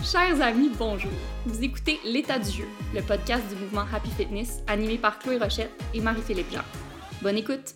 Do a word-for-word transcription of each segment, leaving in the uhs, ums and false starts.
Chers amis, bonjour! Vous écoutez L'état du jeu, le podcast du mouvement Happy Fitness, animé par Chloé Rochette et Marie-Philippe Jean. Bonne écoute!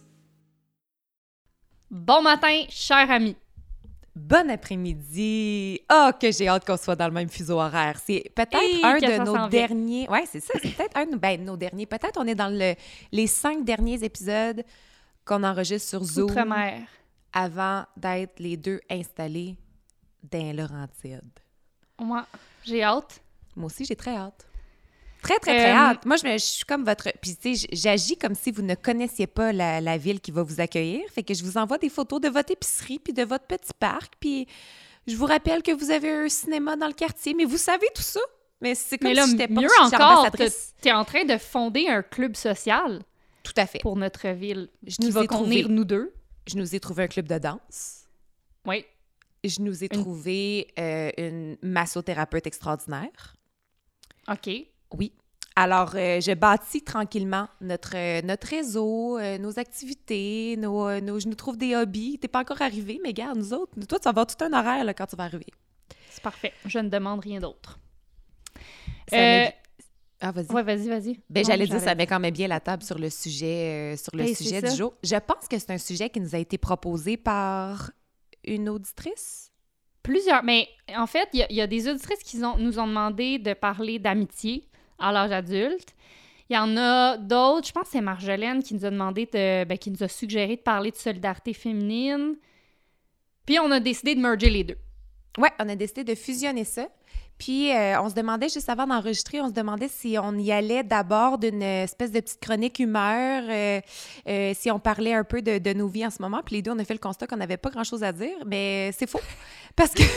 Bon matin, chers amis! Bon après-midi! Oh, que j'ai hâte qu'on soit dans le même fuseau horaire. C'est peut-être Et un que de ça nos s'en vient. derniers... Oui, c'est ça, c'est peut-être un de ben, nos derniers. Peut-être on est dans le, les cinq derniers épisodes qu'on enregistre sur Zoom Outre-mer. avant d'être les deux installés dans Laurentides. Moi, j'ai hâte. Moi aussi, j'ai très hâte. Très, très, très Euh, hâte. Moi, je, me, je suis comme votre... Puis, tu sais, j'agis comme si vous ne connaissiez pas la, la ville qui va vous accueillir. Fait que je vous envoie des photos de votre épicerie puis de votre petit parc. Puis, je vous rappelle que vous avez un cinéma dans le quartier. Mais vous savez tout ça. Mais c'est comme Mais là, si j'étais pas mieux une encore, ambassadrice. t'es en train de fonder un club social Tout à fait. pour notre ville Je qui nous va ai contenir trouvé. nous deux. Je nous ai trouvé un club de danse. Oui. Je nous ai Une- trouvé euh, une massothérapeute extraordinaire. OK. Oui. Alors, euh, je bâtis tranquillement notre, euh, notre réseau, euh, nos activités, nos, euh, nos- je nous trouve des hobbies. T'es pas encore arrivé, mais regarde, nous autres, toi, tu vas avoir tout un horaire là, quand tu vas arriver. C'est parfait. Je ne demande rien d'autre. Ça Euh, met- Ah, vas-y. Ouais, vas-y, vas-y. Ben, Non, j'allais dire, ça j'allais- met quand même bien la table sur le sujet, euh, sur le Ben, sujet c'est du ça. jour. Je pense que c'est un sujet qui nous a été proposé par une auditrice. Plusieurs. Mais en fait, il y, a- il y a des auditrices qui ont- nous ont demandé de parler d'amitié à l'âge adulte. Il y en a d'autres, je pense que c'est Marjolaine qui nous a demandé de, ben, qui nous a suggéré de parler de solidarité féminine. Puis on a décidé de merger les deux. Ouais, on a décidé de fusionner ça. Puis, euh, on se demandait, juste avant d'enregistrer, on se demandait si on y allait d'abord d'une espèce de petite chronique humeur, euh, euh, si on parlait un peu de, de nos vies en ce moment. Puis les deux, on a fait le constat qu'on n'avait pas grand-chose à dire, mais c'est faux. Parce que...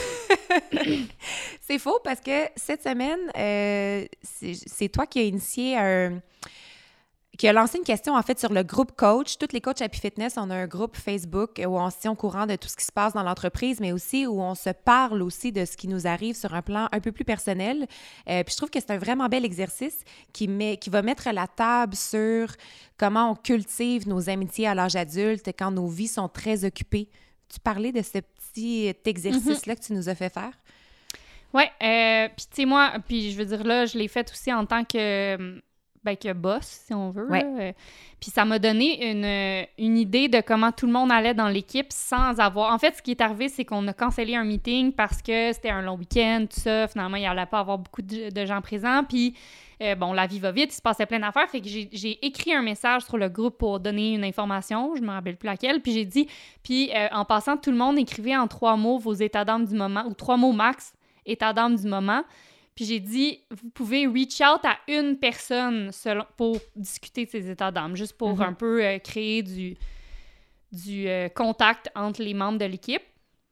c'est faux parce que cette semaine, euh, c'est c'est toi qui as initié un... qui a lancé une question, en fait, sur le groupe coach. Toutes les coachs Happy Fitness, on a un groupe Facebook où on se tient au courant de tout ce qui se passe dans l'entreprise, mais aussi où on se parle aussi de ce qui nous arrive sur un plan un peu plus personnel. Euh, puis je trouve que c'est un vraiment bel exercice qui, met, qui va mettre la table sur comment on cultive nos amitiés à l'âge adulte quand nos vies sont très occupées. Tu parlais de ce petit exercice-là que tu nous as fait faire? Ouais, euh, puis tu sais, moi, puis je veux dire, là, je l'ai fait aussi en tant que, ben, que boss, si on veut. Ouais. là. Euh, Puis ça m'a donné une, une idée de comment tout le monde allait dans l'équipe sans avoir... En fait, ce qui est arrivé, c'est qu'on a cancellé un meeting parce que c'était un long week-end, tout ça. Finalement, il n'y allait pas avoir beaucoup de, de gens présents. Puis, euh, bon, la vie va vite, il se passait plein d'affaires. Fait que j'ai, j'ai écrit un message sur le groupe pour donner une information. Je ne me rappelle plus laquelle. Puis j'ai dit... Puis euh, en passant, tout le monde écrivait en trois mots vos états d'âme du moment, ou trois mots max, état d'âme du moment. Puis j'ai dit, vous pouvez reach out à une personne selon, pour discuter de ces états d'âme, juste pour Mm-hmm. un peu euh, créer du, du euh, contact entre les membres de l'équipe.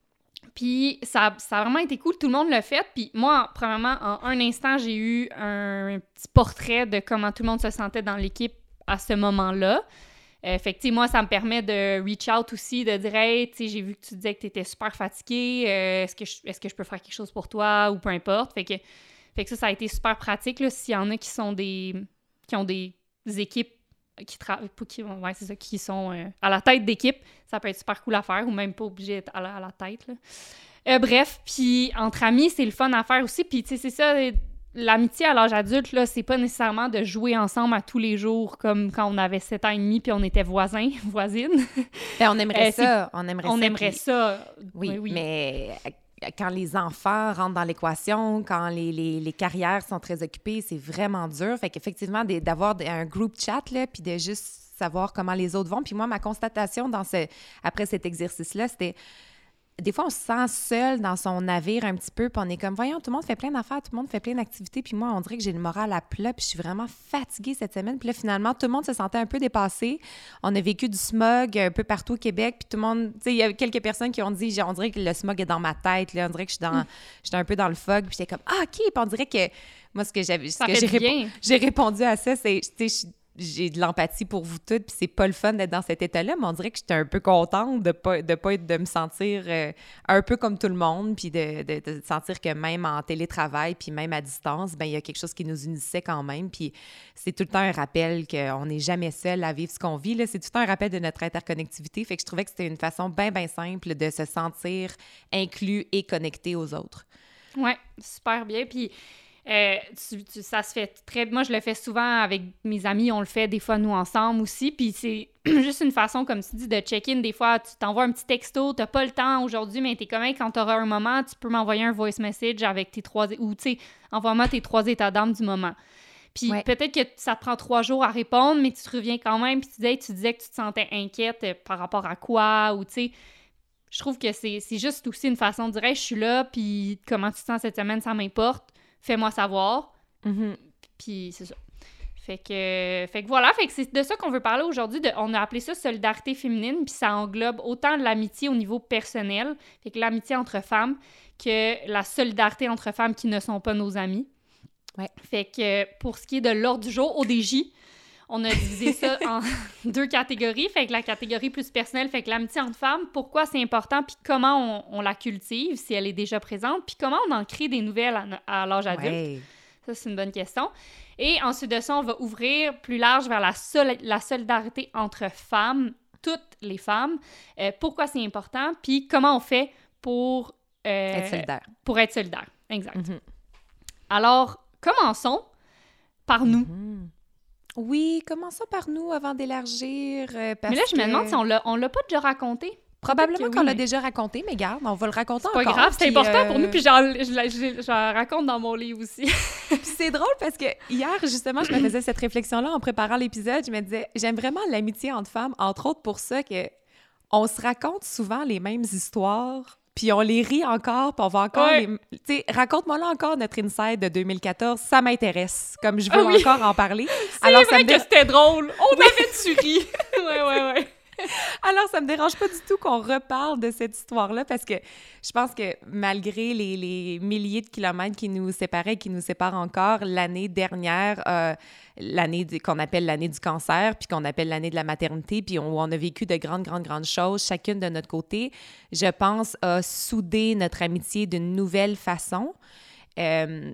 Puis ça, ça a vraiment été cool, tout le monde l'a fait. Puis moi, premièrement, en un instant, j'ai eu un petit portrait de comment tout le monde se sentait dans l'équipe à ce moment-là. Euh, fait que, tu sais, moi, ça me permet de reach out aussi, de dire, hey, tu sais, j'ai vu que tu disais que tu étais super fatigué, euh, est-ce que je, est-ce que je peux faire quelque chose pour toi ou peu importe. Fait que, fait que ça, ça a été super pratique, là, s'il y en a qui sont des, qui ont des équipes qui travaillent, qui, ouais, c'est ça, qui sont euh, à la tête d'équipe, ça peut être super cool à faire ou même pas obligé d'être à la, à la tête, là. Euh, bref, puis entre amis, c'est le fun à faire aussi, puis tu sais, c'est ça, l'amitié à l'âge adulte, là, c'est pas nécessairement de jouer ensemble à tous les jours comme quand on avait sept ans et demi puis on était voisins, voisines. Ben, on aimerait Euh, c'est- ça. On aimerait on ça. aimerait puis- ça. Oui, Oui, oui. mais quand les enfants rentrent dans l'équation, quand les, les, les carrières sont très occupées, c'est vraiment dur. Fait qu'effectivement, des- d'avoir des- un group chat, là, puis de juste savoir comment les autres vont. Puis moi, ma constatation dans ce, après cet exercice-là, c'était... Des fois, on se sent seul dans son navire un petit peu, puis on est comme, voyons, tout le monde fait plein d'affaires, tout le monde fait plein d'activités, puis moi, on dirait que j'ai le moral à plat, puis je suis vraiment fatiguée cette semaine. Puis là, finalement, tout le monde se sentait un peu dépassé. On a vécu du smog un peu partout au Québec, puis tout le monde, tu sais, il y a quelques personnes qui ont dit, on dirait que le smog est dans ma tête, là, on dirait que je suis dans, j'étais un peu dans le fog, puis j'étais comme, ah, OK, puis on dirait que, moi, ce que j'avais, ce Ça que fait j'ai, du répo- bien. j'ai répondu à ça, c'est, tu sais, je- j'ai de l'empathie pour vous toutes, puis c'est pas le fun d'être dans cet état-là, mais on dirait que j'étais un peu contente de pas, de pas être, de me sentir euh, un peu comme tout le monde, puis de, de, de sentir que même en télétravail, puis même à distance, ben il y a quelque chose qui nous unissait quand même, puis c'est tout le temps un rappel qu'on n'est jamais seul à vivre ce qu'on vit, là. C'est tout le temps un rappel de notre interconnectivité, fait que je trouvais que c'était une façon bien, bien simple de se sentir inclus et connecté aux autres. Ouais, super bien. Puis euh, tu, tu, ça se fait très... Moi, je le fais souvent avec mes amis. On le fait des fois, nous, ensemble aussi. Puis c'est juste une façon, comme tu dis, de check-in. Des fois, tu t'envoies un petit texto. T'as pas le temps aujourd'hui, mais t'es quand même, quand t'auras un moment, tu peux m'envoyer un voice message avec tes trois... Ou, tu sais, envoie-moi tes trois états d'âme du moment. Puis ouais. peut-être que ça te prend trois jours à répondre, mais tu te reviens quand même. Puis tu disais, tu disais que tu te sentais inquiète par rapport à quoi, ou tu sais... Je trouve que c'est, c'est juste aussi une façon de dire hey, « je suis là, puis comment tu te sens cette semaine, ça m'importe, fais-moi savoir. Mm-hmm. » Puis c'est ça. Fait que, fait que voilà, fait que c'est de ça qu'on veut parler aujourd'hui. De, on a appelé ça « solidarité féminine », puis ça englobe autant de l'amitié au niveau personnel, fait que l'amitié entre femmes, que la solidarité entre femmes qui ne sont pas nos amies. Ouais. Fait que pour ce qui est de l'ordre du jour, O D J, on a divisé ça en deux catégories. Fait que la catégorie plus personnelle, fait que l'amitié entre femmes, pourquoi c'est important, puis comment on, on la cultive, si elle est déjà présente, puis comment on en crée des nouvelles à, à l'âge adulte. Ouais. Ça, c'est une bonne question. Et ensuite de ça, on va ouvrir plus large vers la, sol- la solidarité entre femmes, toutes les femmes. Euh, pourquoi c'est important, puis comment on fait pour... Euh, être solidaire. Pour être solidaire, exact. Mm-hmm. Alors, commençons par nous. Mm-hmm. Oui, commençons par nous avant d'élargir. Euh, parce mais là, je me que... demande si on l'a, on l'a pas déjà raconté. Probablement oui, qu'on mais... l'a déjà raconté, mais garde, on va le raconter c'est encore. C'est pas grave, c'est important euh... pour nous, puis j'en, je, je, je, je raconte dans mon livre aussi. Puis c'est drôle parce que hier, justement, je me faisais cette réflexion-là en préparant l'épisode. Je me disais, j'aime vraiment l'amitié entre femmes, entre autres pour ça que on se raconte souvent les mêmes histoires, puis on les rit encore, puis on va encore ouais. les... Tu sais, raconte-moi là encore notre inside de deux mille quatorze, ça m'intéresse, comme je veux ah oui. encore en parler. C'est Alors, vrai ça me que dé... c'était drôle, on oui. avait du ri. Ouais, ouais, ouais. Alors, ça me dérange pas du tout qu'on reparle de cette histoire-là parce que je pense que malgré les, les milliers de kilomètres qui nous séparaient, qui nous séparent encore, l'année dernière, euh, l'année du, qu'on appelle l'année du cancer, puis qu'on appelle l'année de la maternité, puis on, on a vécu de grandes, grandes, grandes choses, chacune de notre côté, je pense, a soudé notre amitié d'une nouvelle façon. Euh,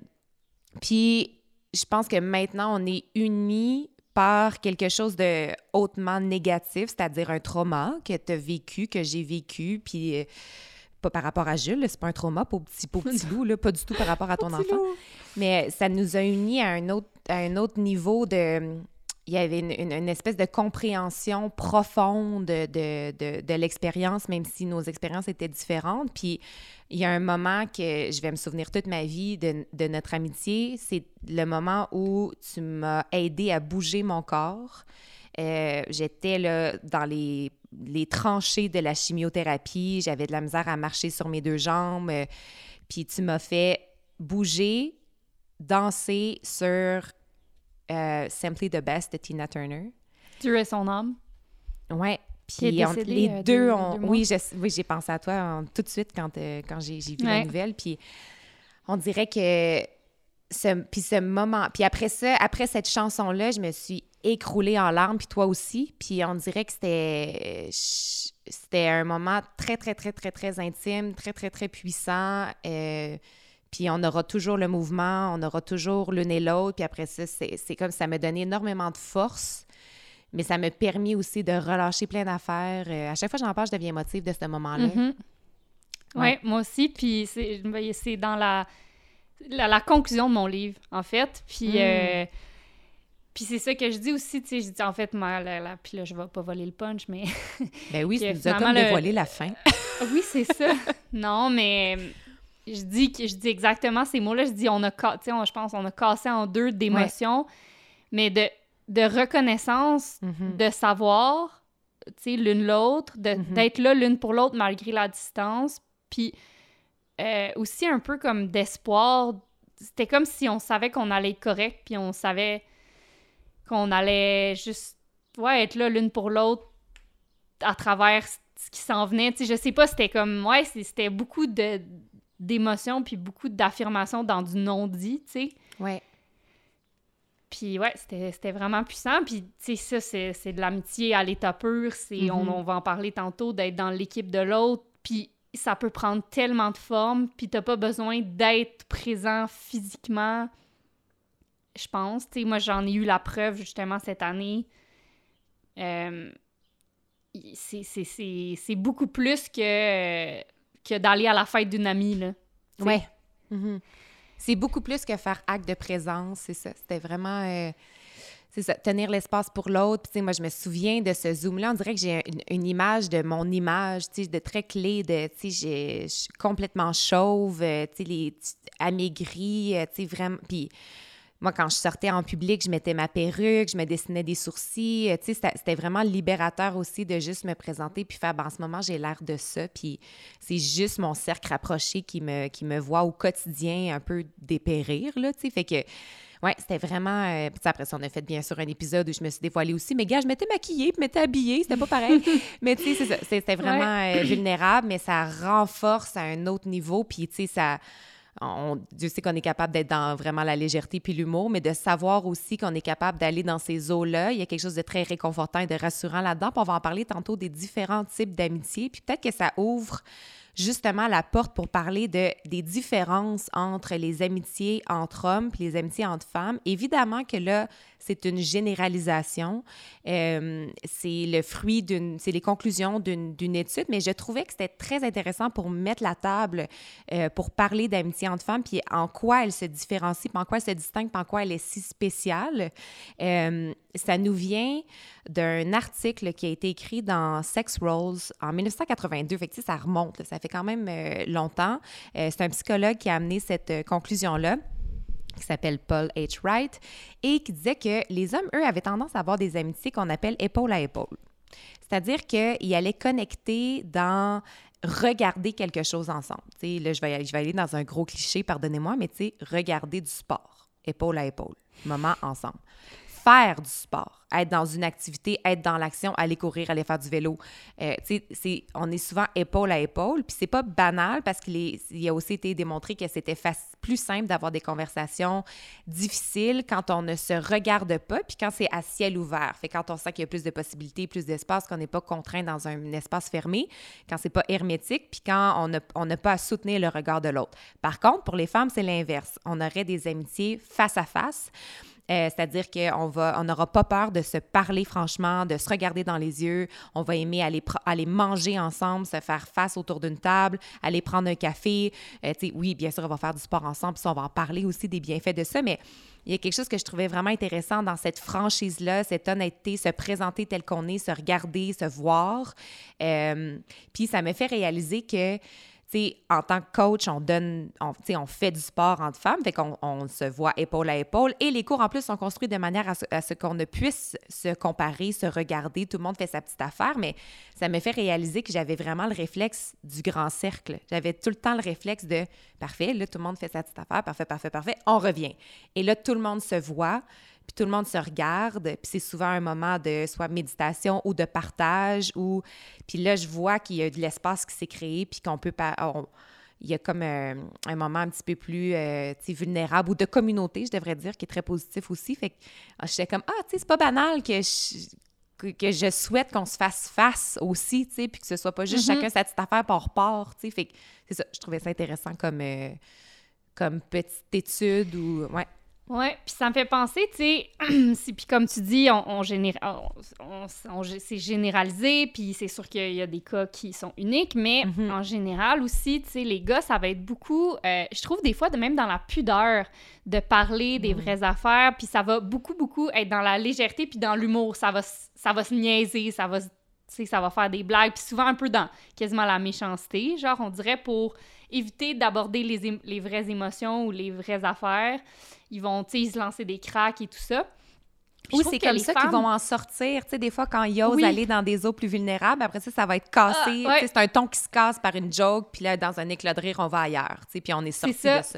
puis, je pense que maintenant, on est unis par quelque chose de hautement négatif, c'est-à-dire un trauma que tu as vécu, que j'ai vécu, puis euh, pas par rapport à Jules, c'est pas un trauma pour petit, pour petit loup, là, pas du tout par rapport à ton enfant, mais ça nous a unis à un autre, à un autre niveau de... Il y avait une, une, une espèce de compréhension profonde de, de, de, de l'expérience, même si nos expériences étaient différentes. Puis, il y a un moment que je vais me souvenir toute ma vie de, de notre amitié. C'est le moment où tu m'as aidé à bouger mon corps. Euh, j'étais là dans les, les tranchées de la chimiothérapie. J'avais de la misère à marcher sur mes deux jambes. Euh, puis, tu m'as fait bouger, danser sur... Euh, Simply the Best de Tina Turner. Dieu est son âme. Ouais. Puis on, les euh, deux, deux ont... Deux oui, je, oui, j'ai pensé à toi on, tout de suite quand, euh, quand j'ai, j'ai vu ouais. la nouvelle. Puis on dirait que... Ce, puis ce moment... Puis après ça, après cette chanson-là, je me suis écroulée en larmes, puis toi aussi. Puis on dirait que c'était... C'était un moment très, très, très, très, très intime, très, très, très puissant. Euh, Puis on aura toujours le mouvement, on aura toujours l'une et l'autre. Puis après ça, c'est, c'est comme ça m'a donné énormément de force, mais ça m'a permis aussi de relâcher plein d'affaires. Euh, à chaque fois que j'en parle, je deviens émotive de ce moment-là. Mm-hmm. Oui, ouais, moi aussi. Puis c'est, c'est dans la, la, la conclusion de mon livre, en fait. Puis, mm. euh, puis c'est ça que je dis aussi, tu sais, je dis en fait, moi, la, la, puis là, je vais pas voler le punch, mais... Ben oui, tu nous as comme le... dévoilé la fin. Oui, c'est ça. Non, mais... Je dis, je dis exactement ces mots-là. Je dis, on a, tu sais, je pense, on a cassé en deux d'émotions, ouais. mais de, de reconnaissance, mm-hmm. de savoir, tu sais, l'une l'autre, de, mm-hmm. d'être là l'une pour l'autre malgré la distance. Puis euh, aussi un peu comme d'espoir. C'était comme si on savait qu'on allait être correct, puis on savait qu'on allait juste, ouais, être là l'une pour l'autre à travers ce qui s'en venait. Tu sais, je sais pas, c'était comme, ouais, c'était beaucoup de... d'émotions puis beaucoup d'affirmations dans du non-dit, tu sais. Ouais. Puis ouais, c'était, c'était vraiment puissant. Puis, tu sais, ça, c'est, c'est de l'amitié à l'état pur. C'est, mm-hmm. on, on va en parler tantôt, d'être dans l'équipe de l'autre. Puis ça peut prendre tellement de formes. Puis t'as pas besoin d'être présent physiquement, je pense. Tu sais, moi, j'en ai eu la preuve, justement, cette année. Euh, c'est, c'est, c'est, c'est beaucoup plus que... que d'aller à la fête d'une amie, là. Ouais. Mm-hmm. C'est beaucoup plus que faire acte de présence, c'est ça. C'était vraiment... Euh, c'est ça, tenir l'espace pour l'autre. Puis, tu sais, moi, je me souviens de ce Zoom-là. On dirait que j'ai une, une image de mon image, tu sais, de très clé, de, tu sais, je suis complètement chauve, tu sais, les amaigries, tu sais, vraiment... Puis... Moi, quand je sortais en public, je mettais ma perruque, je me dessinais des sourcils. Tu sais, c'était, c'était vraiment libérateur aussi de juste me présenter puis faire, ben, en ce moment, j'ai l'air de ça. Puis c'est juste mon cercle rapproché qui me, qui me voit au quotidien un peu dépérir, là, tu sais. Fait que, ouais, c'était vraiment... Euh, puis après ça, on a fait bien sûr un épisode où je me suis dévoilée aussi. Mais gars, je m'étais maquillée puis m'étais habillée, c'était pas pareil. Mais tu sais, c'est ça, c'était vraiment ouais. euh, vulnérable, mais ça renforce à un autre niveau. Puis tu sais, ça... On, Dieu sait qu'on est capable d'être dans vraiment la légèreté puis l'humour, mais de savoir aussi qu'on est capable d'aller dans ces eaux-là, il y a quelque chose de très réconfortant et de rassurant là-dedans. Puis on va en parler tantôt des différents types d'amitié. Puis peut-être que ça ouvre justement la porte pour parler de, des différences entre les amitiés entre hommes puis les amitiés entre femmes. Évidemment que là, c'est une généralisation. Euh, c'est le fruit d'une... C'est les conclusions d'une, d'une étude, mais je trouvais que c'était très intéressant pour mettre la table, euh, pour parler d'amitié entre femmes, puis en quoi elle se différencie, puis en quoi elle se distingue, puis en quoi elle est si spéciale. Euh, ça nous vient d'un article qui a été écrit dans Sex Roles en dix-neuf cent quatre-vingt-deux. Fait que, tu sais, ça remonte, là, ça fait quand même euh, longtemps. Euh, c'est un psychologue qui a amené cette euh, conclusion-là, qui s'appelle Paul H. Wright, et qui disait que les hommes, eux, avaient tendance à avoir des amitiés qu'on appelle épaule à épaule. C'est-à-dire qu'ils allaient connecter dans regarder quelque chose ensemble. Tu sais, là, je vais, aller, je vais aller dans un gros cliché, pardonnez-moi, mais tu sais, regarder du sport, épaule à épaule, moment ensemble. Faire du sport, être dans une activité, être dans l'action, aller courir, aller faire du vélo. Euh, tu sais, c'est, on est souvent épaule à épaule, puis c'est pas banal parce qu'il est, il a aussi été démontré que c'était faci- plus simple d'avoir des conversations difficiles quand on ne se regarde pas, puis quand c'est à ciel ouvert. Fait quand on sent qu'il y a plus de possibilités, plus d'espace, qu'on n'est pas contraint dans un espace fermé, quand c'est pas hermétique, puis quand on n'a on n'a pas à soutenir le regard de l'autre. Par contre, pour les femmes, c'est l'inverse. On aurait des amitiés face à face. Euh, c'est-à-dire qu'on va, on n'aura pas peur de se parler franchement, de se regarder dans les yeux. On va aimer aller, pr- aller manger ensemble, se faire face autour d'une table, aller prendre un café. Euh, tu sais, oui, bien sûr, on va faire du sport ensemble, puis ça, on va en parler aussi des bienfaits de ça, mais il y a quelque chose que je trouvais vraiment intéressant dans cette franchise-là, cette honnêteté, se présenter tel qu'on est, se regarder, se voir. Euh, puis ça me fait réaliser que T'sais, en tant que coach, on donne, on, on fait du sport entre femmes, fait qu'on on se voit épaule à épaule. Et les cours, en plus, sont construits de manière à ce, à ce qu'on ne puisse se comparer, se regarder. Tout le monde fait sa petite affaire, mais ça me fait réaliser que j'avais vraiment le réflexe du grand cercle. J'avais tout le temps le réflexe de « Parfait, là, tout le monde fait sa petite affaire, parfait, parfait, parfait, on revient. » Et là, tout le monde se voit, puis tout le monde se regarde, puis c'est souvent un moment de soit méditation ou de partage, ou puis là, je vois qu'il y a de l'espace qui s'est créé, puis qu'on peut pas... On... Il y a comme un, un moment un petit peu plus euh, vulnérable, ou de communauté, je devrais dire, qui est très positif aussi. Fait que j'étais comme, ah, tu sais, c'est pas banal que je, que, que je souhaite qu'on se fasse face aussi, tu sais, puis que ce soit pas juste mm-hmm. chacun sa petite affaire par repart, tu sais. Fait que c'est ça, je trouvais ça intéressant comme, euh, comme petite étude ou... ouais. Oui, puis ça me fait penser, tu sais, puis comme tu dis, on, on, généra- on, on, on c'est généralisé, puis c'est sûr qu'il y a des cas qui sont uniques, mais mm-hmm. en général aussi, tu sais, les gars, ça va être beaucoup, euh, je trouve des fois, de même dans la pudeur, de parler des mm. vraies affaires, puis ça va beaucoup, beaucoup être dans la légèreté, puis dans l'humour, ça va, ça va se niaiser, ça va, tu sais, ça va faire des blagues, puis souvent un peu dans quasiment la méchanceté, genre, on dirait pour éviter d'aborder les, é- les vraies émotions ou les vraies affaires. Ils vont, tu sais, se lancer des cracks et tout ça. Puis oui, c'est comme ça femmes... qu'ils vont en sortir. Tu sais, des fois, quand ils osent oui. aller dans des eaux plus vulnérables, après ça, ça va être cassé. Ah, ouais. C'est un ton qui se casse par une joke, puis là, dans un éclat de rire, on va ailleurs. Tu sais, puis on est sorti de ça.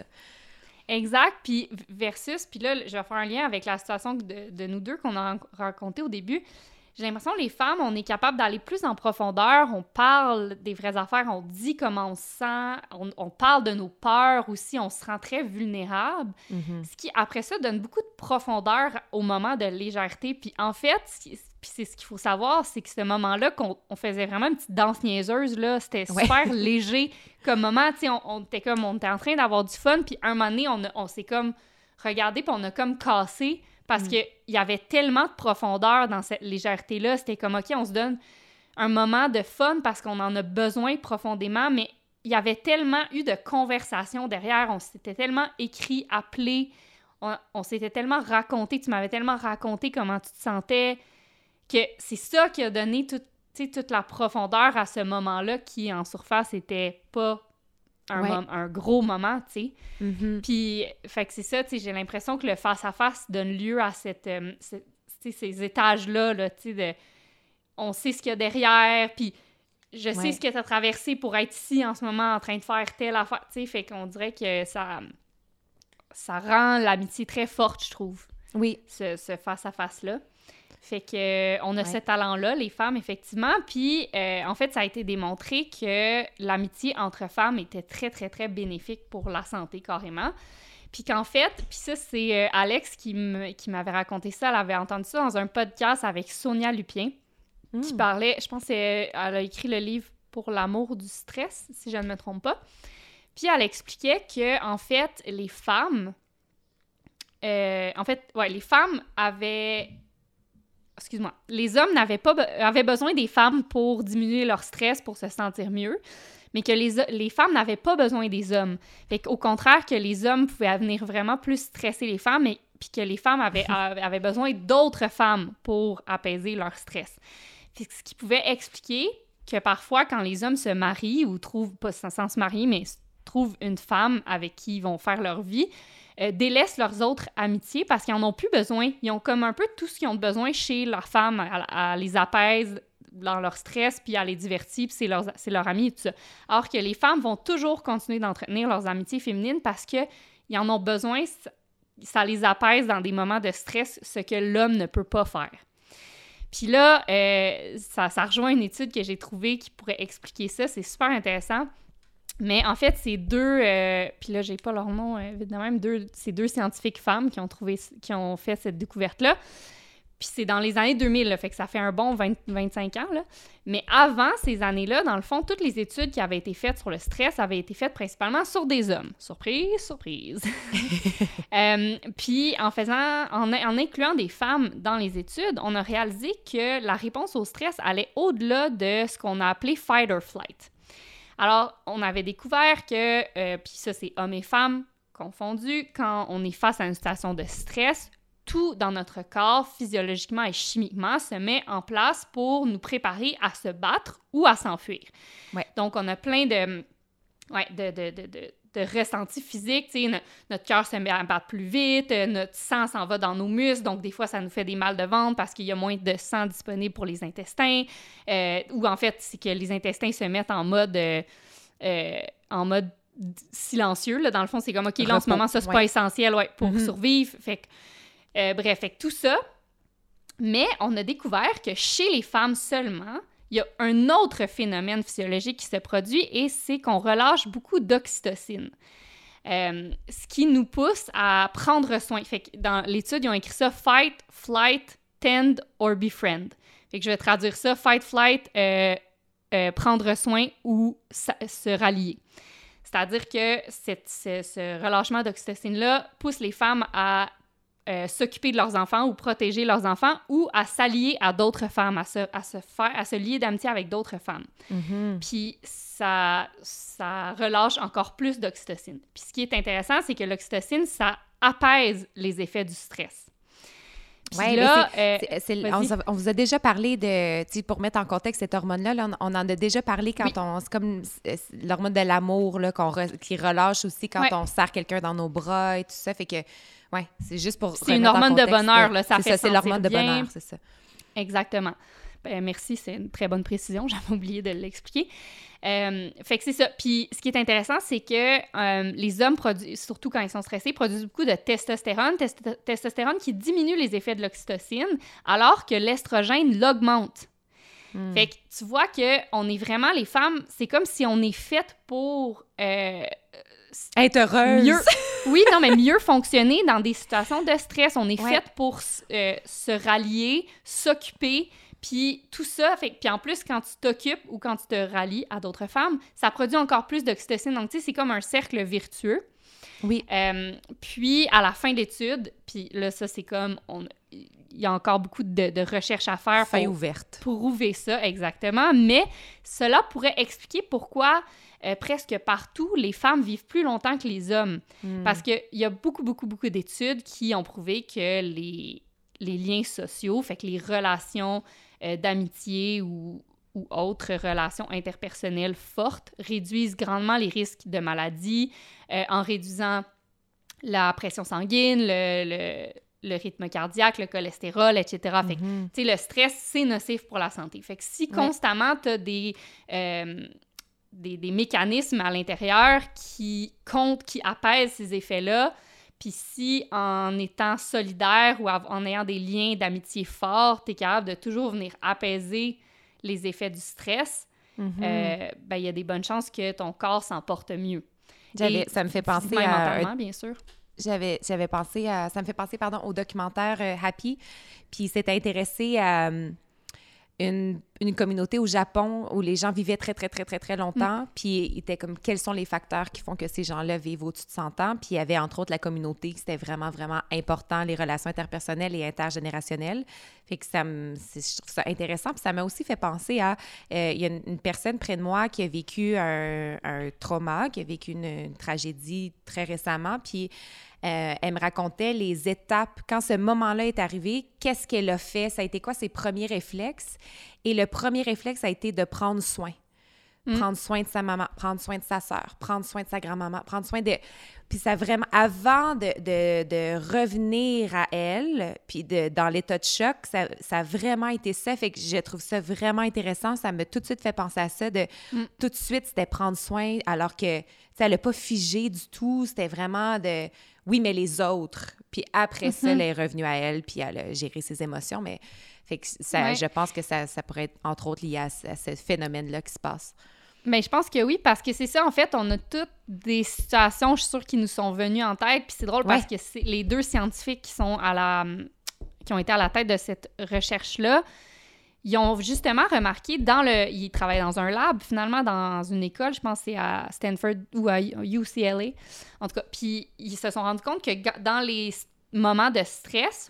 Exact. Puis versus, puis là, je vais faire un lien avec la situation de, de nous deux qu'on a raconté au début. J'ai l'impression que les femmes, on est capable d'aller plus en profondeur, on parle des vraies affaires, on dit comment on se sent, on, on parle de nos peurs aussi, on se rend très vulnérable, mm-hmm. ce qui, après ça, donne beaucoup de profondeur au moment de légèreté. Puis en fait, puis c'est ce qu'il faut savoir, c'est que ce moment-là, qu'on on faisait vraiment une petite danse niaiseuse, là, c'était super ouais. léger comme moment, tu sais, on, on était comme, on était en train d'avoir du fun, puis un moment donné, on, a, on s'est comme regardé, puis on a comme cassé, parce mm. qu'il y avait tellement de profondeur dans cette légèreté-là. C'était comme, OK, on se donne un moment de fun parce qu'on en a besoin profondément, mais il y avait tellement eu de conversations derrière, on s'était tellement écrit, appelé, on, on s'était tellement raconté, tu m'avais tellement raconté comment tu te sentais, que c'est ça qui a donné tout, toute la profondeur à ce moment-là qui, en surface, était pas un, ouais. mom- un gros moment, tu sais. Mm-hmm. Puis, fait que c'est ça, tu sais, j'ai l'impression que le face-à-face donne lieu à cette, euh, cette, ces étages-là, là, tu sais, de... On sait ce qu'il y a derrière, puis je sais ouais. ce que tu as traversé pour être ici en ce moment en train de faire telle affaire, tu sais, fait qu'on dirait que ça, ça rend l'amitié très forte, je trouve. Oui. Ce, ce face-à-face-là. Fait que on a ouais. ce talent-là, les femmes, effectivement. Puis, euh, en fait, ça a été démontré que l'amitié entre femmes était très, très, très bénéfique pour la santé, carrément. Puis qu'en fait, puis ça, c'est euh, Alex qui, m- qui m'avait raconté ça. Elle avait entendu ça dans un podcast avec Sonia Lupien, mm. qui parlait, je pense qu'elle a écrit le livre « Pour l'amour du stress », si je ne me trompe pas. Puis elle expliquait que, en fait, les femmes... Euh, en fait, ouais, les femmes avaient... Excuse-moi. Les hommes n'avaient pas be- avaient besoin des femmes pour diminuer leur stress, pour se sentir mieux, mais que les, les femmes n'avaient pas besoin des hommes. Fait qu'au contraire, que les hommes pouvaient venir vraiment plus stresser les femmes, et puis que les femmes avaient, avaient besoin d'autres femmes pour apaiser leur stress. Fait que ce qui pouvait expliquer que parfois, quand les hommes se marient, ou trouvent, pas sans se marier, mais trouvent une femme avec qui ils vont faire leur vie, Euh, délaissent leurs autres amitiés parce qu'ils n'en ont plus besoin. Ils ont comme un peu tout ce qu'ils ont besoin chez leur femme, à, à les apaise dans leur stress, puis à les divertir, puis c'est, leurs, c'est leur ami et tout ça. Alors que les femmes vont toujours continuer d'entretenir leurs amitiés féminines parce qu'ils en ont besoin, ça les apaise dans des moments de stress, ce que l'homme ne peut pas faire. Puis là, euh, ça, ça rejoint une étude que j'ai trouvée qui pourrait expliquer ça, c'est super intéressant. Mais en fait, c'est deux... Euh, puis là, j'ai pas leur nom, euh, vite de même. Deux, c'est deux scientifiques femmes qui ont, trouvé, qui ont fait cette découverte-là. Puis c'est dans les années deux mille, là, fait que ça fait un bon vingt, vingt-cinq ans. Là. Mais avant ces années-là, dans le fond, toutes les études qui avaient été faites sur le stress avaient été faites principalement sur des hommes. Surprise, surprise! euh, puis en faisant, en, en incluant des femmes dans les études, on a réalisé que la réponse au stress allait au-delà de ce qu'on a appelé « fight or flight ». Alors, on avait découvert que, euh, puis ça, c'est hommes et femmes confondus, quand on est face à une situation de stress, tout dans notre corps, physiologiquement et chimiquement, se met en place pour nous préparer à se battre ou à s'enfuir. Ouais. Donc, on a plein de, ouais, de, de, de, de, de ressentis physiques. Tu sais, no- notre cœur se met à battre plus vite, euh, notre sang s'en va dans nos muscles, donc des fois, ça nous fait des mal de ventre parce qu'il y a moins de sang disponible pour les intestins. Euh, ou en fait, c'est que les intestins se mettent en mode, euh, euh, en mode silencieux. Là. Dans le fond, c'est comme, OK, là, Repos. En ce moment, ça, c'est ouais. pas essentiel ouais, pour mm-hmm. survivre. Fait que, euh, bref, fait que tout ça. Mais on a découvert que chez les femmes seulement, il y a un autre phénomène physiologique qui se produit et c'est qu'on relâche beaucoup d'oxytocine. Euh, ce qui nous pousse à prendre soin. Fait que dans l'étude, ils ont écrit ça « fight, flight, tend or befriend ». Fait que je vais traduire ça « fight, flight, euh, euh, prendre soin ou sa- se rallier ». C'est-à-dire que cette, ce, ce relâchement d'oxytocine-là pousse les femmes à Euh, s'occuper de leurs enfants ou protéger leurs enfants ou à s'allier à d'autres femmes, à se, à se faire, à se lier d'amitié avec d'autres femmes. Mm-hmm. Puis ça, ça relâche encore plus d'oxytocine. Puis ce qui est intéressant, c'est que l'oxytocine, ça apaise les effets du stress. Oui, là, c'est, euh, c'est, c'est, on, on vous a déjà parlé de, tu sais, pour mettre en contexte cette hormone-là, là, on, on en a déjà parlé quand oui. on, c'est comme c'est l'hormone de l'amour là, qu'on re, qui relâche aussi quand ouais. on serre quelqu'un dans nos bras et tout ça, fait que, ouais, c'est juste pour c'est une hormone de bonheur, là, ça c'est fait ça, c'est l'hormone bien. de bonheur, c'est ça. Exactement. Ben, merci, c'est une très bonne précision, j'avais oublié de l'expliquer. Euh, fait que c'est ça. Puis ce qui est intéressant, c'est que euh, les hommes produisent, surtout quand ils sont stressés, produisent beaucoup de testostérone, test- testostérone qui diminue les effets de l'oxytocine, alors que l'estrogène l'augmente. Mm. Fait que tu vois qu'on est vraiment, les femmes, c'est comme si on est faites pour... Euh, être heureuse. Mieux, oui, non, mais mieux fonctionner dans des situations de stress. On est ouais. faites pour euh, se rallier, s'occuper... Puis tout ça, fait, puis en plus, quand tu t'occupes ou quand tu te rallies à d'autres femmes, ça produit encore plus d'oxytocine. Donc, tu sais, c'est comme un cercle vertueux. Oui. Euh, puis, à la fin de l'étude, puis là, ça, c'est comme... On, il y a encore beaucoup de, de recherches à faire. Fin ouverte. Prouver ça, exactement. Mais cela pourrait expliquer pourquoi euh, presque partout, les femmes vivent plus longtemps que les hommes. Mm. Parce qu'il y a beaucoup, beaucoup, beaucoup d'études qui ont prouvé que les, les liens sociaux, fait que les relations euh, d'amitié ou, ou autres relations interpersonnelles fortes réduisent grandement les risques de maladies euh, en réduisant la pression sanguine, le... le le rythme cardiaque, le cholestérol, et cetera. Fait que, mm-hmm. tu sais, le stress, c'est nocif pour la santé. Fait que si constamment, tu as des, euh, des, des mécanismes à l'intérieur qui comptent, qui apaisent ces effets-là, puis si, en étant solidaire ou en ayant des liens d'amitié forts, tu es capable de toujours venir apaiser les effets du stress, mm-hmm. euh, ben, il y a des bonnes chances que ton corps s'en porte mieux. J'avais, Et, ça me fait penser à... mentalement, bien sûr. J'avais, j'avais pensé à... Ça me fait penser, pardon, au documentaire euh, Happy. Puis il s'était intéressé à euh, une, une communauté au Japon où les gens vivaient très, très, très, très, très longtemps. Mm. Puis il était comme, quels sont les facteurs qui font que ces gens-là vivent au-dessus de cent ans? Puis il y avait, entre autres, la communauté. C'était vraiment, vraiment important, les relations interpersonnelles et intergénérationnelles. Fait que ça me... Je trouve ça intéressant. Puis ça m'a aussi fait penser à... Euh, il y a une, une personne près de moi qui a vécu un, un trauma, qui a vécu une, une tragédie très récemment. Puis... Euh, elle me racontait les étapes, quand ce moment-là est arrivé, qu'est-ce qu'elle a fait, ça a été quoi ses premiers réflexes. Et le premier réflexe a été de prendre soin. Mm. Prendre soin de sa maman, prendre soin de sa sœur, prendre soin de sa grand-maman, prendre soin de... Puis ça vraiment... Avant de, de, de revenir à elle, puis de, dans l'état de choc, ça, ça a vraiment été ça. Fait que je trouve ça vraiment intéressant. Ça m'a tout de suite fait penser à ça, de mm. tout de suite, c'était prendre soin, alors que, tu sais, elle n'a pas figé du tout. C'était vraiment de... Oui, mais les autres. Puis après mm-hmm. ça, elle est revenue à elle, puis elle a géré ses émotions. Mais fait que ça, ouais. je pense que ça, ça pourrait être, entre autres, lié à, à ce phénomène-là qui se passe. Bien, je pense que oui, parce que c'est ça, en fait, on a toutes des situations, je suis sûre, qui nous sont venues en tête. Puis c'est drôle ouais. parce que c'est les deux scientifiques qui sont à la... qui ont été à la tête de cette recherche-là, ils ont justement remarqué dans le... Ils travaillaient dans un lab, finalement, dans une école, je pense que c'est à Stanford ou à U C L A, en tout cas. Puis ils se sont rendus compte que dans les moments de stress,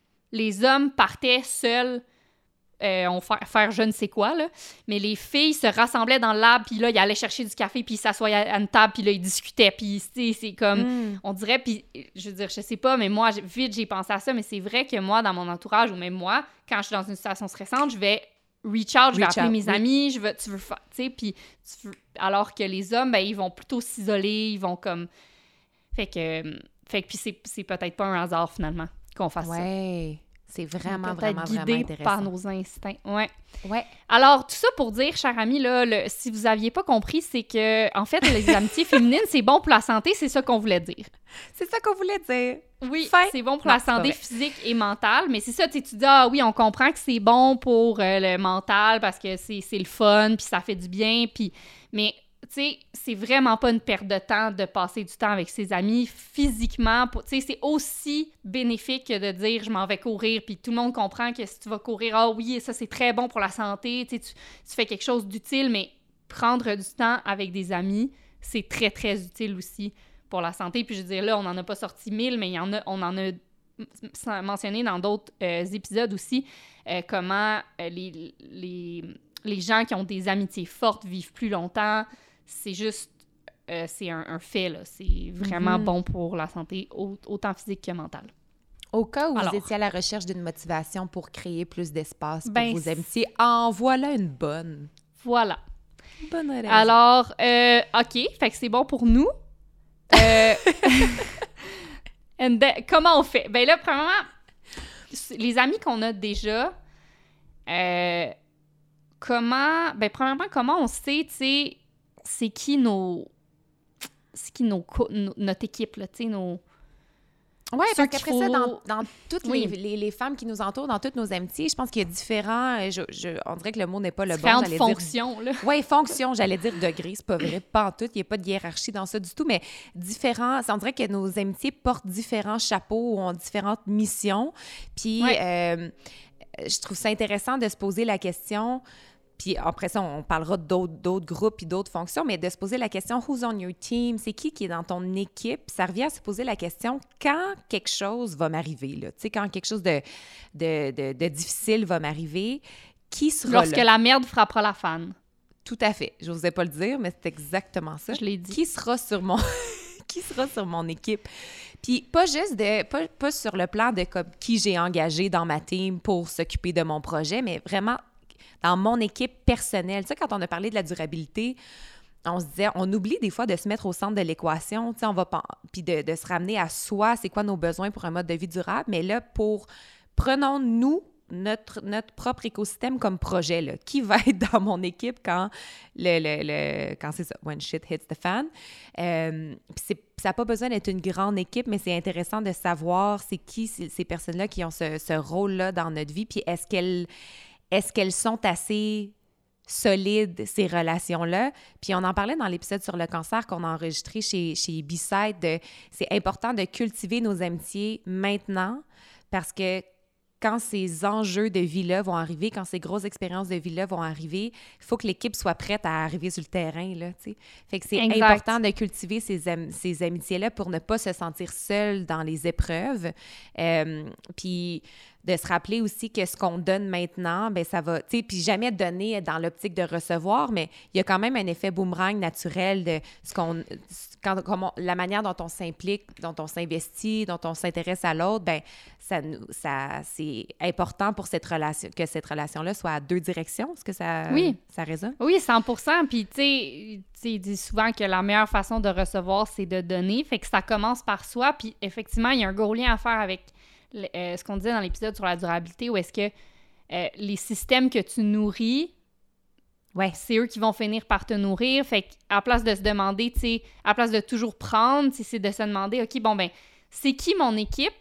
les hommes partaient seuls, euh, on faire, faire je ne sais quoi, là, mais les filles se rassemblaient dans le lab, puis là, ils allaient chercher du café, puis ils s'assoyaient à une table, puis là, ils discutaient, puis c'est comme, mm. on dirait, puis je veux dire, je sais pas, mais moi, vite, j'ai pensé à ça, mais c'est vrai que moi, dans mon entourage, ou même moi, quand je suis dans une situation stressante, je vais reach out, je vais reach appeler out, mes oui. amis, je veux, tu veux faire, tu sais, puis tu veux... alors que les hommes, ben, ils vont plutôt s'isoler, ils vont comme, fait que, fait que, puis c'est, c'est peut-être pas un hasard, finalement, qu'on fasse ouais. ça. Ouais. C'est vraiment, vraiment, vraiment intéressant. Par nos instincts, ouais. Ouais. Alors, tout ça pour dire, chers amis, là, le, si vous aviez pas compris, c'est que, en fait, les amitiés féminines, c'est bon pour la santé, c'est ça qu'on voulait dire. C'est ça qu'on voulait dire. Oui, fin. C'est bon pour non, la santé physique et mentale, mais c'est ça, tu dis, ah oui, on comprend que c'est bon pour euh, le mental parce que c'est, c'est le fun, puis ça fait du bien, puis... Mais... Tu sais, c'est vraiment pas une perte de temps de passer du temps avec ses amis physiquement. Tu sais, c'est aussi bénéfique que de dire « je m'en vais courir », puis tout le monde comprend que si tu vas courir, « ah oui, ça c'est très bon pour la santé », tu sais, tu, tu fais quelque chose d'utile, mais prendre du temps avec des amis, c'est très, très utile aussi pour la santé. Puis je veux dire, là, on n'en a pas sorti mille, mais il y en a, on en a mentionné dans d'autres euh, épisodes aussi, euh, comment euh, les, les, les gens qui ont des amitiés fortes vivent plus longtemps. C'est juste, euh, c'est un, un fait, là. C'est vraiment mm-hmm. bon pour la santé, autant physique que mentale. Au cas où Alors, vous étiez à la recherche d'une motivation pour créer plus d'espace pour ben, vos amitiés, en voilà une bonne. Voilà. Bonne raison. Alors, euh, OK, fait que c'est bon pour nous. Euh, and then, comment on fait? Ben là, premièrement, les amis qu'on a déjà, euh, comment... Ben premièrement, comment on sait, tu sais... c'est qui nos... c'est qui nos, nos notre équipe, là, tu sais, nos... Oui, parce qu'après faut... ça, dans, dans toutes oui. les, les, les femmes qui nous entourent, dans toutes nos amitiés, je pense qu'il y a différents... Je, je, on dirait que le mot n'est pas le bon. Différentes fonctions, dire... là. Oui, fonctions, j'allais dire degrés, c'est pas vrai, pas en tout. Il n'y a pas de hiérarchie dans ça du tout, mais différents... On dirait que nos amitiés portent différents chapeaux ou ont différentes missions. Puis, ouais. euh, je trouve ça intéressant de se poser la question... puis après ça, on parlera d'autres, d'autres groupes et d'autres fonctions, mais de se poser la question « Who's on your team? » C'est qui qui est dans ton équipe? Ça revient à se poser la question « Quand quelque chose va m'arriver? » Tu sais, quand quelque chose de, de, de, de difficile va m'arriver, qui sera Lorsque là? la merde frappera la fan. Tout à fait. Je n'osais pas le dire, mais c'est exactement ça. Je l'ai dit. Qui sera sur mon... qui sera sur mon équipe? Puis pas juste de... Pas, pas sur le plan de comme, qui j'ai engagé dans ma team pour s'occuper de mon projet, mais vraiment dans mon équipe personnelle. Tu sais, quand on a parlé de la durabilité, on se disait, on oublie des fois de se mettre au centre de l'équation, tu sais, on va... Puis de, de se ramener à soi, c'est quoi nos besoins pour un mode de vie durable. Mais là, pour... Prenons-nous Notre, notre propre écosystème comme projet, là. Qui va être dans mon équipe quand le, le, le quand c'est ça, when shit hits the fan. Euh, c'est, ça n'a pas besoin d'être une grande équipe, mais c'est intéressant de savoir c'est qui ces, ces personnes-là qui ont ce, ce rôle-là dans notre vie, puis est-ce qu'elles, est-ce qu'elles sont assez solides, ces relations-là. Puis on en parlait dans l'épisode sur le cancer qu'on a enregistré chez, chez B-Side. De, c'est important de cultiver nos amitiés maintenant parce que quand ces enjeux de vie-là vont arriver, quand ces grosses expériences de vie-là vont arriver, il faut que l'équipe soit prête à arriver sur le terrain, là, tu sais. Fait que c'est exact. important de cultiver ces, am- ces amitiés-là pour ne pas se sentir seul dans les épreuves. Euh, puis de se rappeler aussi que ce qu'on donne maintenant, bien, ça va, tu sais, puis jamais donner dans l'optique de recevoir, mais il y a quand même un effet boomerang naturel de ce qu'on... Quand, comment, la manière dont on s'implique, dont on s'investit, dont on s'intéresse à l'autre, ben ça, ça, c'est important pour cette relation, que cette relation-là soit à deux directions. Est-ce que ça, oui. ça résonne? Oui, cent pour cent. Puis, tu sais, il dit souvent que la meilleure façon de recevoir, c'est de donner. Fait que ça commence par soi. Puis, effectivement, il y a un gros lien à faire avec euh, ce qu'on disait dans l'épisode sur la durabilité, où est-ce que euh, les systèmes que tu nourris, ouais. c'est eux qui vont finir par te nourrir. Fait qu'à place de se demander, tu sais, à place de toujours prendre, c'est de se demander, OK, bon, ben, c'est qui mon équipe?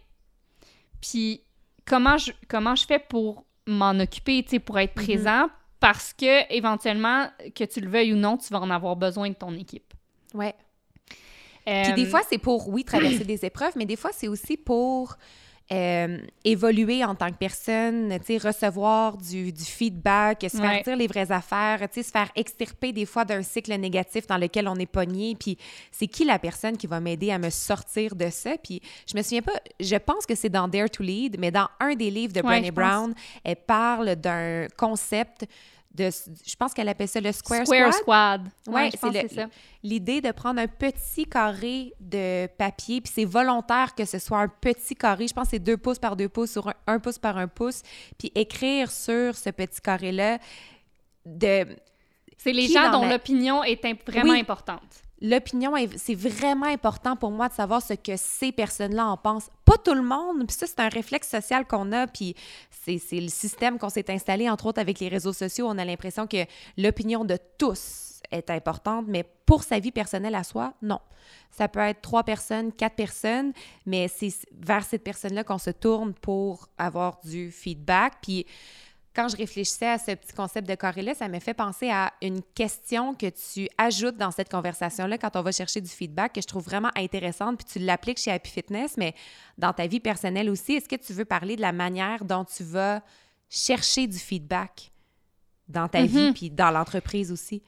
Puis comment je, comment je fais pour m'en occuper, tu sais, pour être présent? Mm-hmm. Parce que, éventuellement, que tu le veuilles ou non, tu vas en avoir besoin de ton équipe. Ouais. Euh... Puis des fois, c'est pour, oui, traverser des épreuves, mais des fois, c'est aussi pour... Euh, évoluer en tant que personne, tu sais, recevoir du, du feedback, se faire ouais. dire les vraies affaires, tu sais, se faire extirper des fois d'un cycle négatif dans lequel on est pogné, puis c'est qui la personne qui va m'aider à me sortir de ça? Puis je me souviens pas, je pense que c'est dans Dare to Lead, mais dans un des livres de ouais, Brené Brown, elle parle d'un concept de, je pense qu'elle appelle ça le Square, Square Squad. Squad. Oui, ouais, je pense le, que c'est ça. L'idée de prendre un petit carré de papier, puis c'est volontaire que ce soit un petit carré, je pense que c'est deux pouces par deux pouces sur un, un pouce par un pouce, puis écrire sur ce petit carré-là de... C'est les gens dont la... l'opinion est imp- vraiment oui. importante. L'opinion, c'est vraiment important pour moi de savoir ce que ces personnes-là en pensent. Pas tout le monde, puis ça, c'est un réflexe social qu'on a, puis c'est, c'est le système qu'on s'est installé, entre autres avec les réseaux sociaux. On a l'impression que l'opinion de tous est importante, mais pour sa vie personnelle à soi, non. Ça peut être trois personnes, quatre personnes, mais c'est vers cette personne-là qu'on se tourne pour avoir du feedback, puis... Quand je réfléchissais à ce petit concept de carré-là, ça me fait penser à une question que tu ajoutes dans cette conversation-là quand on va chercher du feedback, que je trouve vraiment intéressante, puis tu l'appliques chez Happy Fitness, mais dans ta vie personnelle aussi. Est-ce que tu veux parler de la manière dont tu vas chercher du feedback dans ta mm-hmm. vie, puis dans l'entreprise aussi?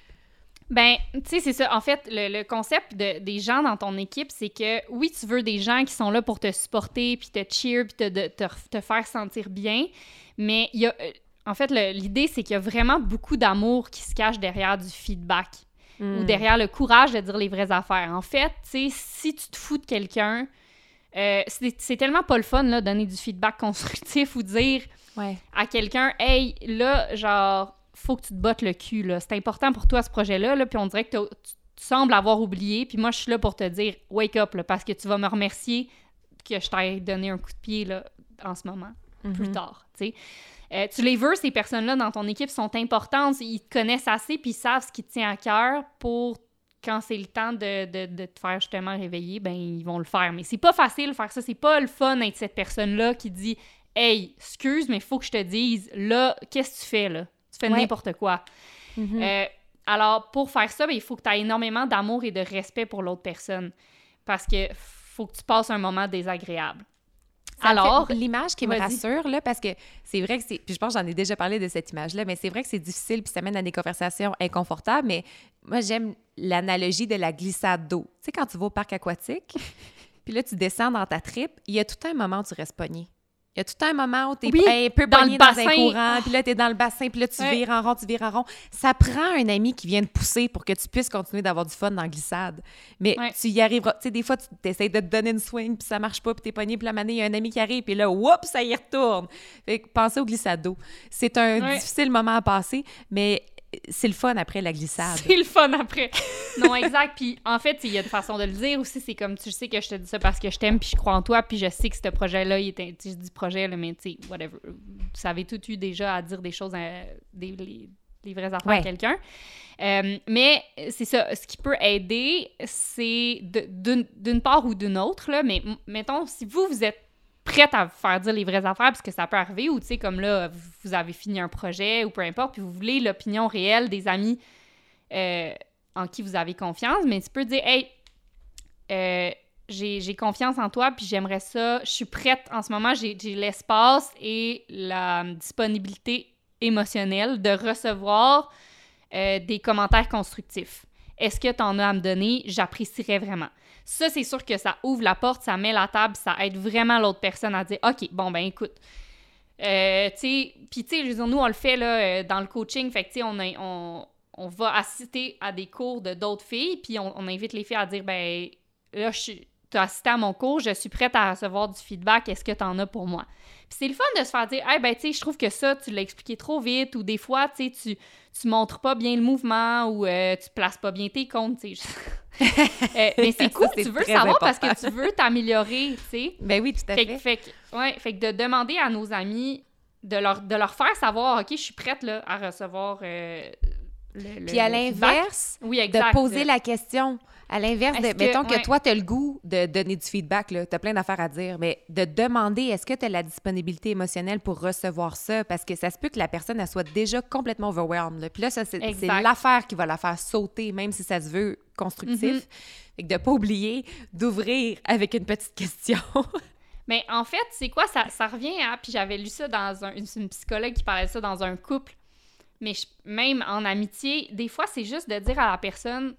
Ben, tu sais, c'est ça. En fait, le, le concept de, des gens dans ton équipe, c'est que oui, tu veux des gens qui sont là pour te supporter, puis te cheer, puis te, de, te, te faire sentir bien, mais il y a, en fait, le, l'idée, c'est qu'il y a vraiment beaucoup d'amour qui se cache derrière du feedback mm. ou derrière le courage de dire les vraies affaires. En fait, tu sais, si tu te fous de quelqu'un, euh, c'est, c'est tellement pas le fun, là, donner du feedback constructif ou dire ouais. à quelqu'un, « Hey, là, genre... » faut que tu te bottes le cul, là. C'est important pour toi, ce projet-là, là, puis on dirait que tu, tu sembles avoir oublié, puis moi, je suis là pour te dire « Wake up », là, parce que tu vas me remercier que je t'ai donné un coup de pied, là, en ce moment, mm-hmm. plus tard, tu sais. Euh, tu les veux, ces personnes-là, dans ton équipe, sont importantes, ils te connaissent assez, puis ils savent ce qui te tient à cœur pour, quand c'est le temps de, de, de te faire justement réveiller, ben ils vont le faire. Mais c'est pas facile de faire ça, c'est pas le fun d'être cette personne-là qui dit « Hey, excuse, mais il faut que je te dise, là, qu'est-ce que tu fais, là? » Tu fais ouais. n'importe quoi. Mm-hmm. Euh, alors, pour faire ça, ben, il faut que tu aies énormément d'amour et de respect pour l'autre personne. Parce que faut que tu passes un moment désagréable. Ça Alors, fait l'image qui me vas-y. rassure, là, parce que c'est vrai que c'est... Puis je pense que j'en ai déjà parlé de cette image-là, mais c'est vrai que c'est difficile puis ça mène à des conversations inconfortables, mais moi, j'aime l'analogie de la glissade d'eau. Tu sais, quand tu vas au parc aquatique, puis là, tu descends dans ta tripe, il y a tout un moment où tu restes pogné. Il y a tout un moment où tu es Oui, un peu dans pogné le dans bassin. un courant, puis là, tu es dans le bassin, puis là, tu Ouais. vires en rond, tu vires en rond. Ça prend un ami qui vient te pousser pour que tu puisses continuer d'avoir du fun dans la glissade. Mais Ouais. tu y arriveras. Tu sais, des fois, tu essaies de te donner une swing, puis ça marche pas, puis t'es pogné, puis la manée, il y a un ami qui arrive, puis là, whoops, ça y retourne. Fait que pensez au glissade d'eau. C'est un Ouais. difficile moment à passer, mais c'est le fun après la glissade. C'est le fun après. Non, exact. Puis en fait, il y a une façon de le dire aussi. C'est comme, tu sais que je te dis ça parce que je t'aime, puis je crois en toi, puis je sais que ce projet-là, il était... Tu sais, je dis projet, là, mais tu sais, whatever. Vous avez tout eu déjà à dire des choses, à, des, les, les vraies affaires Ouais. à quelqu'un. Euh, mais c'est ça. Ce qui peut aider, c'est de- d'une d'une part ou d'une autre, là. Mais m- mettons, si vous, vous êtes prête à vous faire dire les vraies affaires, parce que ça peut arriver, ou tu sais, comme là, vous, vous avez fini un projet, ou peu importe, puis vous voulez l'opinion réelle des amis euh, en qui vous avez confiance, mais tu peux dire, hey, euh, j'ai, j'ai confiance en toi, puis j'aimerais ça, je suis prête en ce moment, j'ai, j'ai l'espace et la disponibilité émotionnelle de recevoir euh, des commentaires constructifs. Est-ce que tu en as à me donner? J'apprécierais vraiment. Ça, c'est sûr que ça ouvre la porte, ça met la table, ça aide vraiment l'autre personne à dire « OK, bon, ben écoute, euh, tu sais, puis tu sais, je veux dire, nous, on le fait là, euh, dans le coaching, fait que tu sais, on, a- on, on va assister à des cours de d'autres filles, puis on, on invite les filles à dire « Ben, là, je suis... tu as assisté à mon cours, je suis prête à recevoir du feedback, est-ce que tu en as pour moi? » Puis c'est le fun de se faire dire « Hey, ben, tu sais, je trouve que ça, tu l'as expliqué trop vite, ou des fois, tu sais, tu, tu montres pas bien le mouvement, ou euh, tu places pas bien tes comptes, tu sais. » euh, Mais c'est cool, Ça, c'est tu veux très savoir important. parce que tu veux t'améliorer, tu sais. Ben oui, tout à Fait, fait. que- fait, que- ouais, fait que de demander à nos amis, de leur, de leur faire savoir « OK, je suis prête là, à recevoir euh, le, le Puis à le feedback. l'inverse, Oui, exact. de poser la question. À l'inverse, de, Est-ce que- mettons que ouais. toi, tu as le goût de donner du feedback, tu as plein d'affaires à dire, mais de demander, est-ce que tu as la disponibilité émotionnelle pour recevoir ça? Parce que ça se peut que la personne, elle soit déjà complètement overwhelmed. Là. Puis là, ça, c'est, c'est Exact. l'affaire qui va la faire sauter, même si ça se veut constructif. Mhm. Fait que de pas oublier d'ouvrir avec une petite question. Mais en fait, c'est quoi? Ça, ça revient à... Puis j'avais lu ça dans un... C'est une psychologue qui parlait de ça dans un couple. Mais je- même en amitié, des fois, c'est juste de dire à la personne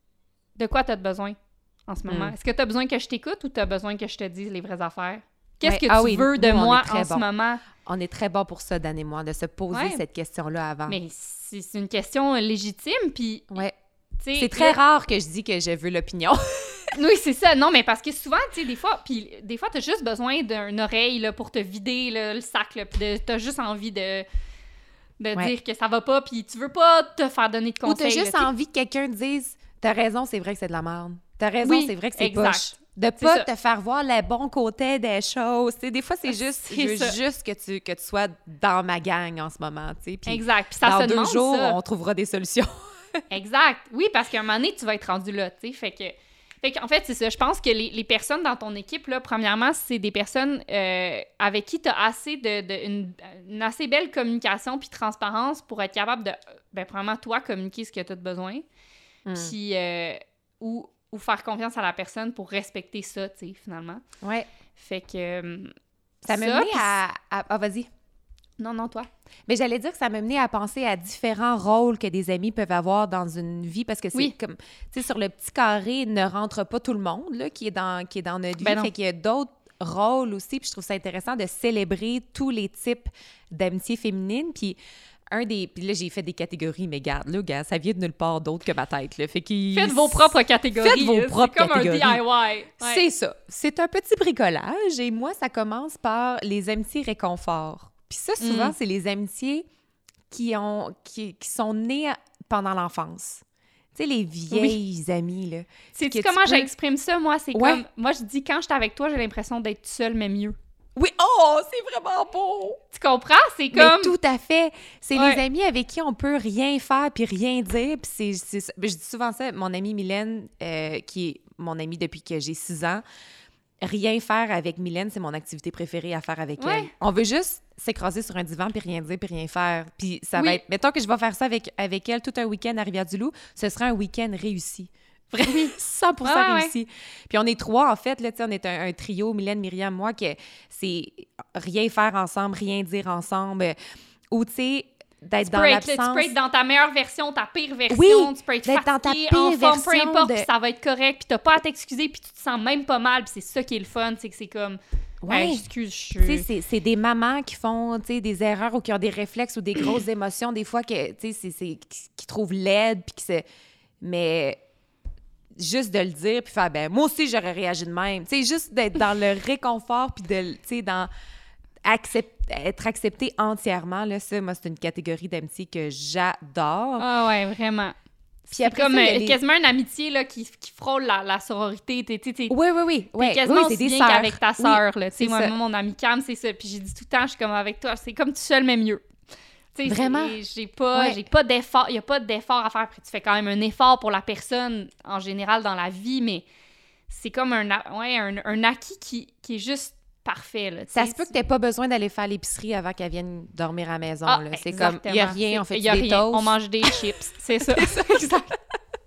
de quoi tu as besoin en ce moment. Mm. Est-ce que tu as besoin que je t'écoute ou tu as besoin que je te dise les vraies affaires? Qu'est-ce Ouais. que Ah tu oui, veux de nous, on moi est très en ce bons. moment? On est très bon pour ça, Dan et moi, de se poser Ouais. cette question-là avant. Mais c'est c'est une question légitime, puis... Ouais. tu sais, C'est très là- rare que je dis que je veux l'opinion. Oui, c'est ça. Non, mais parce que souvent, tu sais, des fois, puis des fois, t'as juste besoin d'une oreille là, pour te vider là, le sac, là, puis de- t'as juste envie de, de Ouais. dire que ça va pas, puis tu veux pas te faire donner de Ou conseils. t'as juste là, tu sais. envie que quelqu'un te dise « T'as raison, c'est vrai que c'est de la merde. T'as raison, Oui, c'est vrai que c'est exact. poche. » De C'est pas ça. te faire voir le bon côté des choses. Tu sais, des fois, c'est juste, C'est je veux ça. juste que tu, que tu sois dans ma gang en ce moment. Tu sais, puis Exact. Puis ça dans se deux demande, jours, ça. on trouvera des solutions. Exact. Oui, parce qu'à un moment donné, tu vas être rendu là, tu sais. Fait que... Fait qu'en fait, c'est ça. Je pense que les, les personnes dans ton équipe, là, premièrement, c'est des personnes euh, avec qui tu as assez de, de une, une assez belle communication puis transparence pour être capable de, ben, premièrement, toi, communiquer ce que tu as besoin, Mm. puis euh, ou, ou faire confiance à la personne pour respecter ça, tu sais, finalement. Ouais. Fait que... euh, Ça m'a mené puis- à, à... Ah, vas-y. Non, non, toi. Mais j'allais dire que ça m'a mené à penser à différents rôles que des amis peuvent avoir dans une vie parce que c'est Oui. comme, tu sais, sur le petit carré ne rentre pas tout le monde là, qui est dans qui est dans notre vie. Ben non. Fait qu'il y a d'autres rôles aussi. Puis je trouve ça intéressant de célébrer tous les types d'amitié féminine. Puis un des, puis là j'ai fait des catégories, mais garde là, gars, ça vient de nulle part d'autre que ma tête là. Fait qu'il Faites vos propres catégories. Faites vos là. propres C'est comme catégories. un D I Y. Ouais. C'est ça. C'est un petit bricolage et moi, ça commence par les amitiés réconfort. Puis ça, souvent, Mm. c'est les amitiés qui, ont, qui, qui sont nées pendant l'enfance. Tu sais, les vieilles amies, là. Sais-tu que tu comment peux- j'exprime ça, moi? C'est Ouais. comme... Moi, je dis, quand je suis avec toi, j'ai l'impression d'être seule, mais mieux. Oui, oh, c'est vraiment beau! Tu comprends? C'est Mais comme... tout à fait. C'est Ouais. les amis avec qui on peut rien faire puis rien dire. Puis c'est, c'est ça. Ben, je dis souvent ça. Mon amie Mylène, euh, qui est mon amie depuis que j'ai six ans, rien faire avec Mylène, c'est mon activité préférée à faire avec Ouais. elle. On veut juste s'écraser sur un divan puis rien dire puis rien faire. Puis ça Oui. va être... Mettons que je vais faire ça avec, avec elle tout un week-end à Rivière-du-Loup, ce sera un week-end réussi. Vraiment, cent pour cent Ah, ouais. réussi. Puis on est trois, en fait, là, tu sais, on est un, un trio, Mylène, Myriam, moi, que c'est rien faire ensemble, rien dire ensemble, euh, ou, tu sais, d'être dans peux être, l'absence... tu peux être dans ta meilleure version, ta pire version, Oui, tu peux être d'être dans ta fatigué, pire en forme, peu version importe, de- puis ça va être correct, puis t'as pas à t'excuser, puis tu te sens même pas mal, puis c'est ça qui est le fun, c'est que c'est comme... Ouais. Hey, excuse, je Tu sais, suis... c'est- c'est des mamans qui font, tu sais, des erreurs ou qui ont des réflexes ou des grosses émotions, des fois, que, tu sais, c'est- c'est- qui, qui trouvent laides, puis qui se... Mais juste de le dire, puis faire, ben moi aussi, j'aurais réagi de même. Tu sais, juste d'être dans le réconfort, puis de, tu sais, dans... Accept, être accepté entièrement, là, ça, moi, c'est une catégorie d'amitié que j'adore. Ah ouais, vraiment. Puis C'est après comme ça, il y a euh, les- quasiment une amitié là, qui, qui frôle la, la sororité. T'es, t'es, t'es, Oui, oui, oui. t'es Ouais. quasiment oui, c'est aussi des bien sœurs. qu'avec ta Oui, sœur. là. Tu sais, c'est moi, ça. moi, mon amie Cam, c'est ça. Puis j'ai dit tout le temps, je suis comme avec toi. C'est comme tout seul, mais mieux. Tu sais, Vraiment? c'est- J'ai pas, Ouais. j'ai pas d'effort. Il n'y a pas d'effort à faire. Puis tu fais quand même un effort pour la personne en général dans la vie, mais c'est comme un, a- ouais, un, un acquis qui, qui est juste parfait. Là, tu Ça sais. se peut que t'aies pas besoin d'aller faire l'épicerie avant qu'elle vienne dormir à la maison. Ah, là. C'est comme, il exactement. y a rien, on C'est- fait y a des rien. toasts. On mange des chips. C'est ça. Exact.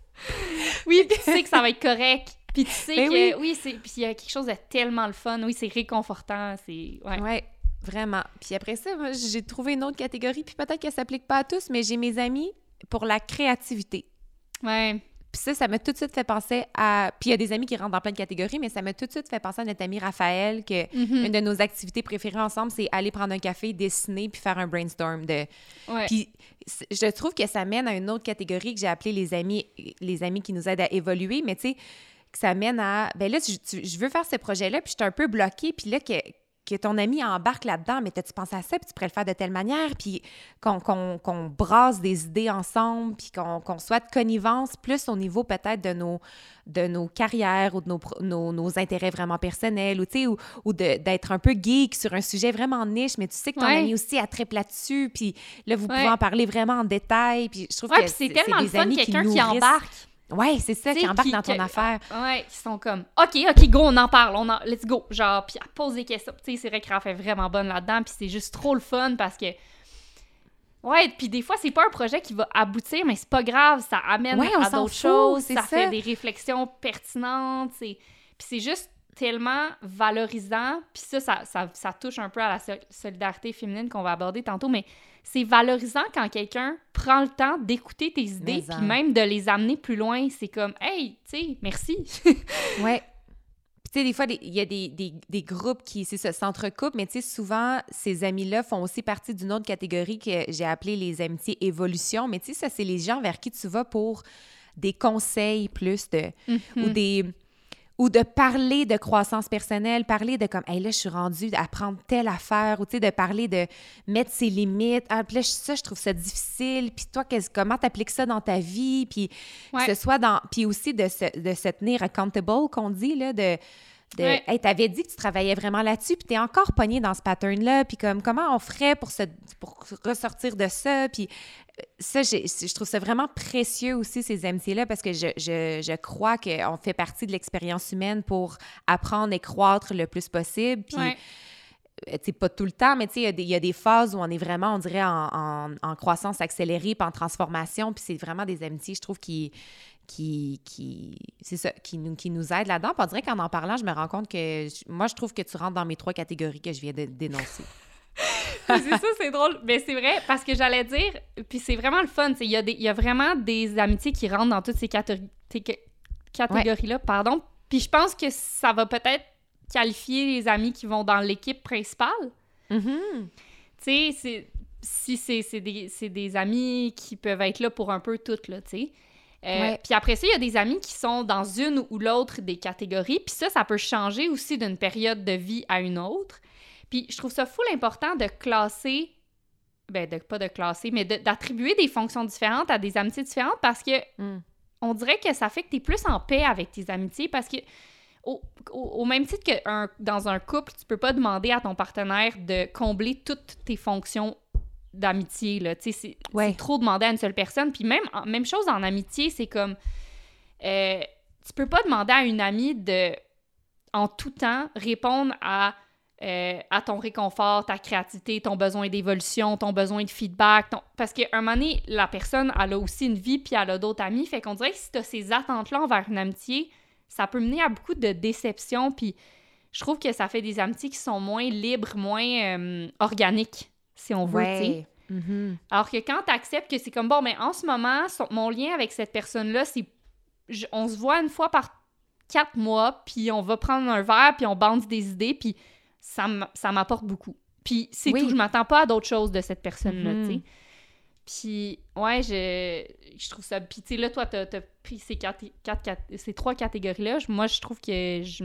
Oui, puis tu sais que ça va être correct. Puis tu sais Ben que... oui. Oui, c'est... Puis il y a quelque chose de tellement le fun. Oui, c'est réconfortant. C'est... Ouais. Ouais, vraiment. Puis après ça, moi, j'ai trouvé une autre catégorie, puis peut-être qu'elle s'applique pas à tous, mais j'ai mes amis pour la créativité. Ouais. Puis ça, ça m'a tout de suite fait penser à... Puis il y a des amis qui rentrent dans plein de catégories, mais ça m'a tout de suite fait penser à notre ami Raphaël, que Mhm. une de nos activités préférées ensemble, c'est aller prendre un café, dessiner, puis faire un brainstorm de... Ouais. Puis c- je trouve que ça mène à une autre catégorie que j'ai appelée les amis, les amis qui nous aident à évoluer, mais tu sais, que ça mène à... Ben là, je, tu- je veux faire ce projet-là, puis je suis un peu bloquée, puis là, que, que ton ami embarque là-dedans, mais t'as-tu pensé à ça, puis tu pourrais le faire de telle manière, puis qu'on qu'on, qu'on brasse des idées ensemble, puis qu'on, qu'on soit de connivence, plus au niveau peut-être de nos, de nos carrières ou de nos, pro- nos, nos intérêts vraiment personnels, ou tu sais, ou, ou de- d'être un peu geek sur un sujet vraiment niche, mais tu sais que ton Ouais. ami aussi a triple là-dessus, puis là, vous pouvez Ouais. en parler vraiment en détail, puis je trouve Ouais, que puis c'est c'est, tellement c'est le des fun, amis quelqu'un qui, nourrissent. embarque. Ouais, c'est ça, Tu qui sais, embarque qui- dans ton que- affaire. Ouais, qui sont comme, OK, OK, go, on en parle, on en... let's go. Genre, puis elle pose des questions. Tu sais, c'est vrai qu'elle fait vraiment bonne là-dedans, puis c'est juste trop le fun parce que... Ouais, puis des fois, c'est pas un projet qui va aboutir, mais c'est pas grave, ça amène Ouais, on à s'en d'autres fout, choses, c'est ça, ça. fait des réflexions pertinentes, c'est... Puis c'est juste tellement valorisant, puis ça ça, ça ça touche un peu à la sol- solidarité féminine qu'on va aborder tantôt, mais c'est valorisant quand quelqu'un prend le temps d'écouter tes idées, Mais en. puis même de les amener plus loin, c'est comme « Hey, tu sais, merci! Ouais. Puis, tu sais, des fois, des- il y a des, des, des groupes qui, c'est ça, s'entrecoupent, mais tu sais, souvent, ces amis-là font aussi partie d'une autre catégorie que j'ai appelée les amitiés évolution. Mais tu sais, ça, c'est les gens vers qui tu vas pour des conseils plus de... ou des... ou de parler de croissance personnelle, parler de comme, hey, là, je suis rendue à prendre telle affaire, ou tu sais, de parler de mettre ses limites. Ah, puis là, je- ça, je trouve ça difficile. Puis toi, qu'est-ce- comment t'appliques ça dans ta vie? Puis Ouais. que ce soit dans. Puis aussi de se, de se tenir accountable, qu'on dit, là, de. de Ouais. hey, t'avais dit que tu travaillais vraiment là-dessus, puis t'es encore pogné dans ce pattern-là, puis comme, comment on ferait pour, se, pour ressortir de ça? Puis euh, ça, j'ai- je trouve ça vraiment précieux aussi, ces amitiés-là, parce que je, je, je crois qu'on fait partie de l'expérience humaine pour apprendre et croître le plus possible. Puis, Ouais. euh, tu sais, pas tout le temps, mais tu sais, il y a des- il y, a des phases où on est vraiment, on dirait, en, en, en croissance accélérée, puis en transformation, puis c'est vraiment des amitiés, je trouve, qui... qui, qui c'est ça, qui nous, qui nous aident là-dedans. Puis on dirait qu'en en parlant, je me rends compte que... je- moi, je trouve que tu rentres dans mes trois catégories que je viens de dénoncer. Puis c'est ça, c'est drôle. Mais c'est vrai, parce que j'allais dire, puis c'est vraiment le fun, il y, a des- il y a vraiment des amitiés qui rentrent dans toutes ces catégories, catégories-là, pardon. Puis je pense que ça va peut-être qualifier les amis qui vont dans l'équipe principale. Mhm. Tu sais, c'est- si c'est c'est des, c'est des amis qui peuvent être là pour un peu toutes, là, tu sais. Euh, Ouais. Puis après ça, il y a des amis qui sont dans une ou l'autre des catégories. Puis ça, ça peut changer aussi d'une période de vie à une autre. Puis je trouve ça full important de classer, ben de, pas de classer, mais de- d'attribuer des fonctions différentes à des amitiés différentes parce que Mm. on dirait que ça fait que tu es plus en paix avec tes amitiés parce que au, au, au même titre que un- dans un couple, tu peux pas demander à ton partenaire de combler toutes tes fonctions d'amitié, là. Tu sais, c'est Ouais. c'est trop demander à une seule personne. Puis même, en- même chose en amitié, c'est comme... euh, tu peux pas demander à une amie de, en tout temps, répondre à euh, à ton réconfort, ta créativité, ton besoin d'évolution, ton besoin de feedback. Ton... Parce qu'à un moment donné, la personne, elle a aussi une vie, puis elle a d'autres amis. Fait qu'on dirait que si tu as ces attentes-là envers une amitié, ça peut mener à beaucoup de déception. Puis je trouve que ça fait des amitiés qui sont moins libres, moins euh, organiques, si on veut, Ouais. tu sais. Mm-hmm. Alors que quand tu acceptes que c'est comme, bon, mais en ce moment, son, mon lien avec cette personne-là, c'est... Je, on se voit une fois par quatre mois, puis on va prendre un verre, puis on bande des idées, puis ça, m- ça m'apporte beaucoup. Puis c'est Oui. tout, je m'attends pas à d'autres choses de cette personne-là, Mm-hmm. tu sais. Puis, ouais, je, je trouve ça... Puis, tu sais, là, toi, t'as, t'as pris ces, quatre, quatre, quatre, ces trois catégories-là. Moi, je trouve que je,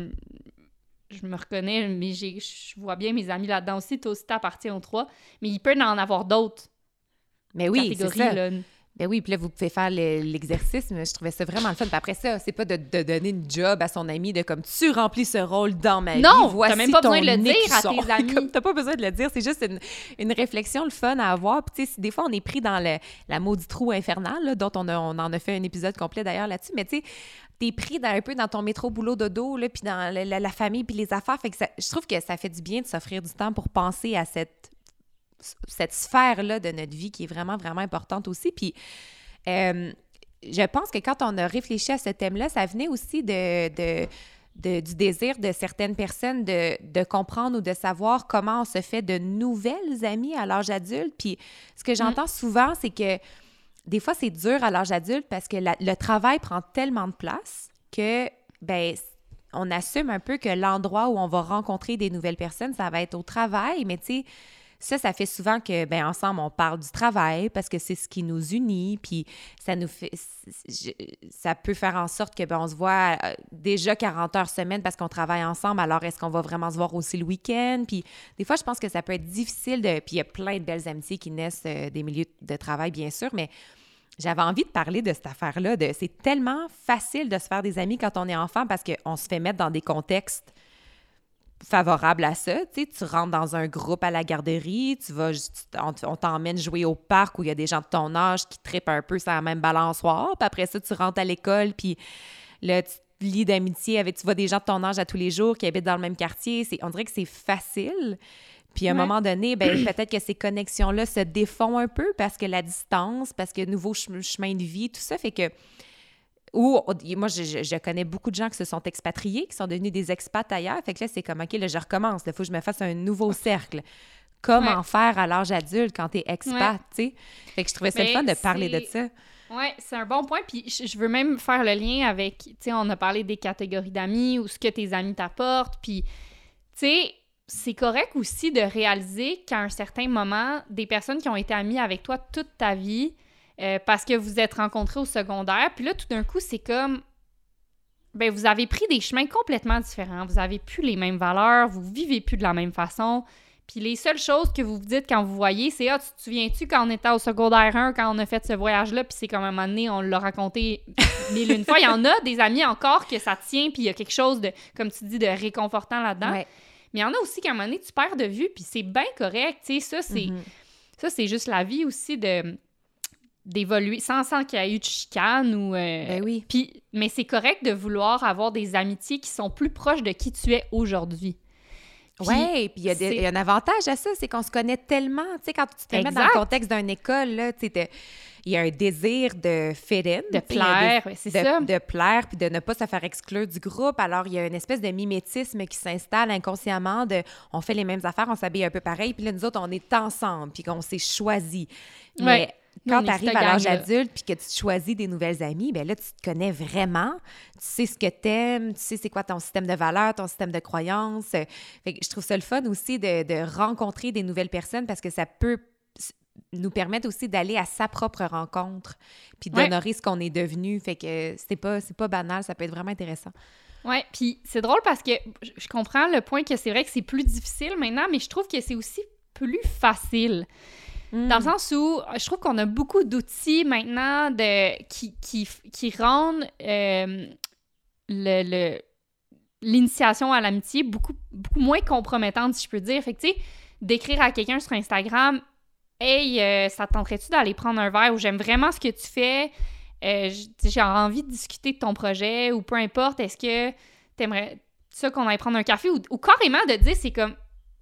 je me reconnais, mais j'ai, je vois bien mes amis là-dedans aussi. Toi aussi, t'appartiens aux trois. Mais il peut en avoir d'autres Mais oui, c'est catégories, ça. là. Ben oui, puis là, vous pouvez faire le- l'exercice, mais je trouvais ça vraiment le fun. Puis après ça, c'est pas de, de donner une job à son ami de comme tu remplis ce rôle dans ma Non, vie. Voici t'as même pas ton besoin de le dire à écusson. tes amis. Comme t'as pas besoin de le dire, c'est juste une, une réflexion, le fun à avoir. Puis tu sais, si des fois on est pris dans le, la maudite trou infernal, là, dont on, a, on en a fait un épisode complet d'ailleurs là-dessus, mais tu sais, t'es pris dans, un peu dans ton métro boulot dodo, là, puis dans la, la, la famille puis les affaires. Fait que ça, je trouve que ça fait du bien de s'offrir du temps pour penser à cette, cette sphère-là de notre vie qui est vraiment, vraiment importante aussi. Puis Euh, je pense que quand on a réfléchi à ce thème-là, ça venait aussi de, de, de- du désir de certaines personnes de, de comprendre ou de savoir comment on se fait de nouvelles amies à l'âge adulte. Puis ce que j'entends souvent, c'est que des fois, c'est dur à l'âge adulte parce que la- le travail prend tellement de place que, ben, on assume un peu que l'endroit où on va rencontrer des nouvelles personnes, ça va être au travail, mais tu sais, ça, ça fait souvent que, ben ensemble, on parle du travail parce que c'est ce qui nous unit, puis ça nous fait... je- ça peut faire en sorte que, ben on se voit euh, déjà quarante heures semaine parce qu'on travaille ensemble, alors est-ce qu'on va vraiment se voir aussi le week-end? Puis des fois, je pense que ça peut être difficile de... Puis il y a plein de belles amitiés qui naissent euh, des milieux de travail, bien sûr, mais j'avais envie de parler de cette affaire-là, de c'est tellement facile de se faire des amis quand on est enfant parce qu'on se fait mettre dans des contextes favorable à ça, tu sais, tu rentres dans un groupe à la garderie, tu vas, tu- on, on t'emmène jouer au parc où il y a des gens de ton âge qui trippent un peu sur la même balançoire, puis après ça, tu rentres à l'école, puis là, tu te lis d'amitié avec, tu vois des gens de ton âge à tous les jours qui habitent dans le même quartier, c'est, on dirait que c'est facile, puis à un Ouais. moment moment donné, ben peut-être que ces connexions-là se défont un peu parce que la distance, parce que nouveau chem- chemin de vie, tout ça fait que ou, moi, je, je- je connais beaucoup de gens qui se sont expatriés, qui sont devenus des expats ailleurs. Fait que là, c'est comme, OK, là, je recommence. Il faut que je me fasse un nouveau cercle. Comment Ouais. faire à l'âge adulte quand t'es expat, Ouais. tu sais? Fait que je trouvais ça le Mais fun de parler de c'est- ça. Oui, c'est un bon point. Puis je je veux même faire le lien avec, tu sais, on a parlé des catégories d'amis ou ce que tes amis t'apportent. Puis, tu sais, c'est correct aussi de réaliser qu'à un certain moment, des personnes qui ont été amies avec toi toute ta vie, euh, parce que vous êtes rencontrés au secondaire, puis là, tout d'un coup, c'est comme, ben vous avez pris des chemins complètement différents. Vous avez plus les mêmes valeurs, vous vivez plus de la même façon. Puis les seules choses que vous vous dites quand vous voyez, c'est « Ah, tu te souviens-tu quand on était au secondaire un, quand on a fait ce voyage-là? » Puis c'est comme à un moment donné, on l'a raconté mille une fois. Il y en a des amis encore que ça tient, puis il y a quelque chose de, comme tu dis, de réconfortant là-dedans. Ouais. Mais il y en a aussi qu'à un moment donné, tu perds de vue, puis c'est bien correct. Tu sais, ça, c'est Mhm. ça, c'est juste la vie aussi de d'évoluer sans, sans qu'il y ait eu de chicane ou... euh, Ben oui. puis, mais c'est correct de vouloir avoir des amitiés qui sont plus proches de qui tu es aujourd'hui. Puis, Oui, puis il y, a des- c'est- il y a un avantage à ça, c'est qu'on se connaît tellement. Tu sais, quand tu te mets dans Exact. le contexte d'une école, là, tu sais, t'as- il y a un désir de fit in. De tu sais, il y a un plaire, dé- ouais, c'est de, ça. de plaire, puis de ne pas se faire exclure du groupe. Alors, il y a une espèce de mimétisme qui s'installe inconsciemment de on fait les mêmes affaires, on s'habille un peu pareil, puis là, nous autres, on est ensemble, puis qu'on s'est choisis. Mais Ouais. Nous, on quand est tu arrives cette à l'âge gang-là. adulte puis que tu te choisis des nouvelles amies, bien là, tu te connais vraiment. Tu sais ce que t'aimes, tu sais c'est quoi ton système de valeurs, ton système de croyances. Fait que je trouve ça le fun aussi de, de rencontrer des nouvelles personnes parce que ça peut s- nous permettre aussi d'aller à sa propre rencontre puis Ouais. d'honorer ce qu'on est devenu. Fait que c'est pas, c'est pas banal, ça peut être vraiment intéressant. Ouais, puis c'est drôle parce que je je comprends le point que c'est vrai que c'est plus difficile maintenant, mais je trouve que c'est aussi plus facile. Dans le sens où je trouve qu'on a beaucoup d'outils maintenant de, qui, qui, qui rendent euh, le, le- l'initiation à l'amitié beaucoup, beaucoup moins compromettante, si je peux dire. Fait que, tu sais, d'écrire à quelqu'un sur Instagram « Hey, euh, ça te tenterait-tu d'aller prendre un verre? » ou « J'aime vraiment ce que tu fais. Euh, j- j'ai envie de discuter de ton projet. » ou peu importe, est-ce que t'aimerais ça qu'on aille prendre un café? Ou, ou carrément de dire, c'est comme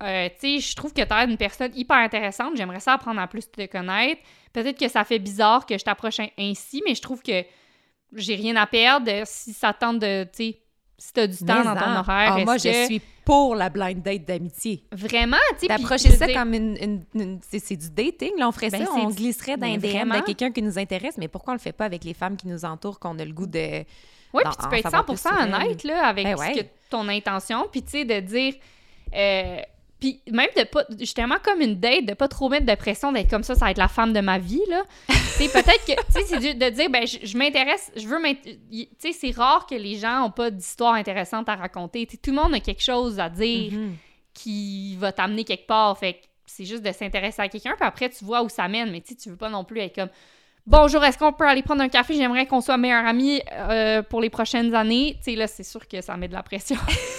euh, tu sais, je trouve que t'as une personne hyper intéressante, j'aimerais ça apprendre à plus te connaître. Peut-être que ça fait bizarre que je t'approche ainsi, mais je trouve que j'ai rien à perdre si ça tente de, tu sais, si t'as du temps Mais dans ton en- horaire. Ah, moi, est-ce je que- suis pour la blind date d'amitié. Vraiment, tu sais. D'approcher puis je ça veux dire- comme une... une- une- c'est, c'est du dating, là, on ferait Ben, ça, c'est on du- glisserait dans mais un D M vraiment. de quelqu'un qui nous intéresse, mais pourquoi on le fait pas avec les femmes qui nous entourent, qu'on a le goût de... Oui, d'en- puis tu en peux être savoir cent pour plus cent sur elle. honnête là, avec Ben ce ouais. que, ton intention, puis tu sais, de dire... euh, puis même de pas... Justement, comme une date, de pas trop mettre de pression d'être comme ça, ça va être la femme de ma vie, là. Tu sais, peut-être que... Tu sais, c'est de, de dire, ben je, je m'intéresse, je veux m'intéresser... Tu sais, c'est rare que les gens ont pas d'histoire intéressante à raconter. Tu sais, tout le monde a quelque chose à dire Mhm. qui va t'amener quelque part, fait que c'est juste de s'intéresser à quelqu'un, puis après, tu vois où ça mène, mais tu sais, tu veux pas non plus être comme... Bonjour, est-ce qu'on peut aller prendre un café? J'aimerais qu'on soit meilleurs amis euh, pour les prochaines années. Tu sais, là, c'est sûr que ça met de la pression.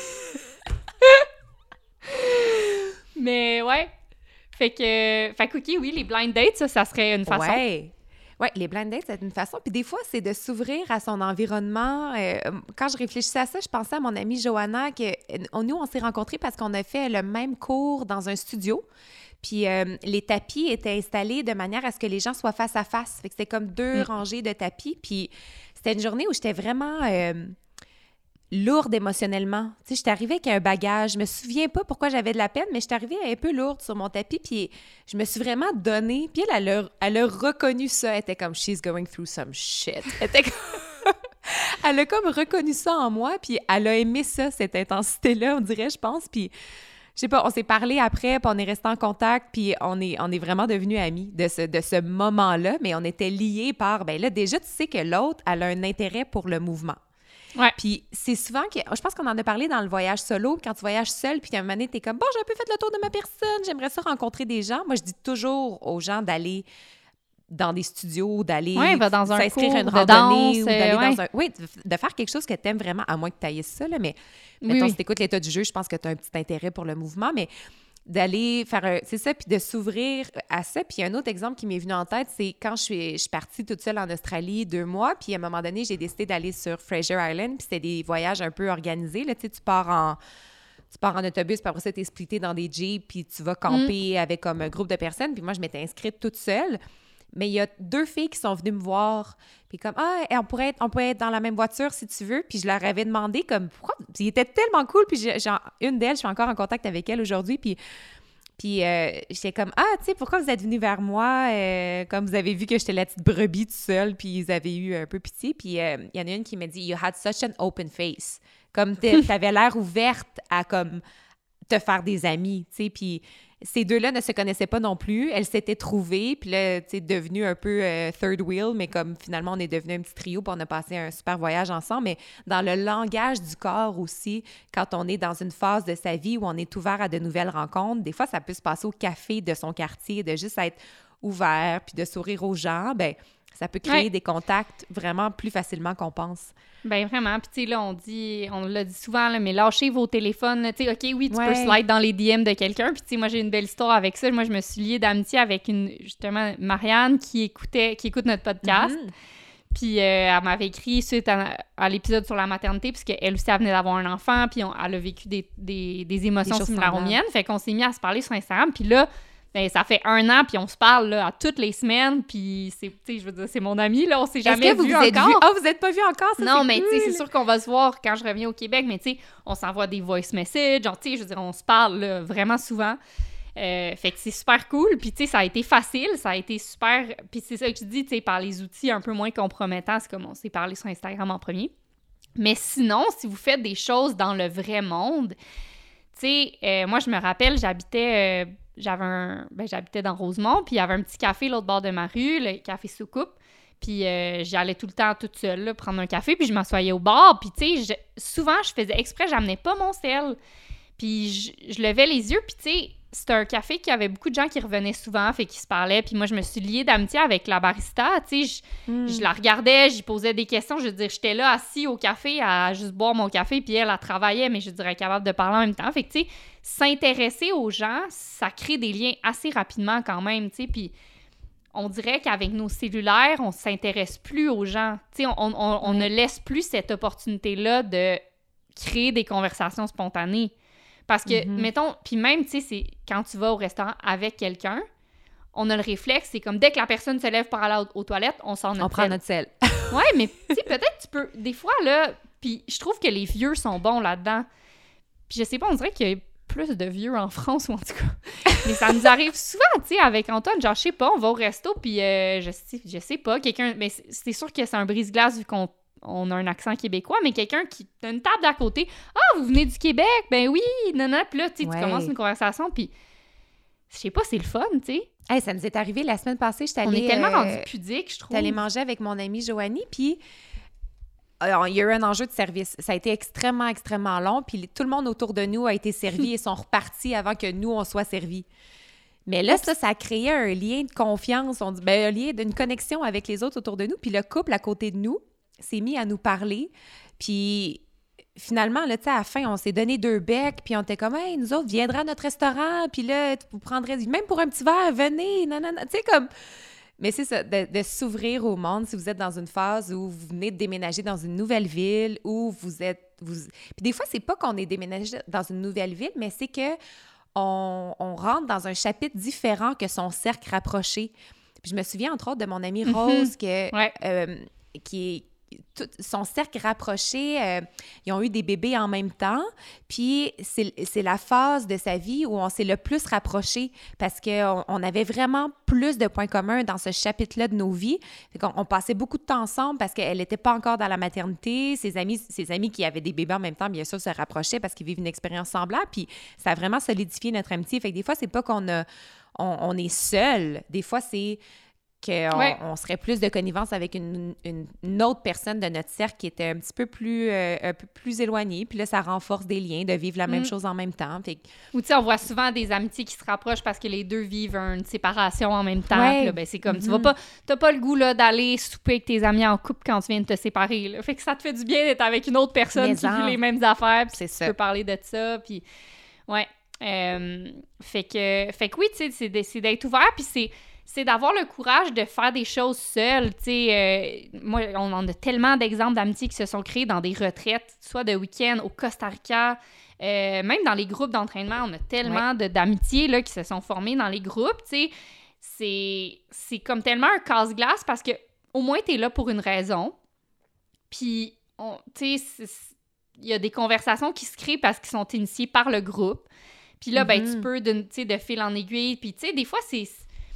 Mais ouais. Fait que, fait que, OK, oui, les blind dates, ça, ça serait une façon. Ouais. Ouais, les blind dates, c'est une façon. Puis des fois, c'est de s'ouvrir à son environnement. Euh, quand je réfléchissais à ça, je pensais à mon amie Johanna, que euh, nous, on s'est rencontrés parce qu'on a fait le même cours dans un studio. Puis euh, les tapis étaient installés de manière à ce que les gens soient face à face. Fait que c'était comme deux Mm. rangées de tapis. Puis c'était une journée où j'étais vraiment euh, lourde émotionnellement. Tu sais, j'étais arrivée avec un bagage. Je me souviens pas pourquoi j'avais de la peine, mais j'étais arrivée un peu lourde sur mon tapis. Puis je me suis vraiment donnée. Puis elle, elle a, elle a reconnu ça. Elle était comme « she's going through some shit ». Elle était comme... elle a comme reconnu ça en moi. Puis elle a aimé ça, cette intensité-là, on dirait, je pense. Puis... je sais pas, on s'est parlé après, puis on est resté en contact, puis on est, on est vraiment devenus amis de ce, de ce moment-là, mais on était liés par, ben là, déjà, tu sais que l'autre, elle a un intérêt pour le mouvement. Ouais. Puis c'est souvent que, je pense qu'on en a parlé dans le voyage solo, quand tu voyages seul, puis à un moment donné, t'es comme, bon, j'ai un peu fait le tour de ma personne, j'aimerais ça rencontrer des gens. Moi, je dis toujours aux gens d'aller dans des studios, d'aller Ouais, va dans un s'inscrire cours à une de randonnée danse, ou d'aller euh, ouais. dans un... Oui, de, de faire quelque chose que t'aimes vraiment, à moins que t'ailles ça, là, mais Oui, mettons, oui. si t'écoutes l'état du jeu, je pense que t'as un petit intérêt pour le mouvement, mais d'aller faire un... c'est ça, puis de s'ouvrir à ça. Puis un autre exemple qui m'est venu en tête, c'est quand je suis, je suis partie toute seule en Australie deux mois, puis à un moment donné, j'ai décidé d'aller sur Fraser Island, puis c'était des voyages un peu organisés, là, tu sais, tu pars en... Tu pars en autobus, puis après ça, t'es splitté dans des jeeps, puis tu vas camper avec comme un groupe de personnes. Puis moi, je m'étais inscrite toute seule. Mais il y a deux filles qui sont venues me voir, puis comme « Ah, on pourrait, être, on pourrait être dans la même voiture si tu veux. » Puis je leur avais demandé comme « Pourquoi? » Puis ils étaient tellement cool, puis j'ai, j'ai- une d'elles, je suis encore en contact avec elle aujourd'hui, puis... Puis euh, j'étais comme « Ah, tu sais, pourquoi vous êtes venus vers moi? Euh, comme vous avez vu que j'étais la petite brebis toute seule, puis ils avaient eu un peu pitié. » Puis euh, il y en a une qui m'a dit « You had such an open face. » Comme t'a- t'avais l'air ouverte à comme te faire des amis, tu sais. Puis ces deux-là ne se connaissaient pas non plus. Elles s'étaient trouvées, puis là, tu sais, devenues un peu euh, third wheel, mais comme finalement, on est devenu un petit trio, puis on a passé un super voyage ensemble. Mais dans le langage du corps aussi, quand on est dans une phase de sa vie où on est ouvert à de nouvelles rencontres, des fois, ça peut se passer au café de son quartier, de juste être ouvert, puis de sourire aux gens, ben ça peut créer Ouais. des contacts vraiment plus facilement qu'on pense. Ben vraiment, puis tu sais, là, on dit, on l'a dit souvent, là, mais lâchez vos téléphones, tu sais, OK, oui, tu Ouais. peux slide dans les D M de quelqu'un, puis tu sais, moi, j'ai une belle histoire avec ça. Moi, je me suis liée d'amitié avec une, justement, Marianne qui écoutait, qui écoute notre podcast, Mhm. puis euh, elle m'avait écrit suite à, à l'épisode sur la maternité, puisque elle aussi, elle venait d'avoir un enfant, puis on- elle a vécu des, des, des émotions Des choses similaires aux semblables. miennes, fait qu'on s'est mis à se parler sur Instagram, puis là, ben, ça fait un an, puis on se parle là, à toutes les semaines, puis c'est, tu sais, je veux dire, c'est mon ami, là, on s'est jamais Est-ce que vous vu vous êtes encore. vus? Ah, vous n'êtes pas vus encore? Ça, Non, c'est mais tu sais, cool. c'est sûr qu'on va se voir quand je reviens au Québec, mais tu sais, on s'envoie des voice messages, genre, tu sais, je veux dire, on se parle là, vraiment souvent. Euh, fait que c'est super cool, puis tu sais, ça a été facile, ça a été super... Puis c'est ça que je dis, tu sais, par les outils un peu moins compromettants, c'est comme on s'est parlé sur Instagram en premier. Mais sinon, si vous faites des choses dans le vrai monde, tu sais, euh, moi, je me rappelle, j'habitais... euh, j'avais un... Ben, j'habitais dans Rosemont, puis il y avait un petit café l'autre bord de ma rue, le café Soucoupe. Puis euh, j'allais tout le temps toute seule là, prendre un café, puis je m'assoyais au bar. Puis tu sais, je- souvent, je faisais exprès, j'amenais pas mon sel. Puis je, je levais les yeux, puis tu sais, c'était un café qui avait beaucoup de gens qui revenaient souvent, fait qu'ils se parlaient. Puis moi, je me suis liée d'amitié avec la barista, tu sais, je, Mm. je la regardais, j'y posais des questions. Je veux dire, j'étais là assis au café à juste boire mon café, puis elle, elle travaillait, mais je dirais capable de parler en même temps. Fait que tu sais, s'intéresser aux gens, ça crée des liens assez rapidement quand même, tu sais, puis on dirait qu'avec nos cellulaires, on s'intéresse plus aux gens. Tu sais, on, on, on Ouais. ne laisse plus cette opportunité-là de créer des conversations spontanées. Parce que, Mm-hmm. mettons, puis même, tu sais, c'est quand tu vas au restaurant avec quelqu'un, on a le réflexe, c'est comme dès que la personne se lève pour aller aux, aux toilettes, on sort notre On prend sel. notre sel. Ouais, mais tu sais, peut-être tu peux... Des fois, là, puis je trouve que les vieux sont bons là-dedans. Puis je sais pas, on dirait qu'il y a plus de vieux en France, ou en tout cas. Mais ça nous arrive souvent, tu sais, avec Antoine, genre, je sais pas, on va au resto, puis euh, je, sais, je sais pas, quelqu'un... Mais c'est, c'est sûr que c'est un brise-glace vu qu'on on a un accent québécois, mais quelqu'un qui a une table d'à côté. « Ah, vous venez du Québec? Ben oui! » Non, non. Puis là, tu sais, Ouais. tu commences une conversation, puis je sais pas, c'est le fun, tu sais. Hey, ça nous est arrivé la semaine passée, je suis On allée... est tellement euh, rendu pudique, je trouve. J'étais allée manger avec mon amie Joanie, puis euh, il y a eu un enjeu de service. Ça a été extrêmement, extrêmement long, puis les- tout le monde autour de nous a été servi et sont repartis avant que nous, on soit servis. Mais là, ça, ça a créé un lien de confiance, on dit, ben, un lien d'une connexion avec les autres autour de nous, puis le couple à côté de nous s'est mis à nous parler, puis... Finalement, là, tu sais, à la fin, on s'est donné deux becs, puis on était comme, hey, nous autres, viendrez à notre restaurant, puis là, vous prendrez, même pour un petit verre, venez, non, non, non, tu sais, comme. Mais c'est ça, de, de s'ouvrir au monde si vous êtes dans une phase où vous venez de déménager dans une nouvelle ville, où vous êtes. Vous... Puis des fois, c'est pas qu'on est déménagé dans une nouvelle ville, mais c'est que on, on rentre dans un chapitre différent que son cercle rapproché. Puis je me souviens, entre autres, de mon amie Rose, que, Ouais. euh, qui est. Tout son cercle rapproché, euh, ils ont eu des bébés en même temps, puis c'est, c'est la phase de sa vie où on s'est le plus rapprochés parce qu'on on avait vraiment plus de points communs dans ce chapitre-là de nos vies. Fait qu'on, on passait beaucoup de temps ensemble parce qu'elle n'était pas encore dans la maternité. Ses amis, ses amis qui avaient des bébés en même temps, bien sûr, se rapprochaient parce qu'ils vivent une expérience semblable, puis ça a vraiment solidifié notre amitié. Fait que des fois, c'est pas qu'on a, on, on est seul. Des fois, c'est qu'on Ouais. on serait plus de connivence avec une, une, une autre personne de notre cercle qui était un petit peu plus, euh, un peu plus éloignée. Puis là, ça renforce des liens de vivre la même Mm. chose en même temps. Fait que, Ou tu sais, on voit souvent des amitiés qui se rapprochent parce que les deux vivent une séparation en même temps. Ouais. Puis là, ben, c'est comme, tu Mhm. vas pas, t'as pas le goût là, d'aller souper avec tes amis en couple quand tu viens de te séparer. Là. Fait que ça te fait du bien d'être avec une autre personne Mais qui en. vit les mêmes affaires, puis C'est tu ça. peux parler de ça, puis ouais. Euh, fait que, fait que oui, tu sais, c'est, de- c'est d'être ouvert, puis c'est c'est d'avoir le courage de faire des choses seules, tu sais. Euh, moi, on en a tellement d'exemples d'amitiés qui se sont créés dans des retraites, soit de week-end au Costa Rica, euh, même dans les groupes d'entraînement, on a tellement de, d'amitiés là, qui se sont formées dans les groupes, tu sais. C'est, c'est comme tellement un casse-glace parce que au moins, t'es là pour une raison. Puis, on- tu sais, c'est- c'est- il y a des conversations qui se créent parce qu'ils sont initiés par le groupe. Puis là, ben, Mhm. tu peux, de, tu sais, de fil en aiguille. Puis, tu sais, des fois, c'est...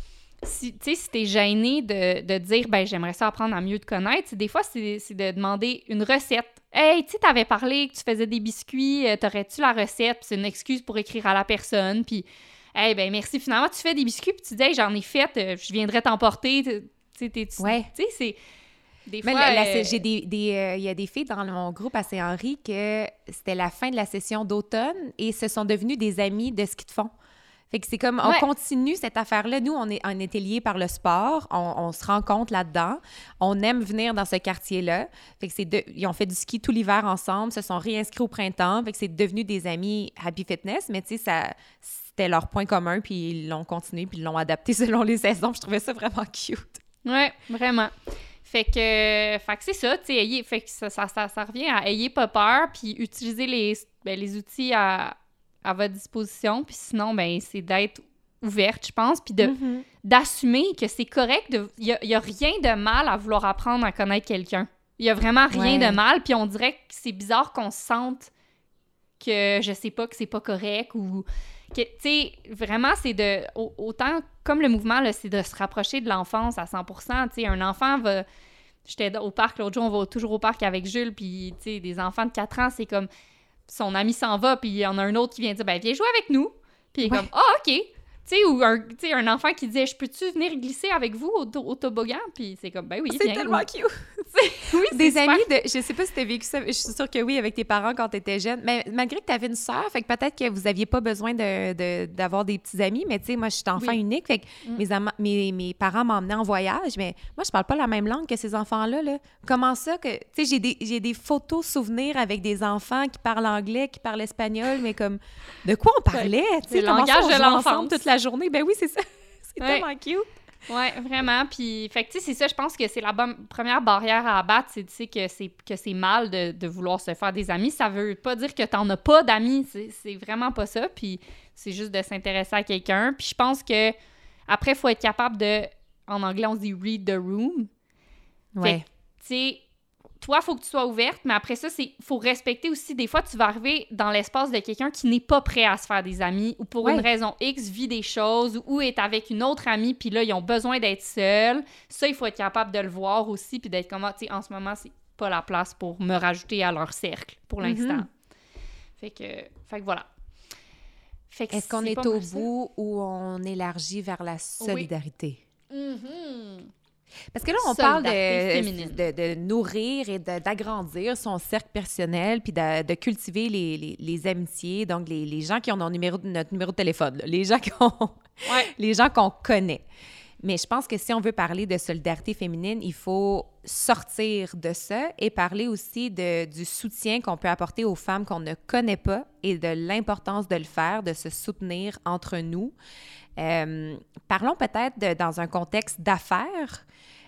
Si, tu sais, si t'es gêné de, de dire, ben, j'aimerais ça apprendre à mieux te connaître, des fois, c'est, c'est de demander une recette. Hey, tu sais, t'avais parlé que tu faisais des biscuits, euh, t'aurais-tu la recette? Puis c'est une excuse pour écrire à la personne. Puis, hey, ben, merci. Finalement, tu fais des biscuits, puis tu dis, hey, j'en ai fait, euh, je viendrais t'emporter. Tu sais, t'es- tu Ouais. tu sais, c'est. Des Mais fois. la- la- euh, j'ai des, des, euh, il y a des filles dans mon groupe à Saint-Henri que c'était la fin de la session d'automne et se sont devenues des amies de ski de fond. Fait que c'est comme, on Ouais. continue cette affaire-là. Nous, on est, on était liés par le sport. On, on se rencontre là-dedans. On aime venir dans ce quartier-là. Fait que c'est de- ils ont fait du ski tout l'hiver ensemble, se sont réinscrits au printemps. Fait que c'est devenu des amis Happy Fitness. Mais tu sais, ça, c'était leur point commun, puis ils l'ont continué, puis ils l'ont adapté selon les saisons. Je trouvais ça vraiment cute. Ouais, vraiment. Fait que, fait que c'est ça, tu sais, ayez- fait que ça, ça, ça, ça revient à ayez pas peur, puis utilisez les, ben, les outils à, à votre disposition, puis sinon, ben, c'est d'être ouverte, je pense, puis de, Mhm. d'assumer que c'est correct, il n'y a, y a rien de mal à vouloir apprendre à connaître quelqu'un. Il y a vraiment rien Ouais. de mal, puis on dirait que c'est bizarre qu'on se sente que, je sais pas, que c'est pas correct, ou que, tu sais, vraiment, c'est de, au- autant, comme le mouvement, là, c'est de se rapprocher de l'enfance à cent pour cent, tu sais, un enfant va, j'étais au parc l'autre jour, on va toujours au parc avec Jules, puis, tu sais, des enfants de quatre ans, c'est comme, son ami s'en va, puis il y en a un autre qui vient dire, ben, viens jouer avec nous, puis il est Ouais. comme, ah, OK, tu sais, ou un, tu sais, un enfant qui dit, je peux-tu venir glisser avec vous au, to- au toboggan, puis c'est comme, ben oui, C'est viens. tellement Ou- cute. oui, c'est Des super. amis de. Je sais pas si t'as vécu ça. Je suis sûre que oui, avec tes parents quand t'étais jeune. Mais malgré que t'avais une sœur, fait que peut-être que vous aviez pas besoin de, de- d'avoir des petits amis. Mais tu sais, moi, je suis enfant Oui. unique. Fait que Mm. mes, ama- mes, mes parents m'emmenaient en voyage. Mais moi, je parle pas la même langue que ces enfants-là. Là. Comment ça que. Tu sais, j'ai des, j'ai des photos souvenirs avec des enfants qui parlent anglais, qui parlent espagnol. Mais comme. De quoi on parlait? Tu sais, le comment ça, langage on de jouait l'enfance. ensemble toute la journée? Ben oui, c'est ça. C'est Ouais. tellement cute. Ouais, vraiment. Puis, fait que, tu sais, c'est ça, je pense que c'est la bonne, première barrière à abattre, c'est, tu sais, que c'est, que c'est mal de, de vouloir se faire des amis. Ça veut pas dire que t'en as pas d'amis, c'est, c'est vraiment pas ça. Puis, c'est juste de s'intéresser à quelqu'un. Puis, je pense que après, il faut être capable de, en anglais, on se dit « read the room ». Ouais. Fait que, tu sais, toi, il faut que tu sois ouverte, mais après ça, il faut respecter aussi. Des fois, tu vas arriver dans l'espace de quelqu'un qui n'est pas prêt à se faire des amis ou pour ouais. une raison X, vit des choses ou est avec une autre amie, puis là, ils ont besoin d'être seuls. Ça, il faut être capable de le voir aussi, puis d'être comme, tu sais, en ce moment, c'est pas la place pour me rajouter à leur cercle pour l'instant. Mm-hmm. Fait que, fait que voilà. Fait que Est-ce qu'on est, est au bout où on élargit vers la solidarité? Oui. Mm-hmm. Parce que là, on parle de, de, de nourrir et de, d'agrandir son cercle personnel puis de, de cultiver les, les, les amitiés, donc les, les gens qui ont notre numéro, notre numéro de téléphone, là, les gens qu'on, ouais. les gens qu'on connaît. Mais je pense que si on veut parler de solidarité féminine, il faut sortir de ça et parler aussi de, du soutien qu'on peut apporter aux femmes qu'on ne connaît pas et de l'importance de le faire, de se soutenir entre nous. Euh, parlons peut-être de, dans un contexte d'affaires.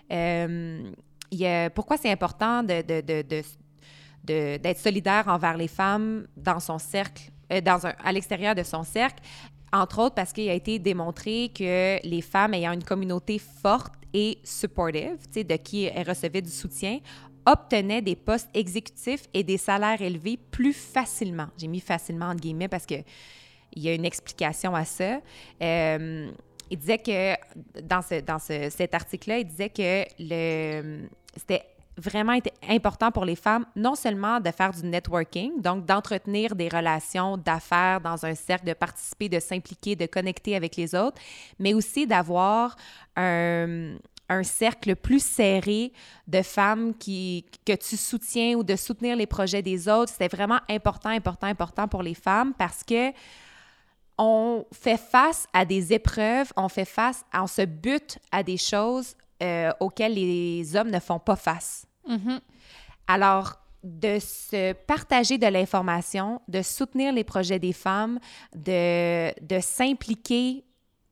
Euh, y a, pourquoi c'est important de, de, de, de, de, d'être solidaire envers les femmes dans son cercle, euh, dans un, à l'extérieur de son cercle? Entre autres parce qu'il a été démontré que les femmes ayant une communauté forte et supportive, tu sais, de qui elles recevaient du soutien, obtenaient des postes exécutifs et des salaires élevés plus facilement. J'ai mis facilement entre guillemets parce que il y a une explication à ça. Euh, il disait que, dans, ce, dans ce, cet article-là, il disait que le, c'était vraiment important pour les femmes, non seulement de faire du networking, donc d'entretenir des relations d'affaires dans un cercle, de participer, de s'impliquer, de connecter avec les autres, mais aussi d'avoir un, un cercle plus serré de femmes qui, que tu soutiens ou de soutenir les projets des autres. C'était vraiment important, important, important pour les femmes parce que on fait face à des épreuves, on fait face, on se bute à des choses euh, auxquelles les hommes ne font pas face. Mm-hmm. Alors, de se partager de l'information, de soutenir les projets des femmes, de, de s'impliquer,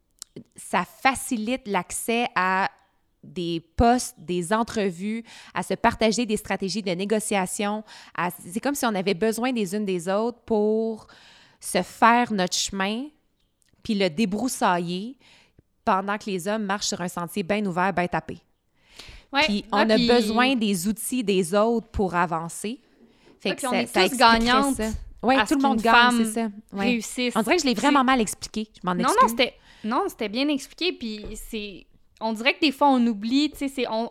ça facilite l'accès à des postes, des entrevues, à se partager des stratégies de négociation. À, c'est comme si on avait besoin des unes des autres pour se faire notre chemin, puis le débroussailler pendant que les hommes marchent sur un sentier bien ouvert, bien tapé. Ouais, puis on ouais, a puis... besoin des outils des autres pour avancer. Fait ouais, que ça, on est tous gagnantes. Oui, tout le monde gagne, c'est ça. Ouais. Réussisse. On dirait que je l'ai vraiment mal expliqué. Je m'en excuse. Non, non, c'était, non, c'était bien expliqué, puis c'est... On dirait que des fois, on oublie, tu sais, c'est... On...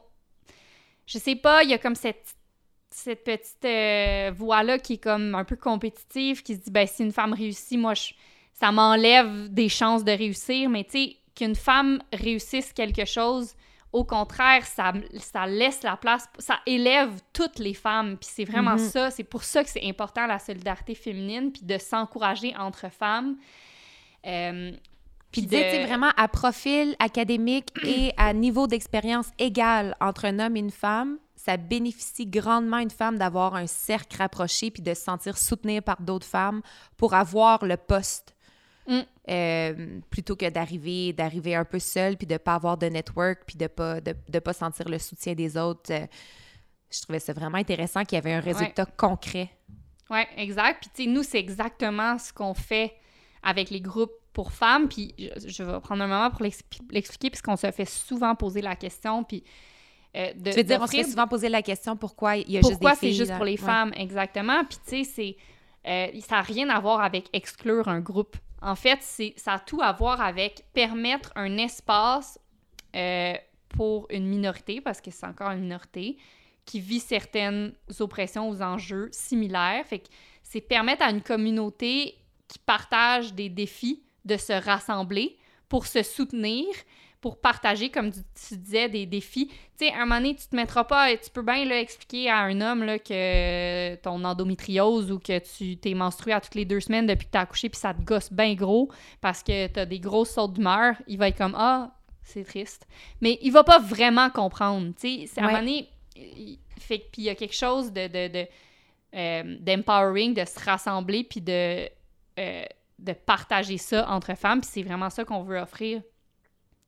Je sais pas, il y a comme cette... cette petite euh, voix-là qui est comme un peu compétitive, qui se dit, ben si une femme réussit, moi, je, ça m'enlève des chances de réussir. Mais tu sais, qu'une femme réussisse quelque chose, au contraire, ça, ça laisse la place, ça élève toutes les femmes. Puis c'est vraiment mm-hmm. ça, c'est pour ça que c'est important, la solidarité féminine, puis de s'encourager entre femmes. Euh, Puis de... dire, tu sais, vraiment à profil académique et à niveau d'expérience égal entre un homme et une femme, ça bénéficie grandement une femme d'avoir un cercle rapproché puis de se sentir soutenue par d'autres femmes pour avoir le poste. Mm. Euh, plutôt que d'arriver d'arriver un peu seule puis de ne pas avoir de network puis de ne pas, de, de pas sentir le soutien des autres. Euh, je trouvais ça vraiment intéressant qu'il y avait un résultat ouais. concret. Oui, exact. Puis tu sais, nous, c'est exactement ce qu'on fait avec les groupes pour femmes. Puis je, je vais prendre un moment pour l'expli- l'expliquer puisqu'on se fait souvent poser la question. Puis Euh, de, tu veux dire, on se fait souvent poser la question pourquoi il y a pourquoi juste des filles. Pourquoi c'est juste là? pour les ouais. femmes, exactement. Puis tu sais, c'est, euh, ça n'a rien à voir avec exclure un groupe. En fait, c'est, ça a tout à voir avec permettre un espace euh, pour une minorité, parce que c'est encore une minorité, qui vit certaines oppressions aux enjeux similaires. Fait que c'est permettre à une communauté qui partage des défis de se rassembler pour se soutenir, pour partager, comme tu, tu disais, des défis. Tu sais, à un moment donné, tu te mettras pas... Tu peux bien là, expliquer à un homme là, que ton endométriose ou que tu t'es menstrué à toutes les deux semaines depuis que t'as accouché puis ça te gosse bien gros parce que t'as des grosses sautes d'humeur. Il va être comme « Ah, c'est triste. » Mais il va pas vraiment comprendre. Tu sais, c'est, à ouais. un moment donné... Il, fait, puis il y a quelque chose de, de, de, euh, d'empowering, de se rassembler puis de, euh, de partager ça entre femmes. Puis c'est vraiment ça qu'on veut offrir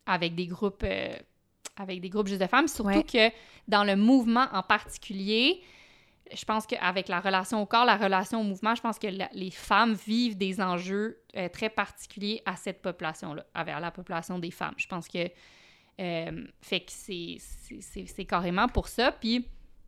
avec des groupes euh, avec des groupes juste de femmes. Surtout Ouais. que dans le mouvement en particulier, je pense qu'avec la relation au corps, la relation au mouvement, je pense que la, les femmes vivent des enjeux euh, très particuliers à cette population-là, à la population des femmes. Je pense que euh, fait que c'est, c'est, c'est, c'est carrément pour ça. Puis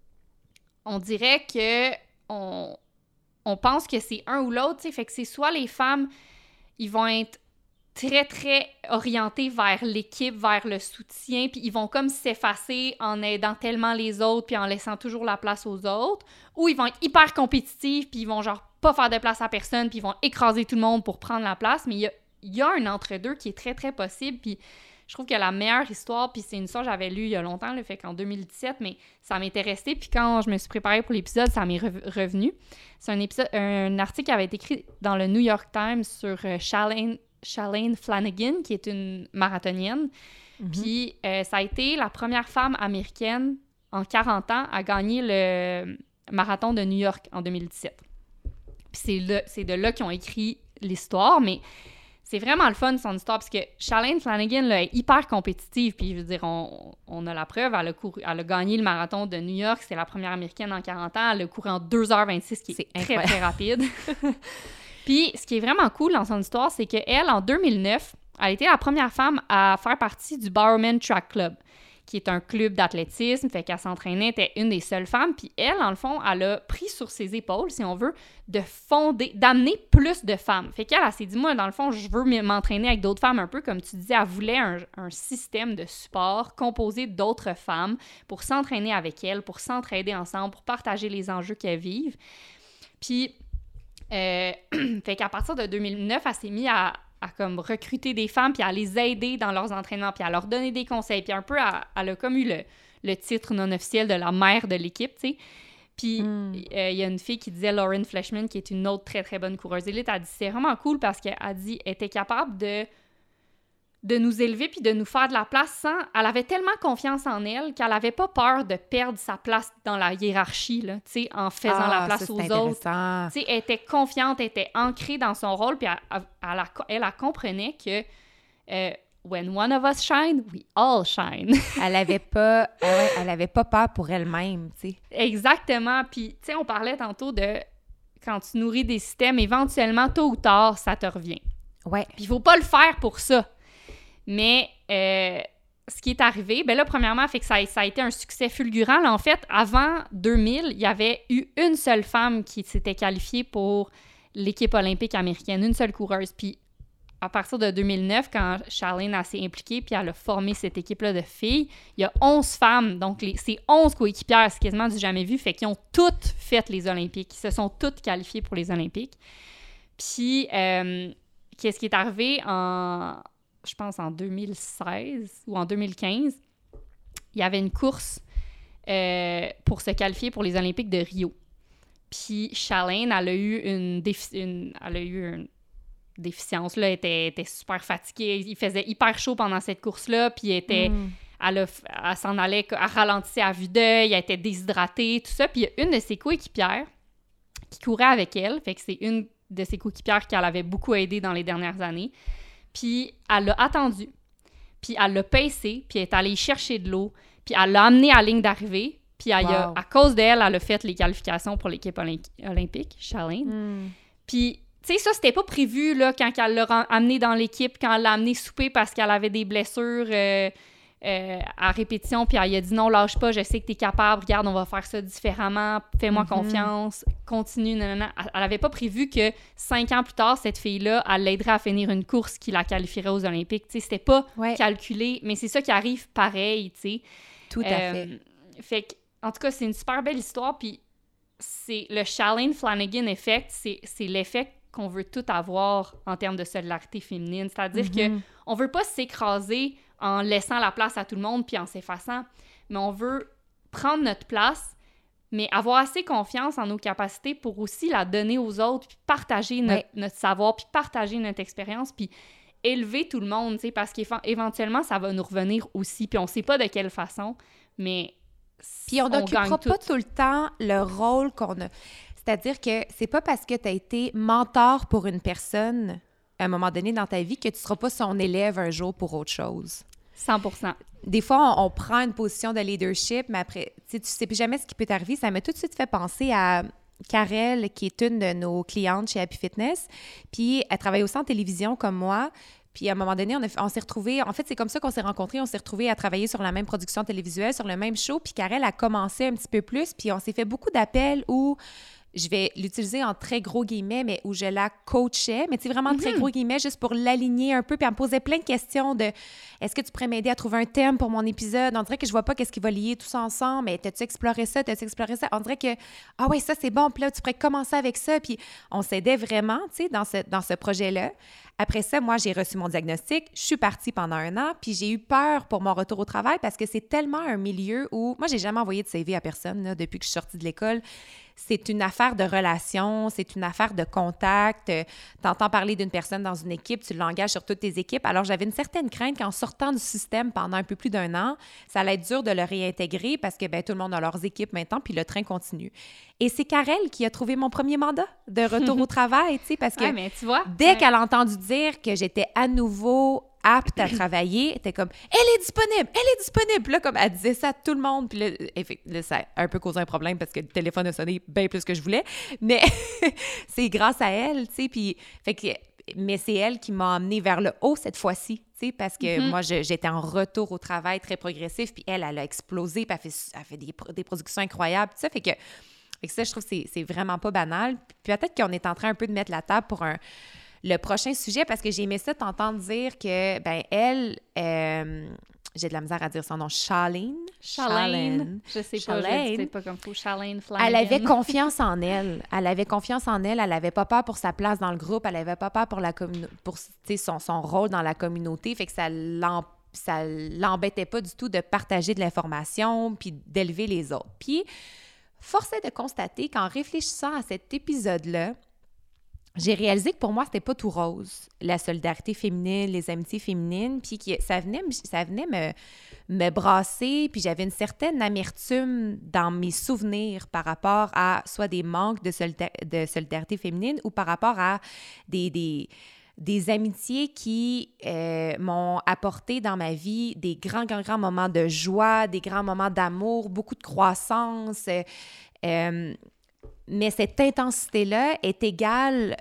on dirait que on, on pense que c'est un ou l'autre, tu sais, fait que c'est soit les femmes, ils vont être très, très orientés vers l'équipe, vers le soutien, puis ils vont comme s'effacer en aidant tellement les autres, puis en laissant toujours la place aux autres, ou ils vont être hyper compétitifs, puis ils vont genre pas faire de place à personne, puis ils vont écraser tout le monde pour prendre la place, mais il y a, il y a un entre-deux qui est très, très possible, puis je trouve que la meilleure histoire, puis c'est une histoire que j'avais lue il y a longtemps, le fait qu'en deux mille dix-sept, mais ça m'était resté, puis quand je me suis préparée pour l'épisode, ça m'est re- revenu. C'est un, épisode, un article qui avait été écrit dans le New York Times sur euh, Shalane Shalane Flanagan, qui est une marathonienne. Mm-hmm. Puis euh, ça a été la première femme américaine en quarante ans à gagner le marathon de New York en deux mille dix-sept. Puis c'est, là, c'est de là qu'ils ont écrit l'histoire, mais c'est vraiment le fun, son histoire, parce que Shalane Flanagan là, est hyper compétitive, puis je veux dire, on, on a la preuve, elle a, couru, elle a gagné le marathon de New York, c'est la première américaine en quarante ans, elle a couru en deux heures vingt-six, qui est, est très, très rapide. Puis, ce qui est vraiment cool dans son histoire, c'est qu'elle, en deux mille neuf, elle a été la première femme à faire partie du Bowerman Track Club, qui est un club d'athlétisme, fait qu'elle s'entraînait, était une des seules femmes. Puis elle, en le fond, elle a pris sur ses épaules, si on veut, de fonder, d'amener plus de femmes. Fait qu'elle, elle s'est dit, moi, dans le fond, je veux m'entraîner avec d'autres femmes, un peu comme tu disais, elle voulait un, un système de support composé d'autres femmes pour s'entraîner avec elle, pour s'entraider ensemble, pour partager les enjeux qu'elles vivent. Puis... Euh, fait qu'à partir de deux mille neuf, elle s'est mise à, à comme recruter des femmes, puis à les aider dans leurs entraînements, puis à leur donner des conseils. Puis un peu, elle, elle a comme eu le, le titre non officiel de la mère de l'équipe, tu sais. Puis il mm. euh, y a une fille qui disait, Lauren Fleshman, qui est une autre très, très bonne coureuse élite, elle dit, c'est vraiment cool parce qu'elle a dit, elle était capable de, de nous élever puis de nous faire de la place sans... Elle avait tellement confiance en elle qu'elle avait pas peur de perdre sa place dans la hiérarchie, là, tu sais, en faisant ah, la place ça, aux autres. Tu sais, elle était confiante, elle était ancrée dans son rôle, puis elle, elle, elle, elle, elle comprenait que euh, when one of us shine, we all shine. Elle avait pas, elle, elle avait pas peur pour elle-même, tu sais. Exactement. Puis, tu sais, on parlait tantôt de quand tu nourris des systèmes, éventuellement, tôt ou tard, ça te revient. Ouais. Puis il faut pas le faire pour ça. Mais euh, ce qui est arrivé, ben là, premièrement, fait que ça, ça a été un succès fulgurant. Là, en fait, avant deux mille, il y avait eu une seule femme qui s'était qualifiée pour l'équipe olympique américaine, une seule coureuse. Puis à partir de deux mille neuf, quand Shalane s'est impliquée puis elle a formé cette équipe-là de filles, il y a onze femmes. Donc, les, c'est onze coéquipières, c'est quasiment du jamais vu, fait qu'ils ont toutes fait les Olympiques. Ils se sont toutes qualifiées pour les Olympiques. Puis, euh, qu'est-ce qui est arrivé en... je pense en deux mille seize ou en deux mille quinze, il y avait une course euh, pour se qualifier pour les Olympiques de Rio. Puis Shalane, elle a eu une, défi- une, elle a eu une déficience, là, elle était, était super fatiguée, il faisait hyper chaud pendant cette course-là, puis elle, était, mm. elle, a, elle s'en allait, elle ralentissait à vue d'œil, elle était déshydratée, tout ça. Puis il y a une de ses coéquipières qui courait avec elle, fait que c'est une de ses coéquipières qui l'avait beaucoup aidée dans les dernières années. Puis elle l'a attendu, puis elle l'a paissé, puis elle est allée chercher de l'eau, puis elle l'a amenée à la ligne d'arrivée, puis elle wow. a, à cause d'elle, elle a fait les qualifications pour l'équipe olymp- olympique, Shalane. Mm. Puis, tu sais, ça, c'était pas prévu, là, quand elle l'a amenée dans l'équipe, quand elle l'a amenée souper parce qu'elle avait des blessures euh, euh, à répétition, puis elle a dit « Non, lâche pas, je sais que t'es capable, regarde, on va faire ça différemment, fais-moi mm-hmm. confiance, continue, nanana. » Elle avait pas prévu que cinq ans plus tard, cette fille-là, elle l'aiderait à finir une course qui la qualifierait aux Olympiques. Tu sais, c'était pas ouais. calculé, mais c'est ça qui arrive pareil, tu sais. Tout à euh, fait. Fait que, en tout cas, c'est une super belle histoire, puis c'est le Shalane Flanagan effect, c'est, c'est l'effet qu'on veut tout avoir en termes de solidarité féminine. C'est-à-dire mm-hmm. qu'on veut pas s'écraser en laissant la place à tout le monde puis en s'effaçant, mais on veut prendre notre place, mais avoir assez confiance en nos capacités pour aussi la donner aux autres, puis partager notre, ouais. notre savoir, puis partager notre expérience, puis élever tout le monde, tu sais, parce qu'éventuellement, ça va nous revenir aussi, puis on sait pas de quelle façon, mais puis on n'occupera pas tout le temps le rôle qu'on a. C'est-à-dire que c'est pas parce que tu as été mentor pour une personne à un moment donné dans ta vie que tu seras pas son élève un jour pour autre chose. cent pour cent. Des fois, on, on prend une position de leadership, mais après, tu sais, tu sais plus jamais ce qui peut t'arriver. Ça m'a tout de suite fait penser à Karel, qui est une de nos clientes chez Happy Fitness. Puis, elle travaille aussi en télévision comme moi. Puis, à un moment donné, on, a, on s'est retrouvés... En fait, c'est comme ça qu'on s'est rencontrés. On s'est retrouvés à travailler sur la même production télévisuelle, sur le même show. Puis, Karel a commencé un petit peu plus. Puis, on s'est fait beaucoup d'appels où... je vais l'utiliser en très gros guillemets, mais où je la coachais, mais tu sais, vraiment très gros guillemets, juste pour l'aligner un peu, puis elle me posait plein de questions de « Est-ce que tu pourrais m'aider à trouver un thème pour mon épisode? » On dirait que je vois pas qu'est-ce qui va lier tout ça ensemble, mais t'as-tu exploré ça? T'as-tu exploré ça? On dirait que « Ah ouais, ça c'est bon, puis là, tu pourrais commencer avec ça. » Puis on s'aidait vraiment, tu sais, dans ce, dans ce projet-là. Après ça, moi, j'ai reçu mon diagnostic, je suis partie pendant un an, puis j'ai eu peur pour mon retour au travail parce que c'est tellement un milieu où... Moi, j'ai jamais envoyé de C V à personne là, depuis que je suis sortie de l'école. C'est une affaire de relation, c'est une affaire de contact. Euh, t'entends parler d'une personne dans une équipe, tu l'engages sur toutes tes équipes. Alors, j'avais une certaine crainte qu'en sortant du système pendant un peu plus d'un an, ça allait être dur de le réintégrer parce que ben, tout le monde a leurs équipes maintenant, puis le train continue. Et c'est Karel qui a trouvé mon premier mandat de retour au travail, tu sais, parce que ouais, mais tu vois, dès ouais. qu'elle a entendu dire que j'étais à nouveau apte à travailler, elle était comme « Elle est disponible! Elle est disponible! » Puis là, comme elle disait ça à tout le monde, puis là, là, ça a un peu causé un problème parce que le téléphone a sonné bien plus que je voulais, mais c'est grâce à elle, tu sais, puis... Fait que, mais c'est elle qui m'a emmenée vers le haut cette fois-ci, tu sais, parce que mm-hmm. moi, je, j'étais en retour au travail très progressif, puis elle, elle a explosé, puis elle fait, elle fait des, des productions incroyables, tout ça, fait que, fait que ça, je trouve que c'est, c'est vraiment pas banal. Puis peut-être qu'on est en train un peu de mettre la table pour un... le prochain sujet, parce que j'ai aimé ça t'entendre dire que, ben elle, euh, j'ai de la misère à dire son nom, Charlene. Charlene. Je sais pas, Charlene. je sais pas comme faut. Charlene Flanagan. Elle avait confiance en elle. Elle avait confiance en elle. Elle avait pas peur pour sa place dans le groupe. Elle avait pas peur pour la commun... pour son, son rôle dans la communauté. Fait que ça l'em... ça l'embêtait pas du tout de partager de l'information puis d'élever les autres. Puis, force est de constater qu'en réfléchissant à cet épisode-là, j'ai réalisé que pour moi, c'était pas tout rose, la solidarité féminine, les amitiés féminines, puis que ça venait, ça venait me, me brasser, puis j'avais une certaine amertume dans mes souvenirs par rapport à soit des manques de, solida- de solidarité féminine ou par rapport à des, des, des amitiés qui euh, m'ont apporté dans ma vie des grands, grands, grands moments de joie, des grands moments d'amour, beaucoup de croissance. Euh, mais cette intensité-là est égale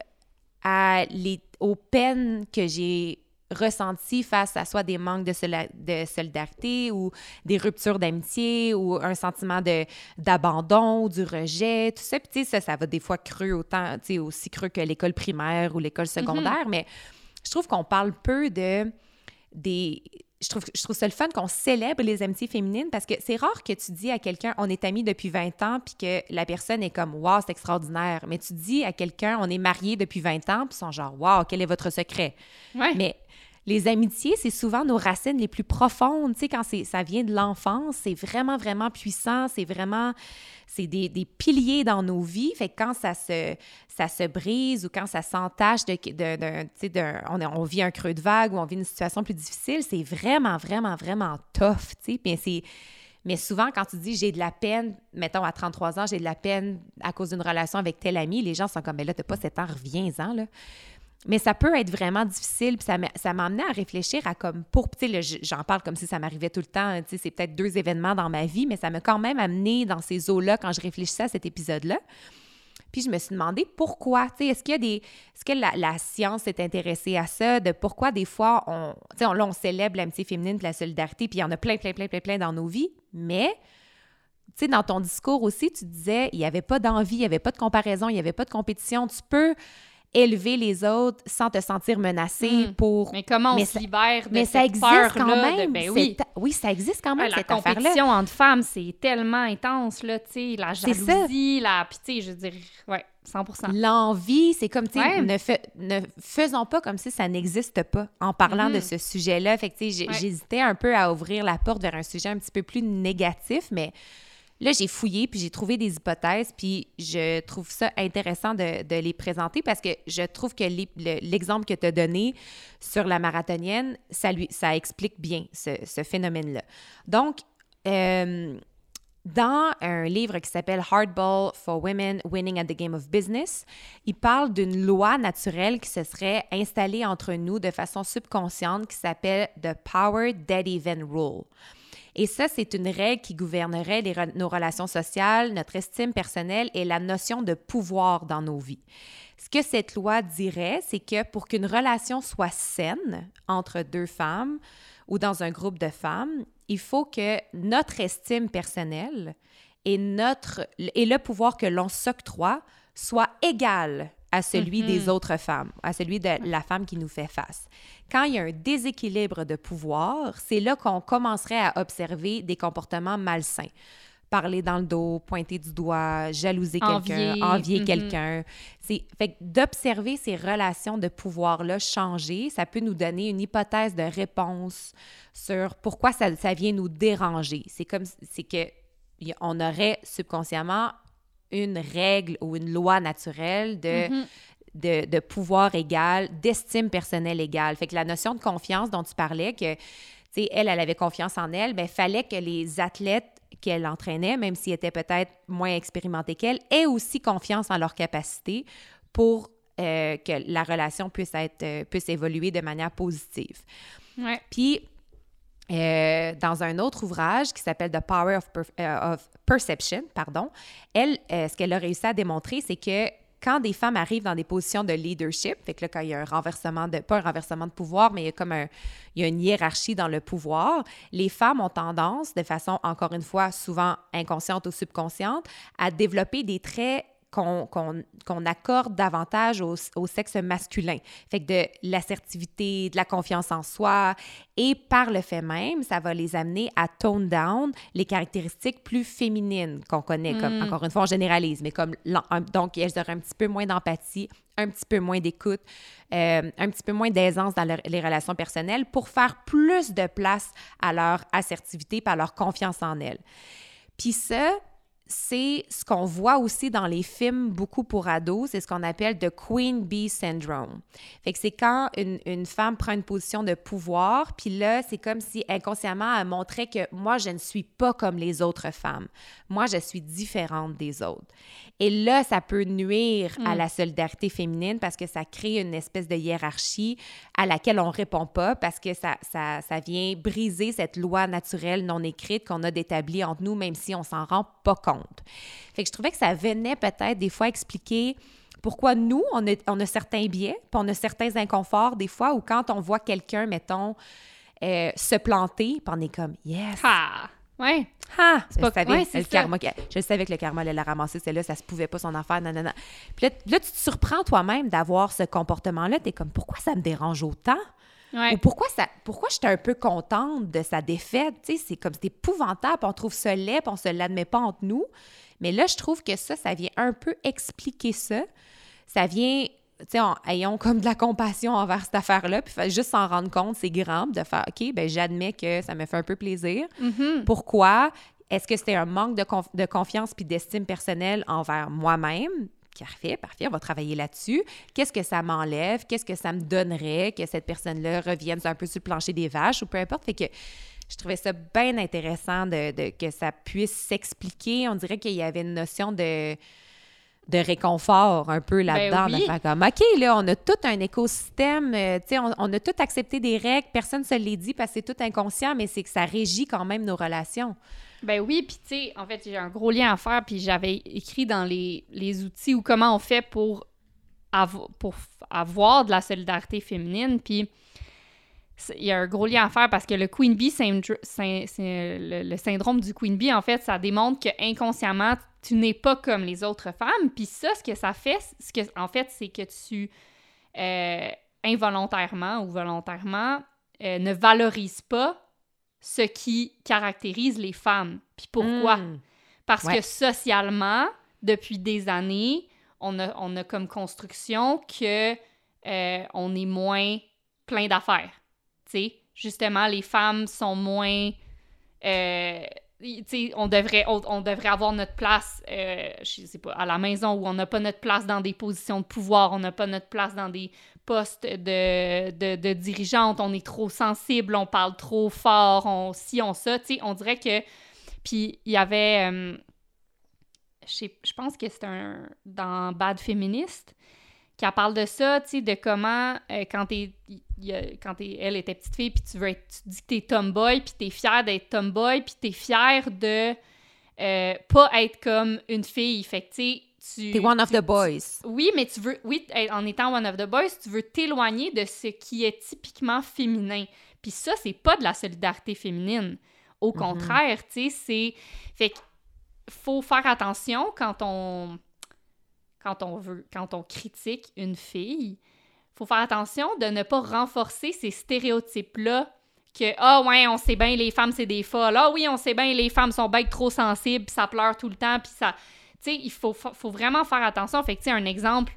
à les, aux peines que j'ai ressenties face à soit des manques de, sola, de solidarité ou des ruptures d'amitié ou un sentiment de, d'abandon ou du rejet, tout ça. Puis tu sais, ça, ça va des fois creux autant, tu sais, aussi creux que l'école primaire ou l'école secondaire, mm-hmm. mais je trouve qu'on parle peu de des... Je trouve, je trouve ça le fun qu'on célèbre les amitiés féminines parce que c'est rare que tu dis à quelqu'un « on est amis depuis vingt ans » puis que la personne est comme « wow, c'est extraordinaire ». Mais tu dis à quelqu'un « on est mariés depuis vingt ans » puis ils sont genre « wow, quel est votre secret? Ouais. » Mais les amitiés, c'est souvent nos racines les plus profondes. Tu sais, quand c'est, ça vient de l'enfance, c'est vraiment, vraiment puissant. C'est vraiment... C'est des, des piliers dans nos vies. Fait que quand ça se, ça se brise ou quand ça s'entache, de, de, de, tu sais, de, on, on vit un creux de vague ou on vit une situation plus difficile, c'est vraiment, vraiment, vraiment tough, tu sais. Puis c'est... Mais souvent, quand tu dis « j'ai de la peine », mettons à trente-trois ans, « j'ai de la peine à cause d'une relation avec tel ami », les gens sont comme « mais là, t'as pas sept ans, reviens-en, là ». Mais ça peut être vraiment difficile, puis ça m'a, ça m'a amené à réfléchir à comme, pour, tu sais, j'en parle comme si ça m'arrivait tout le temps, tu sais, c'est peut-être deux événements dans ma vie, mais ça m'a quand même amené dans ces eaux-là quand je réfléchissais à cet épisode-là. Puis je me suis demandé pourquoi, tu sais, est-ce qu'il y a des, est-ce que la, la science s'est intéressée à ça, de pourquoi des fois, on, tu sais, on, là, on célèbre l'amitié féminine, puis la solidarité, puis il y en a plein, plein, plein, plein, plein dans nos vies, mais... Tu sais, dans ton discours aussi, tu disais, il n'y avait pas d'envie, il n'y avait pas de comparaison, il n'y avait pas de compétition, tu peux... élever les autres sans te sentir menacé mmh. pour... Mais comment on mais se ça... libère de mais cette ça existe peur-là? Quand même. De... Ben oui. oui, ça existe quand même, ouais, cette affaire-là. La compétition affaire-là. entre femmes, c'est tellement intense, là, tu sais, la jalousie, la... Puis tu sais, je veux dire, ouais, cent pour cent. L'envie, c'est comme, tu sais, ouais. ne, fa... ne faisons pas comme si ça n'existe pas en parlant mmh. de ce sujet-là. Fait que, tu sais, ouais. j'hésitais un peu à ouvrir la porte vers un sujet un petit peu plus négatif, mais... Là, j'ai fouillé, puis j'ai trouvé des hypothèses, puis je trouve ça intéressant de, de les présenter parce que je trouve que les, le, l'exemple que tu as donné sur la marathonienne, ça, lui, ça explique bien ce, ce phénomène-là. Donc, euh, dans un livre qui s'appelle Hardball for Women Winning at the Game of Business, il parle d'une loi naturelle qui se serait installée entre nous de façon subconsciente qui s'appelle The Power Dead Even Rule. Et ça, c'est une règle qui gouvernerait les re- nos relations sociales, notre estime personnelle et la notion de pouvoir dans nos vies. Ce que cette loi dirait, c'est que pour qu'une relation soit saine entre deux femmes ou dans un groupe de femmes, il faut que notre estime personnelle et, notre, et le pouvoir que l'on s'octroie soit égal à celui mm-hmm. des autres femmes, à celui de la femme qui nous fait face. Quand il y a un déséquilibre de pouvoir, c'est là qu'on commencerait à observer des comportements malsains. Parler dans le dos, pointer du doigt, jalouser quelqu'un, envier, envier mm-hmm. quelqu'un. C'est, fait que d'observer ces relations de pouvoir-là changer, ça peut nous donner une hypothèse de réponse sur pourquoi ça, ça vient nous déranger. C'est comme, c'est que on aurait subconsciemment une règle ou une loi naturelle de, mm-hmm. de, de pouvoir égal, d'estime personnelle égale. Fait que la notion de confiance dont tu parlais, que, tu sais, elle, elle avait confiance en elle, bien, il fallait que les athlètes qu'elle entraînait, même s'ils étaient peut-être moins expérimentés qu'elle, aient aussi confiance en leur capacité pour euh, que la relation puisse être, euh, puisse évoluer de manière positive. Ouais. Puis, Euh, dans un autre ouvrage qui s'appelle The Power of, per- uh, of Perception, pardon, elle, euh, ce qu'elle a réussi à démontrer, c'est que quand des femmes arrivent dans des positions de leadership, fait que là, quand il y a un renversement de, pas un renversement de pouvoir, mais il y a comme un, il y a une hiérarchie dans le pouvoir, les femmes ont tendance, de façon, encore une fois, souvent inconsciente ou subconsciente, à développer des traits Qu'on, qu'on, qu'on accorde davantage au, au sexe masculin. Fait que de l'assertivité, de la confiance en soi, et par le fait même, ça va les amener à tone down les caractéristiques plus féminines qu'on connaît, comme, mm. encore une fois, on généralise, mais comme, donc, elles auraient un petit peu moins d'empathie, un petit peu moins d'écoute, euh, un petit peu moins d'aisance dans leur, les relations personnelles pour faire plus de place à leur assertivité et à leur confiance en elles. Puis ça, c'est ce qu'on voit aussi dans les films beaucoup pour ados, c'est ce qu'on appelle the Queen Bee Syndrome. Fait que c'est quand une, une femme prend une position de pouvoir, puis là, c'est comme si inconsciemment, elle montrait que moi, je ne suis pas comme les autres femmes. Moi, je suis différente des autres. Et là, ça peut nuire mm. à la solidarité féminine parce que ça crée une espèce de hiérarchie à laquelle on ne répond pas parce que ça, ça, ça vient briser cette loi naturelle non écrite qu'on a d'établie entre nous, même si on s'en rend pas compte. Fait que je trouvais que ça venait peut-être des fois expliquer pourquoi nous, on a, on a certains biais, puis on a certains inconforts des fois, ou quand on voit quelqu'un, mettons, euh, se planter, puis on est comme « yes! » Ah! Ouais. Ah! C'est pas, savais, ouais, c'est le karma, je savais que le karma allait la ramasser, celle-là, ça se pouvait pas son affaire, non, non, non. Puis là, là, tu te surprends toi-même d'avoir ce comportement-là, t'es comme « pourquoi ça me dérange autant? » Ouais. Ou pourquoi ça, pourquoi j'étais un peu contente de sa défaite, tu sais, c'est comme, c'est épouvantable, on trouve ça laid, puis on se l'admet pas entre nous. Mais là, je trouve que ça, ça vient un peu expliquer ça. Ça vient, tu sais, ayons comme de la compassion envers cette affaire-là, puis juste s'en rendre compte, c'est grand, de faire, OK, ben j'admets que ça me fait un peu plaisir. Mm-hmm. Pourquoi? Est-ce que c'était un manque de, conf- de confiance puis d'estime personnelle envers moi-même? Parfait, parfait, on va travailler là-dessus. Qu'est-ce que ça m'enlève? Qu'est-ce que ça me donnerait que cette personne-là revienne un peu sur le plancher des vaches ou peu importe? Fait que je trouvais ça bien intéressant de, de, que ça puisse s'expliquer. On dirait qu'il y avait une notion de, de réconfort un peu là-dedans. Ben oui. De faire comme, OK, là, on a tout un écosystème, euh, tu sais, on, on a tout accepté des règles, personne ne se les dit parce que c'est tout inconscient, mais c'est que ça régit quand même nos relations. Ben oui, puis tu sais, en fait, j'ai un gros lien à faire, puis j'avais écrit dans les, les outils ou comment on fait pour, avo- pour avoir de la solidarité féminine, puis il y a un gros lien à faire parce que le Queen Bee, syndro- sy- sy- le, le syndrome du Queen Bee, en fait, ça démontre que inconsciemment, tu n'es pas comme les autres femmes, puis ça, ce que ça fait, ce que, en fait, c'est que tu, euh, involontairement ou volontairement, euh, ne valorises pas ce qui caractérise les femmes. Puis pourquoi? Mmh. Parce ouais. que socialement, depuis des années, on a, on a comme construction que euh, on est moins plein d'affaires. Tu sais, justement, les femmes sont moins... Euh, tu sais, on devrait, on, on devrait avoir notre place, euh, je sais pas, à la maison, où on n'a pas notre place dans des positions de pouvoir, on n'a pas notre place dans des postes de, de, de dirigeante, on est trop sensible, on parle trop fort, on ci, on ça, tu sais, on dirait que... Puis il y avait... Euh, je, sais, je pense que c'est un... Dans Bad Feminist, qui parle de ça, tu sais, de comment, euh, quand t'es... Y a, quand t'es, elle était petite fille, puis tu veux être... Tu dis que t'es tomboy, puis t'es fière d'être tomboy, puis t'es fière de euh, pas être comme une fille. Fait que, tu sais... Tu, T'es one of tu, the boys. Tu, oui, mais tu veux... Oui, en étant one of the boys, tu veux t'éloigner de ce qui est typiquement féminin. Puis ça, c'est pas de la solidarité féminine. Au contraire, mm-hmm. tu sais, c'est... Fait qu'il faut faire attention quand on... Quand on veut... Quand on critique une fille, faut faire attention de ne pas renforcer ces stéréotypes-là que, ah ouais, on sait bien, les femmes, c'est des folles. Ah oui, on sait bien, les femmes sont bien trop sensibles, puis ça pleure tout le temps, puis ça... Tu sais, il faut, faut vraiment faire attention. Fait que, tu sais, un exemple,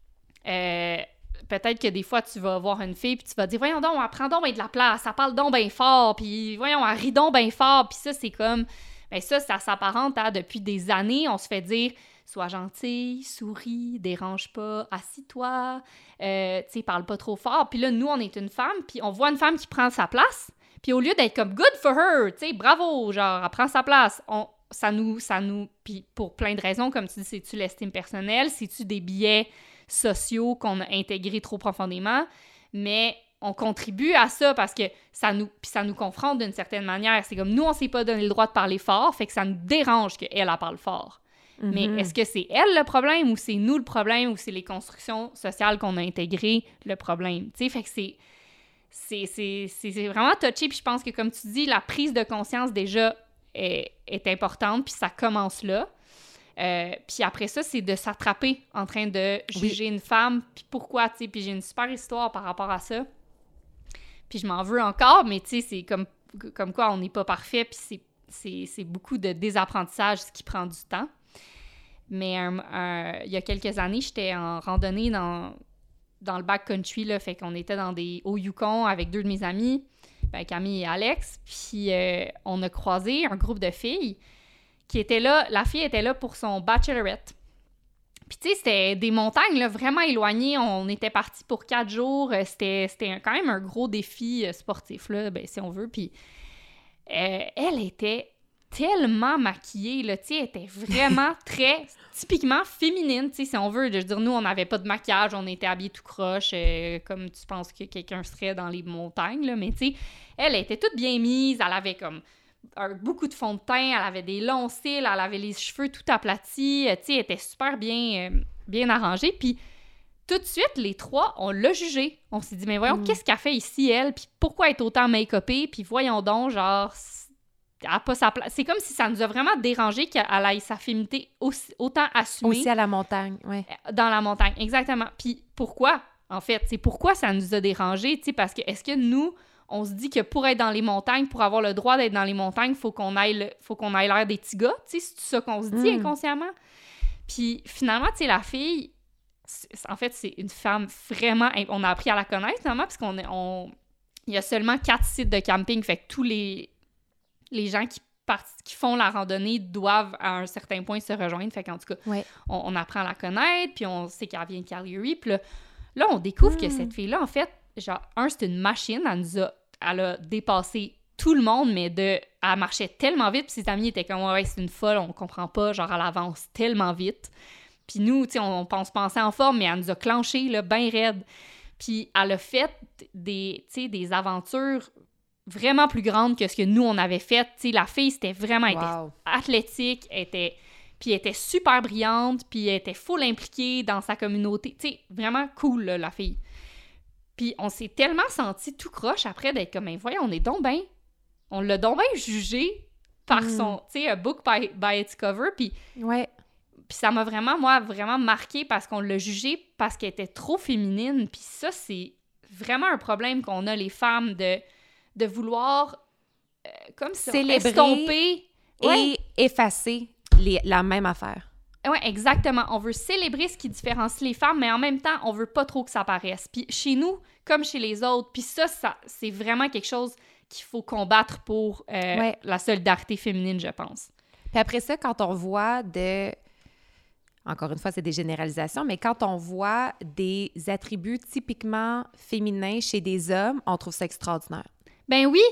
euh, peut-être que des fois, tu vas voir une fille, puis tu vas dire, voyons donc, elle prend donc bien de la place, ça parle donc bien fort, puis voyons, elle rit donc bien fort, puis ça, c'est comme... Bien ça, ça s'apparente à, depuis des années, on se fait dire, sois gentille, souris, dérange pas, assis-toi, euh, tu sais, parle pas trop fort. Puis là, nous, on est une femme, puis on voit une femme qui prend sa place, puis au lieu d'être comme, good for her, tu sais, bravo, genre, elle prend sa place, on... Ça nous, ça nous, puis pour plein de raisons, comme tu dis, c'est-tu l'estime personnelle, c'est-tu des biais sociaux qu'on a intégrés trop profondément, mais on contribue à ça parce que ça nous, puis ça nous confronte d'une certaine manière. C'est comme, nous, on s'est pas donné le droit de parler fort, fait que ça nous dérange qu'elle, elle parle fort. Mm-hmm. Mais est-ce que c'est elle le problème, ou c'est nous le problème, ou c'est les constructions sociales qu'on a intégrées le problème? Tu sais, fait que c'est, c'est, c'est, c'est, c'est vraiment touché, puis je pense que, comme tu dis, la prise de conscience, déjà, Est, est importante, puis ça commence là. Euh, puis après ça, c'est de s'attraper en train de juger oui. une femme, puis pourquoi, tu sais, puis j'ai une super histoire par rapport à ça. Puis je m'en veux encore, mais tu sais, c'est comme, comme quoi on n'est pas parfait, puis c'est, c'est, c'est beaucoup de désapprentissage, ce qui prend du temps. Mais euh, euh, il y a quelques années, j'étais en randonnée dans, dans le backcountry, là, fait qu'on était dans des, au Yukon avec deux de mes amis, ben Camille et Alex, puis euh, on a croisé un groupe de filles qui étaient là, la fille était là pour son bachelorette. Puis tu sais, c'était des montagnes là, vraiment éloignées, on était partis pour quatre jours, c'était, c'était quand même un gros défi sportif, là, ben, si on veut, puis euh, elle était tellement maquillée, là, tu sais, elle était vraiment très, typiquement féminine, tu sais, si on veut, je veux dire, nous, on n'avait pas de maquillage, on était habillés tout croche, euh, comme tu penses que quelqu'un serait dans les montagnes, là, mais tu sais, elle était toute bien mise, elle avait comme un, beaucoup de fond de teint, elle avait des longs cils, elle avait les cheveux tout aplatis, tu sais, elle était super bien, euh, bien arrangée, puis tout de suite, les trois, on l'a jugée. On s'est dit, mais voyons, mm. qu'est-ce qu'elle fait ici, elle, puis pourquoi elle est autant make-upée, puis voyons donc, genre... Elle a pas sa place. C'est comme si ça nous a vraiment dérangé qu'elle ait sa féminité aussi, autant assumée. Aussi à la montagne, oui. Dans la montagne, exactement. Puis pourquoi, en fait? C'est pourquoi ça nous a dérangé, tu sais, parce que est-ce que nous, on se dit que pour être dans les montagnes, pour avoir le droit d'être dans les montagnes, il faut qu'on aille le, faut qu'on aille l'air des petits gars, tu sais, c'est ça qu'on se dit mm. inconsciemment? Puis finalement, tu sais, la fille, en fait, c'est une femme vraiment... On a appris à la connaître, finalement, parce qu'on on, il y a seulement quatre sites de camping, fait que tous les... les gens qui, part... qui font la randonnée doivent, à un certain point, se rejoindre. Fait qu'en tout cas, ouais. on, on apprend à la connaître, puis on sait qu'elle vient de Calgary. Puis là, là, on découvre mm. que cette fille-là, en fait, genre, un, c'est une machine. Elle nous a, elle a dépassé tout le monde, mais de, elle marchait tellement vite, puis ses amis étaient comme, ouais, c'est une folle, on comprend pas, genre, elle avance tellement vite. Puis nous, tu sais, on pense penser en forme, mais elle nous a clenché, là, bien raide. Puis elle a fait des, tu sais, des aventures vraiment plus grandes que ce que nous, on avait fait. Tu sais, la fille, c'était vraiment... Elle wow. était athlétique, elle était... Puis elle était super brillante, puis elle était full impliquée dans sa communauté. Tu sais, vraiment cool, là, la fille. Puis on s'est tellement senti tout croche après d'être comme, ben voyons, on est donc ben... On l'a donc bien jugé par mm. son, tu sais, a book by, by its cover, puis... Ouais. Puis ça m'a vraiment, moi, vraiment marqué parce qu'on l'a jugée parce qu'elle était trop féminine. Puis ça, c'est vraiment un problème qu'on a, les femmes, de, de vouloir, euh, comme ça, célébrer estomper... et ouais. effacer les, la même affaire. Oui, exactement. On veut célébrer ce qui différencie les femmes, mais en même temps, on veut pas trop que ça paraisse. Puis chez nous, comme chez les autres, puis ça, ça c'est vraiment quelque chose qu'il faut combattre pour euh, ouais. la solidarité féminine, je pense. Puis après ça, quand on voit de... Encore une fois, c'est des généralisations, mais quand on voit des attributs typiquement féminins chez des hommes, on trouve ça extraordinaire. Ben oui!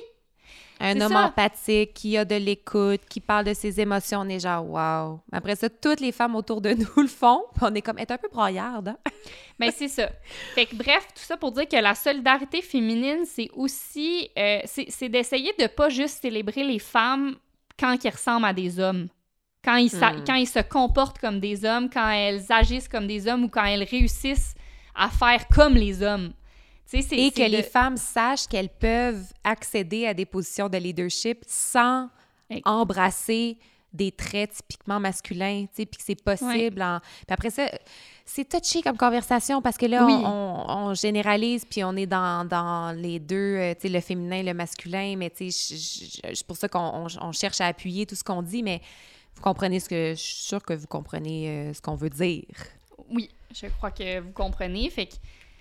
Un C'est homme ça. empathique, qui a de l'écoute, qui parle de ses émotions, on est genre « wow ». Après ça, toutes les femmes autour de nous le font, puis on est comme « elle est un peu broyarde, hein? » Ben, c'est ça. Fait que bref, tout ça pour dire que la solidarité féminine, c'est aussi... euh, c'est, c'est d'essayer de pas juste célébrer les femmes quand ils ressemblent à des hommes. Quand ils, sa- Mm. quand ils se comportent comme des hommes, quand elles agissent comme des hommes ou quand elles réussissent à faire comme les hommes. Tu sais, c'est, Et c'est que de- les femmes sachent qu'elles peuvent accéder à des positions de leadership sans Hey. embrasser des traits typiquement masculins, tu sais, puis que c'est possible. En... Puis après ça, c'est touché comme conversation parce que là, Oui. on, on- on généralise puis on est dans, dans les deux, euh, tu sais, le féminin, le masculin, mais tu sais, je- je- c'est pour ça qu'on on, on cherche à appuyer tout ce qu'on dit, mais vous comprenez ce que... Je suis sûre que vous comprenez euh, ce qu'on veut dire. Oui, je crois que vous comprenez. Fait que,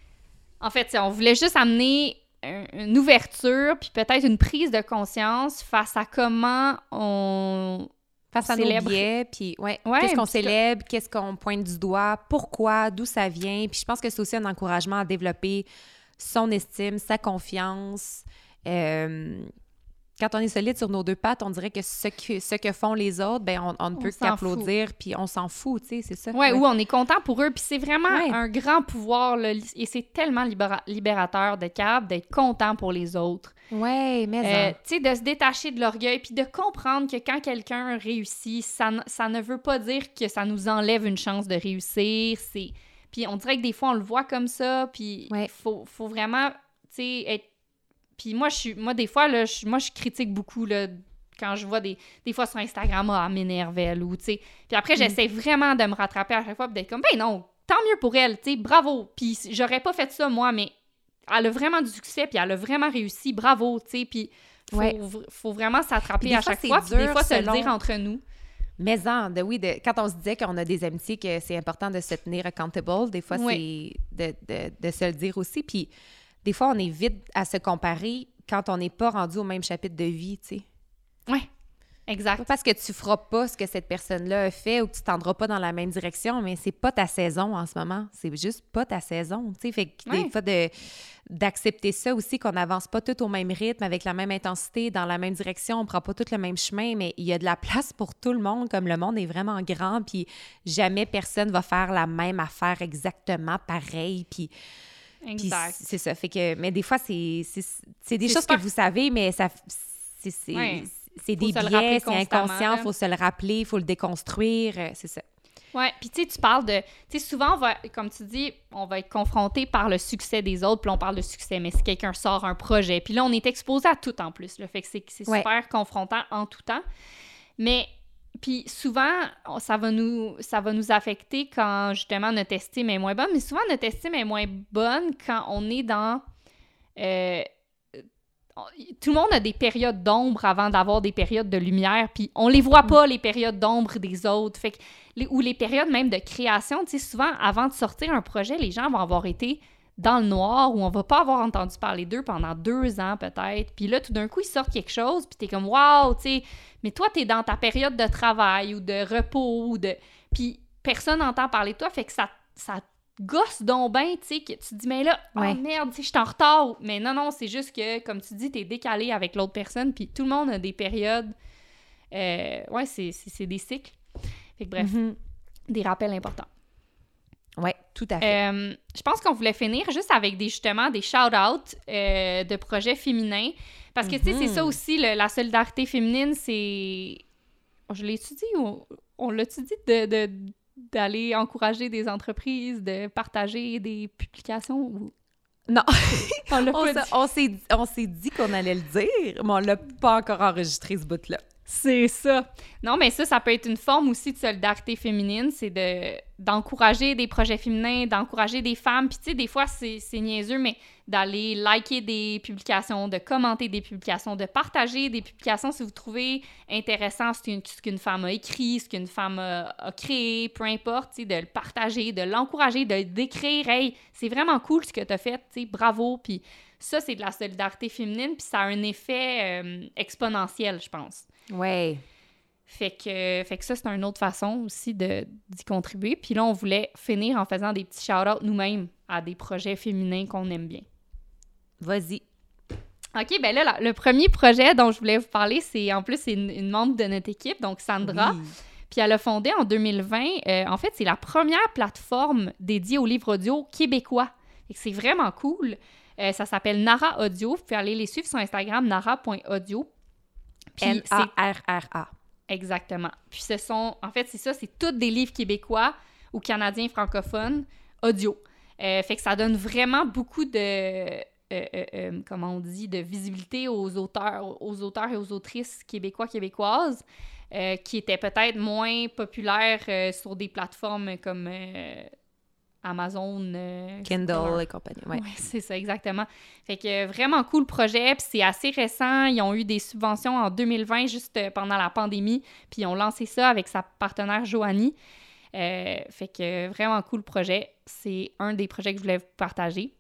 en fait, on voulait juste amener un- une ouverture puis peut-être une prise de conscience face à comment on Face à célèbre. nos biais, puis ouais, Ouais, qu'est-ce qu'on puis que- célèbre, qu'est-ce qu'on pointe du doigt, pourquoi, d'où ça vient. Puis je pense que c'est aussi un encouragement à développer son estime, sa confiance. Euh, quand on est solide sur nos deux pattes, on dirait que ce que, ce que font les autres, ben on, on ne On peut s'en qu'applaudir, puis on s'en fout, tu sais, c'est ça. Ouais, où on est content pour eux. Puis c'est vraiment Ouais. un grand pouvoir, là, et c'est tellement libéra- libérateur d'être capable d'être content pour les autres. Ouais, mais Euh, en- tu sais, de se détacher de l'orgueil, puis de comprendre que quand quelqu'un réussit, ça, n- ça ne veut pas dire que ça nous enlève une chance de réussir. C'est... Puis on dirait que des fois, on le voit comme ça, puis il Ouais. faut, faut vraiment, tu sais, être... Puis moi, je suis, moi, des fois, là, je, moi, je critique beaucoup, là, quand je vois des, des fois sur Instagram, ah, elle m'énerve, elle, ou, tu sais. Puis après, Mm. j'essaie vraiment de me rattraper à chaque fois, puis d'être comme, ben non, tant mieux pour elle, tu sais, bravo. Puis j'aurais pas fait ça, moi, mais elle a vraiment du succès, puis elle a vraiment réussi, bravo, tu sais. Puis faut, Ouais. faut vraiment s'attraper Puis des à fois, chaque c'est fois, puis des dur fois, se le selon- dire entre nous. Mais en, de, oui, de, quand on se disait qu'on a des amitiés, que c'est important de se tenir accountable, des fois, Oui. c'est de, de, de se le dire aussi. Puis des fois, on est vite à se comparer quand on n'est pas rendu au même chapitre de vie, tu sais. Ouais, exact. Pas parce que tu feras pas ce que cette personne-là a fait ou que tu tendras pas dans la même direction, mais c'est pas ta saison en ce moment. C'est juste pas ta saison, tu sais. Fait que Ouais. des fois, de, d'accepter ça aussi, qu'on n'avance pas tout au même rythme, avec la même intensité, dans la même direction, on prend pas tout le même chemin, mais il y a de la place pour tout le monde, comme le monde est vraiment grand, puis jamais personne va faire la même affaire exactement pareil, puis... Puis Exact. c'est ça. Fait que, mais des fois, c'est, c'est, c'est des C'est choses super- que vous savez, mais ça, c'est, c'est, Ouais. c'est Faut des se le rappeler biais, c'est constamment, inconscient, là. il faut se le rappeler, il faut le déconstruire, euh, c'est ça. Ouais, puis tu sais, tu parles de... Tu sais, souvent, on va, comme tu dis, on va être confronté par le succès des autres, puis là, on parle de succès, mais si quelqu'un sort un projet, puis là, on est exposé à tout en plus, là, fait que c'est, c'est Ouais. super confrontant en tout temps. Mais, puis souvent, on- ça va, nous, ça va nous affecter quand, justement, notre estime est moins bonne, mais souvent, notre estime est moins bonne quand on est dans... euh, tout le monde a des périodes d'ombre avant d'avoir des périodes de lumière, puis on les voit pas, les périodes d'ombre des autres. Fait que les, ou les périodes même de création, tu sais, souvent, avant de sortir un projet, les gens vont avoir été dans le noir ou on va pas avoir entendu parler d'eux pendant deux ans, peut-être. Puis là, tout d'un coup, ils sortent quelque chose, puis t'es comme « Wow! » tu sais, mais toi, t'es dans ta période de travail ou de repos, ou de... Puis personne n'entend parler de toi, fait que ça, ça gosse donc ben, tu sais, que tu te dis « Mais là, Ouais. oh merde, tu sais, je suis en retard! » Mais non, non, c'est juste que, comme tu dis, t'es décalé avec l'autre personne, puis tout le monde a des périodes... Euh, ouais, c'est, c'est, c'est des cycles. Fait que bref, Mhm. des rappels importants. Ouais, tout à fait. Euh, je pense qu'on voulait finir juste avec des, justement, des shout-outs euh, de projets féminins. Parce que, tu sais, Mhm. c'est ça aussi, le- la solidarité féminine, c'est... Je l'ai-tu dit ou on l'a-tu dit de, de- d'aller encourager des entreprises, de partager des publications? Ou... Non. On l'a On, pas s'est- dit. on s'est, on s'est dit qu'on allait le dire, mais on l'a pas encore enregistré, ce bout-là. C'est ça. Non, mais ça, ça peut être une forme aussi de solidarité féminine, c'est de, d'encourager des projets féminins, d'encourager des femmes. Puis, tu sais, des fois, c'est, c'est niaiseux, mais d'aller liker des publications, de commenter des publications, de partager des publications si vous trouvez intéressant ce qu'une, ce qu'une femme a écrit, ce qu'une femme a, a créé, peu importe, tu sais, de le partager, de l'encourager, de d'écrire « Hey, c'est vraiment cool ce que tu as fait, tu sais, bravo! » Puis ça, c'est de la solidarité féminine, puis ça a un effet euh, exponentiel, je pense. Ouais. Fait que, fait que ça, c'est une autre façon aussi de, d'y contribuer. Puis là, on voulait finir en faisant des petits shout-outs nous-mêmes à des projets féminins qu'on aime bien. Vas-y. OK, ben là, la- le premier projet dont je voulais vous parler, c'est en plus, c'est une, une membre de notre équipe, donc Sandra. Oui. Puis elle a fondé en deux mille vingt, euh, en fait, c'est la première plateforme dédiée aux livres audio québécois. Fait que c'est vraiment cool. Euh, ça s'appelle Nara Audio. Vous pouvez aller les suivre sur Instagram, nara point audio. Puis N c'est A R R A. exactement. Puis ce sont, en fait, c'est ça, c'est tous des livres québécois ou canadiens francophones audio. Euh, fait que ça donne vraiment beaucoup de, euh, euh, euh, comment on dit, de visibilité aux auteurs, aux auteurs et aux autrices québécois, québécoises, euh, qui étaient peut-être moins populaires euh, sur des plateformes comme euh, Amazon. euh, Kindle et compagnie, ouais. Oui, c'est ça, exactement. Fait que euh, vraiment cool projet, puis c'est assez récent. Ils ont eu des subventions en deux mille vingt, juste euh, pendant la pandémie, puis ils ont lancé ça avec sa partenaire Joanie. Euh, fait que euh, vraiment cool projet. C'est un des projets que je voulais vous partager.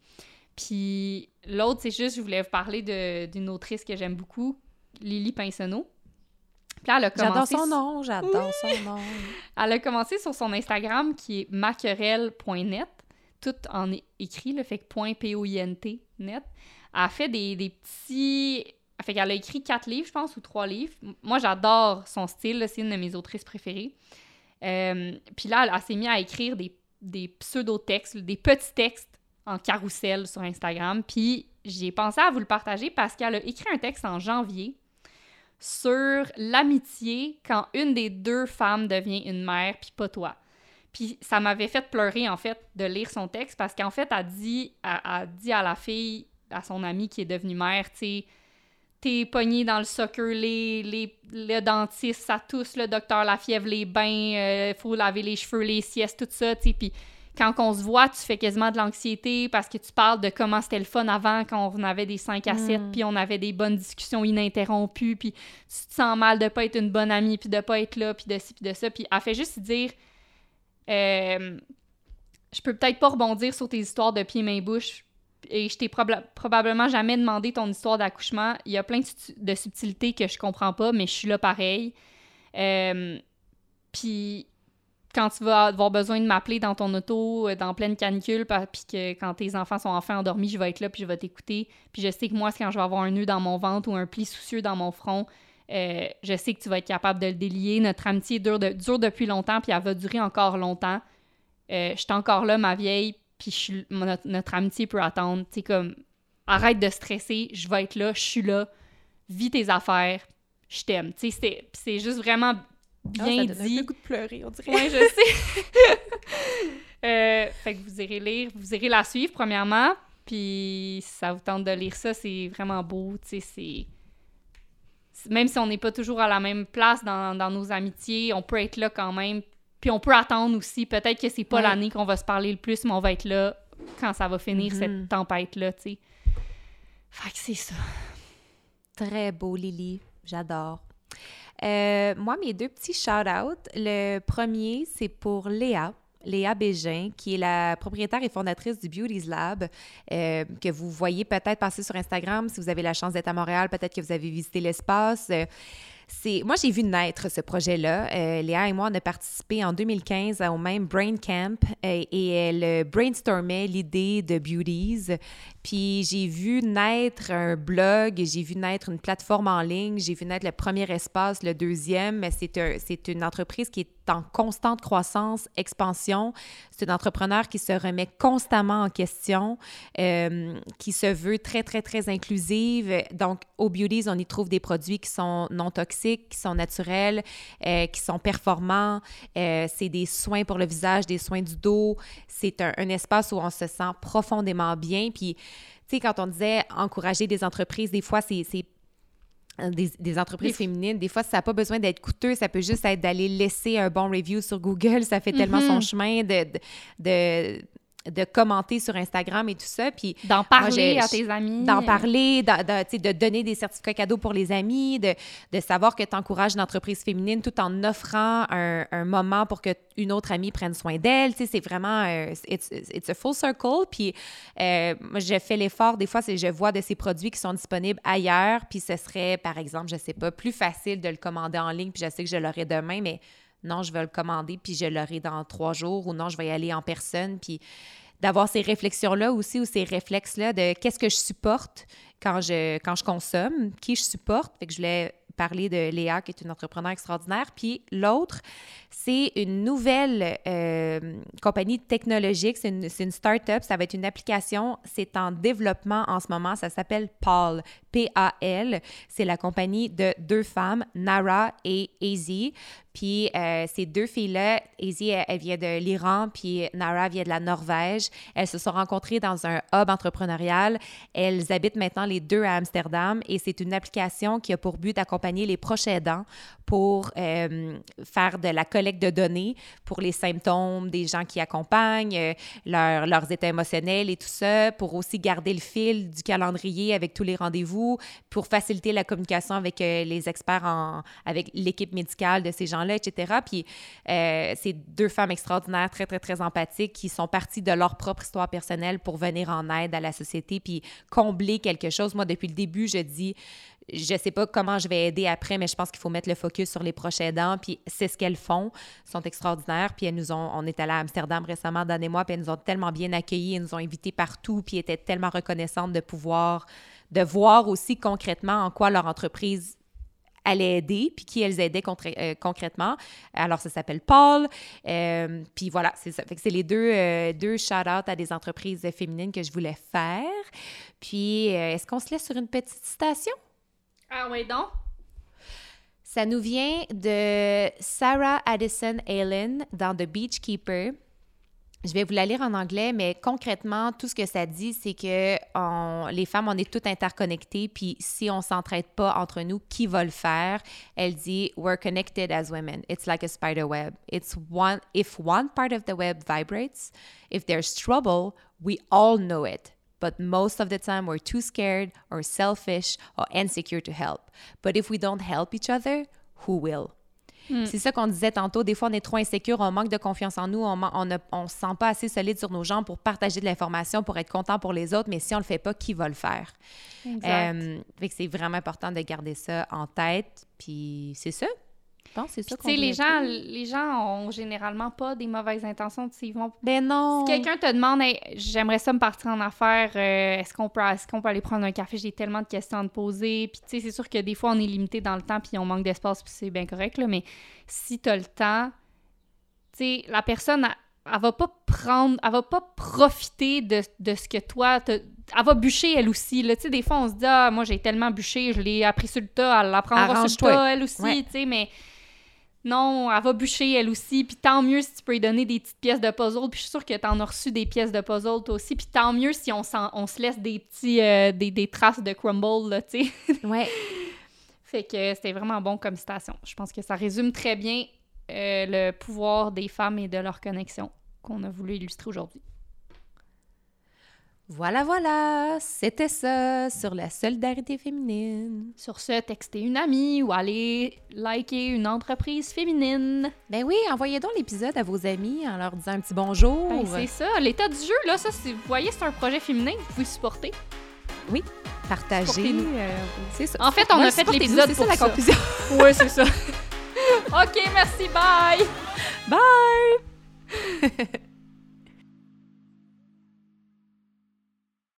Puis l'autre, c'est juste, je voulais vous parler de, d'une autrice que j'aime beaucoup, Lily Pinsonneau. Puis là, elle a J'adore commencé... son nom, j'adore son nom. Elle a commencé sur son Instagram qui est maquerelle point net, tout en é- écrit, le fait que point P O I N T net. Elle a fait des, des petits... Fait qu'elle a écrit quatre livres, je pense, ou trois livres. M- Moi, j'adore son style, là, c'est une de mes autrices préférées. Euh, Puis là, elle, elle s'est mise à écrire des, des pseudo-textes, des petits textes en carrousel sur Instagram. Puis j'ai pensé à vous le partager parce qu'elle a écrit un texte en janvier sur l'amitié quand une des deux femmes devient une mère, puis pas toi. Puis ça m'avait fait pleurer, en fait, de lire son texte, parce qu'en fait, elle dit, elle, elle dit à la fille, à son amie qui est devenue mère, tu sais, t'es pogné dans le soccer, les, les, le dentiste, ça tousse, le docteur, la fièvre, les bains, euh, faut laver les cheveux, les siestes, tout ça, tu sais, puis quand on se voit, tu fais quasiment de l'anxiété parce que tu parles de comment c'était le fun avant quand on avait des cinq à sept, Mm. puis on avait des bonnes discussions ininterrompues, puis tu te sens mal de pas être une bonne amie, puis de pas être là, puis de ci, puis de ça. Puis elle fait juste dire euh, je peux peut-être pas rebondir sur tes histoires de pieds, mains, bouche, et je t'ai proba- probablement jamais demandé ton histoire d'accouchement. Il y a plein de, su- de subtilités que je comprends pas, mais je suis là pareil. Euh, puis quand tu vas avoir besoin de m'appeler dans ton auto, euh, dans pleine canicule, pa- puis que quand tes enfants sont enfin endormis, je vais être là, puis je vais t'écouter. Puis je sais que moi, quand je vais avoir un nœud dans mon ventre ou un pli soucieux dans mon front, euh, je sais que tu vas être capable de le délier. Notre amitié dure, de, dure depuis longtemps, puis elle va durer encore longtemps. Euh, je suis encore là, ma vieille, puis je suis- notre, notre amitié peut attendre. Tu sais, comme, arrête de stresser, je vais être là, je suis là, vis tes affaires, je t'aime. Tu sais, c'est, c'est juste vraiment bien Ah, ça donne un peu dit. le goût de pleurer, on dirait. Oui, je sais. Euh, fait que vous irez lire, vous irez la suivre, premièrement. Puis si ça vous tente de lire ça, c'est vraiment beau. Tu sais, c'est... c'est- Même si on n'est pas toujours à la même place dans, dans nos amitiés, on peut être là quand même. Puis on peut attendre aussi. Peut-être que c'est pas Ouais. l'année qu'on va se parler le plus, mais on va être là quand ça va finir, Mhm. cette tempête-là, tu sais. Fait que c'est ça. Très beau, Lily. J'adore. Euh, moi, mes deux petits shout-outs. Le premier, c'est pour Léa. Léa Bégin, qui est la propriétaire et fondatrice du Beauties Lab, euh, que vous voyez peut-être passer sur Instagram. Si vous avez la chance d'être à Montréal, peut-être que vous avez visité l'espace. Euh, c'est... Moi, j'ai vu naître ce projet-là. Euh, Léa et moi, on a participé en deux mille quinze au même Brain Camp euh, et elle brainstormait l'idée de Beauties. Puis j'ai vu naître un blog, j'ai vu naître une plateforme en ligne, j'ai vu naître le premier espace, le deuxième. Mais c'est, un, c'est une entreprise qui est en constante croissance, expansion. C'est une entrepreneur qui se remet constamment en question, euh, qui se veut très, très, très inclusive. Donc, au Beauties, on y trouve des produits qui sont non toxiques, qui sont naturels, euh, qui sont performants. Euh, c'est des soins pour le visage, des soins du dos. C'est un, un espace où on se sent profondément bien. Puis, tu sais, quand on disait encourager des entreprises, des fois, c'est, c'est Des, des entreprises Des f- féminines, des fois, ça n'a pas besoin d'être coûteux, ça peut juste être d'aller laisser un bon review sur Google, ça fait tellement son Mhm. chemin de, de, de, de commenter sur Instagram et tout ça, puis D'en parler j'ai- à tes amis. d'en parler, de, de, tu sais, de donner des certificats cadeaux pour les amis, de, de savoir que tu encourages une entreprise féminine tout en offrant un, un moment pour qu'une autre amie prenne soin d'elle. Tu sais, c'est vraiment... euh, it's, it's a full circle. Puis euh, moi, je fais l'effort. Des fois, c'est, je vois de ces produits qui sont disponibles ailleurs, puis ce serait, par exemple, je sais pas, plus facile de le commander en ligne, puis je sais que je l'aurai demain, mais non, je vais le commander, puis je l'aurai dans trois jours, ou non, je vais y aller en personne, puis... d'avoir ces réflexions-là aussi ou ces réflexes-là de qu'est-ce que je supporte quand je, quand je consomme, qui je supporte. Fait que je voulais parler de Léa, qui est une entrepreneure extraordinaire. Puis l'autre, c'est une nouvelle euh, compagnie technologique, c'est une, c'est une start-up, ça va être une application, c'est en développement en ce moment, ça s'appelle Pal, P A L. C'est la compagnie de deux femmes, Nara et Azy. Puis euh, ces deux filles-là, Azy, elle, elle vient de l'Iran, puis Nara vient de la Norvège. Elles se sont rencontrées dans un hub entrepreneurial. Elles habitent maintenant les deux à Amsterdam et c'est une application qui a pour but d'accompagner les proches aidants pour euh, faire de la collecte de données pour les symptômes des gens qui accompagnent, euh, leur, leurs états émotionnels et tout ça, pour aussi garder le fil du calendrier avec tous les rendez-vous, pour faciliter la communication avec euh, les experts, en, avec l'équipe médicale de ces gens-là, et cetera. Puis, euh, c'est deux femmes extraordinaires, très, très, très empathiques, qui sont parties de leur propre histoire personnelle pour venir en aide à la société puis combler quelque chose. Moi, depuis le début, je dis... Je ne sais pas comment je vais aider après, mais je pense qu'il faut mettre le focus sur les proches aidants. Puis c'est ce qu'elles font. Elles sont extraordinaires. Puis elles nous ont... On est allé à Amsterdam récemment, Dan et moi, puis elles nous ont tellement bien accueillis. Elles nous ont invités partout, puis étaient tellement reconnaissantes de pouvoir... de voir aussi concrètement en quoi leur entreprise allait aider, puis qui elles aidaient contra- euh, concrètement. Alors, ça s'appelle Pal. Euh, puis voilà, c'est ça. Fait que c'est les deux, euh, deux shout-outs à des entreprises féminines que je voulais faire. Puis, euh, est-ce qu'on se laisse sur une petite citation? Ah oui, donc? Ça nous vient de Sarah Addison Allen dans The Beachkeeper. Je vais vous la lire en anglais, mais concrètement, tout ce que ça dit, c'est que on, les femmes, on est toutes interconnectées, puis si on ne s'entraide pas entre nous, qui va le faire? Elle dit « We're connected as women. It's like a spider web. It's one, if one part of the web vibrates, if there's trouble, we all know it. But most of the time, we're too scared or selfish or insecure to help. But if we don't help each other, who will? » Mm. C'est ça qu'on disait tantôt. Des fois, on est trop insécure, on manque de confiance en nous, on ne on se sent pas assez solide sur nos jambes pour partager de l'information, pour être content pour les autres, mais si on ne le fait pas, qui va le faire? Exact. Euh, fait que c'est vraiment important de garder ça en tête, puis c'est ça. Je pense que c'est ça qu'on tu sais, les gens, les gens ont généralement pas des mauvaises intentions. Ils vont... Ben non! Si quelqu'un te demande hey, « J'aimerais ça me partir en affaires, euh, est-ce qu'on peut, est-ce qu'on peut aller prendre un café? J'ai tellement de questions à te poser. » Puis tu sais, c'est sûr que des fois, on est limité dans le temps puis on manque d'espace puis c'est bien correct, là, mais si t'as le temps, tu sais, la personne, elle, elle va pas prendre, elle va pas profiter de, de ce que toi, t'as... Elle va bûcher, elle aussi. Tu sais, des fois, on se dit « Ah, moi, j'ai tellement bûché, je l'ai appris sur le tas, elle l'apprendra sur le tas, elle aussi. Ouais. » Tu sais, mais... Non, elle va bûcher, elle aussi. Puis tant mieux si tu peux lui donner des petites pièces de puzzle. Puis je suis sûre que t'en as reçu des pièces de puzzle, toi aussi. Puis tant mieux si on, on se laisse des petits... Euh, des, des traces de crumble, là, tu sais. Ouais. Fait que c'était vraiment bon comme citation. Je pense que ça résume très bien euh, le pouvoir des femmes et de leur connexion qu'on a voulu illustrer aujourd'hui. Voilà, voilà, c'était ça sur la solidarité féminine. Sur ce, textez une amie ou allez liker une entreprise féminine. Ben oui, envoyez donc l'épisode à vos amis en leur disant un petit bonjour. Ben c'est ça, l'état du jeu, là, ça, c'est, vous voyez, c'est un projet féminin que vous pouvez supporter. Oui, partager. Euh, c'est ça. En fait, on ouais, a fait l'épisode pour ça. C'est ça la conclusion. Oui, c'est ça. OK, merci, bye! Bye!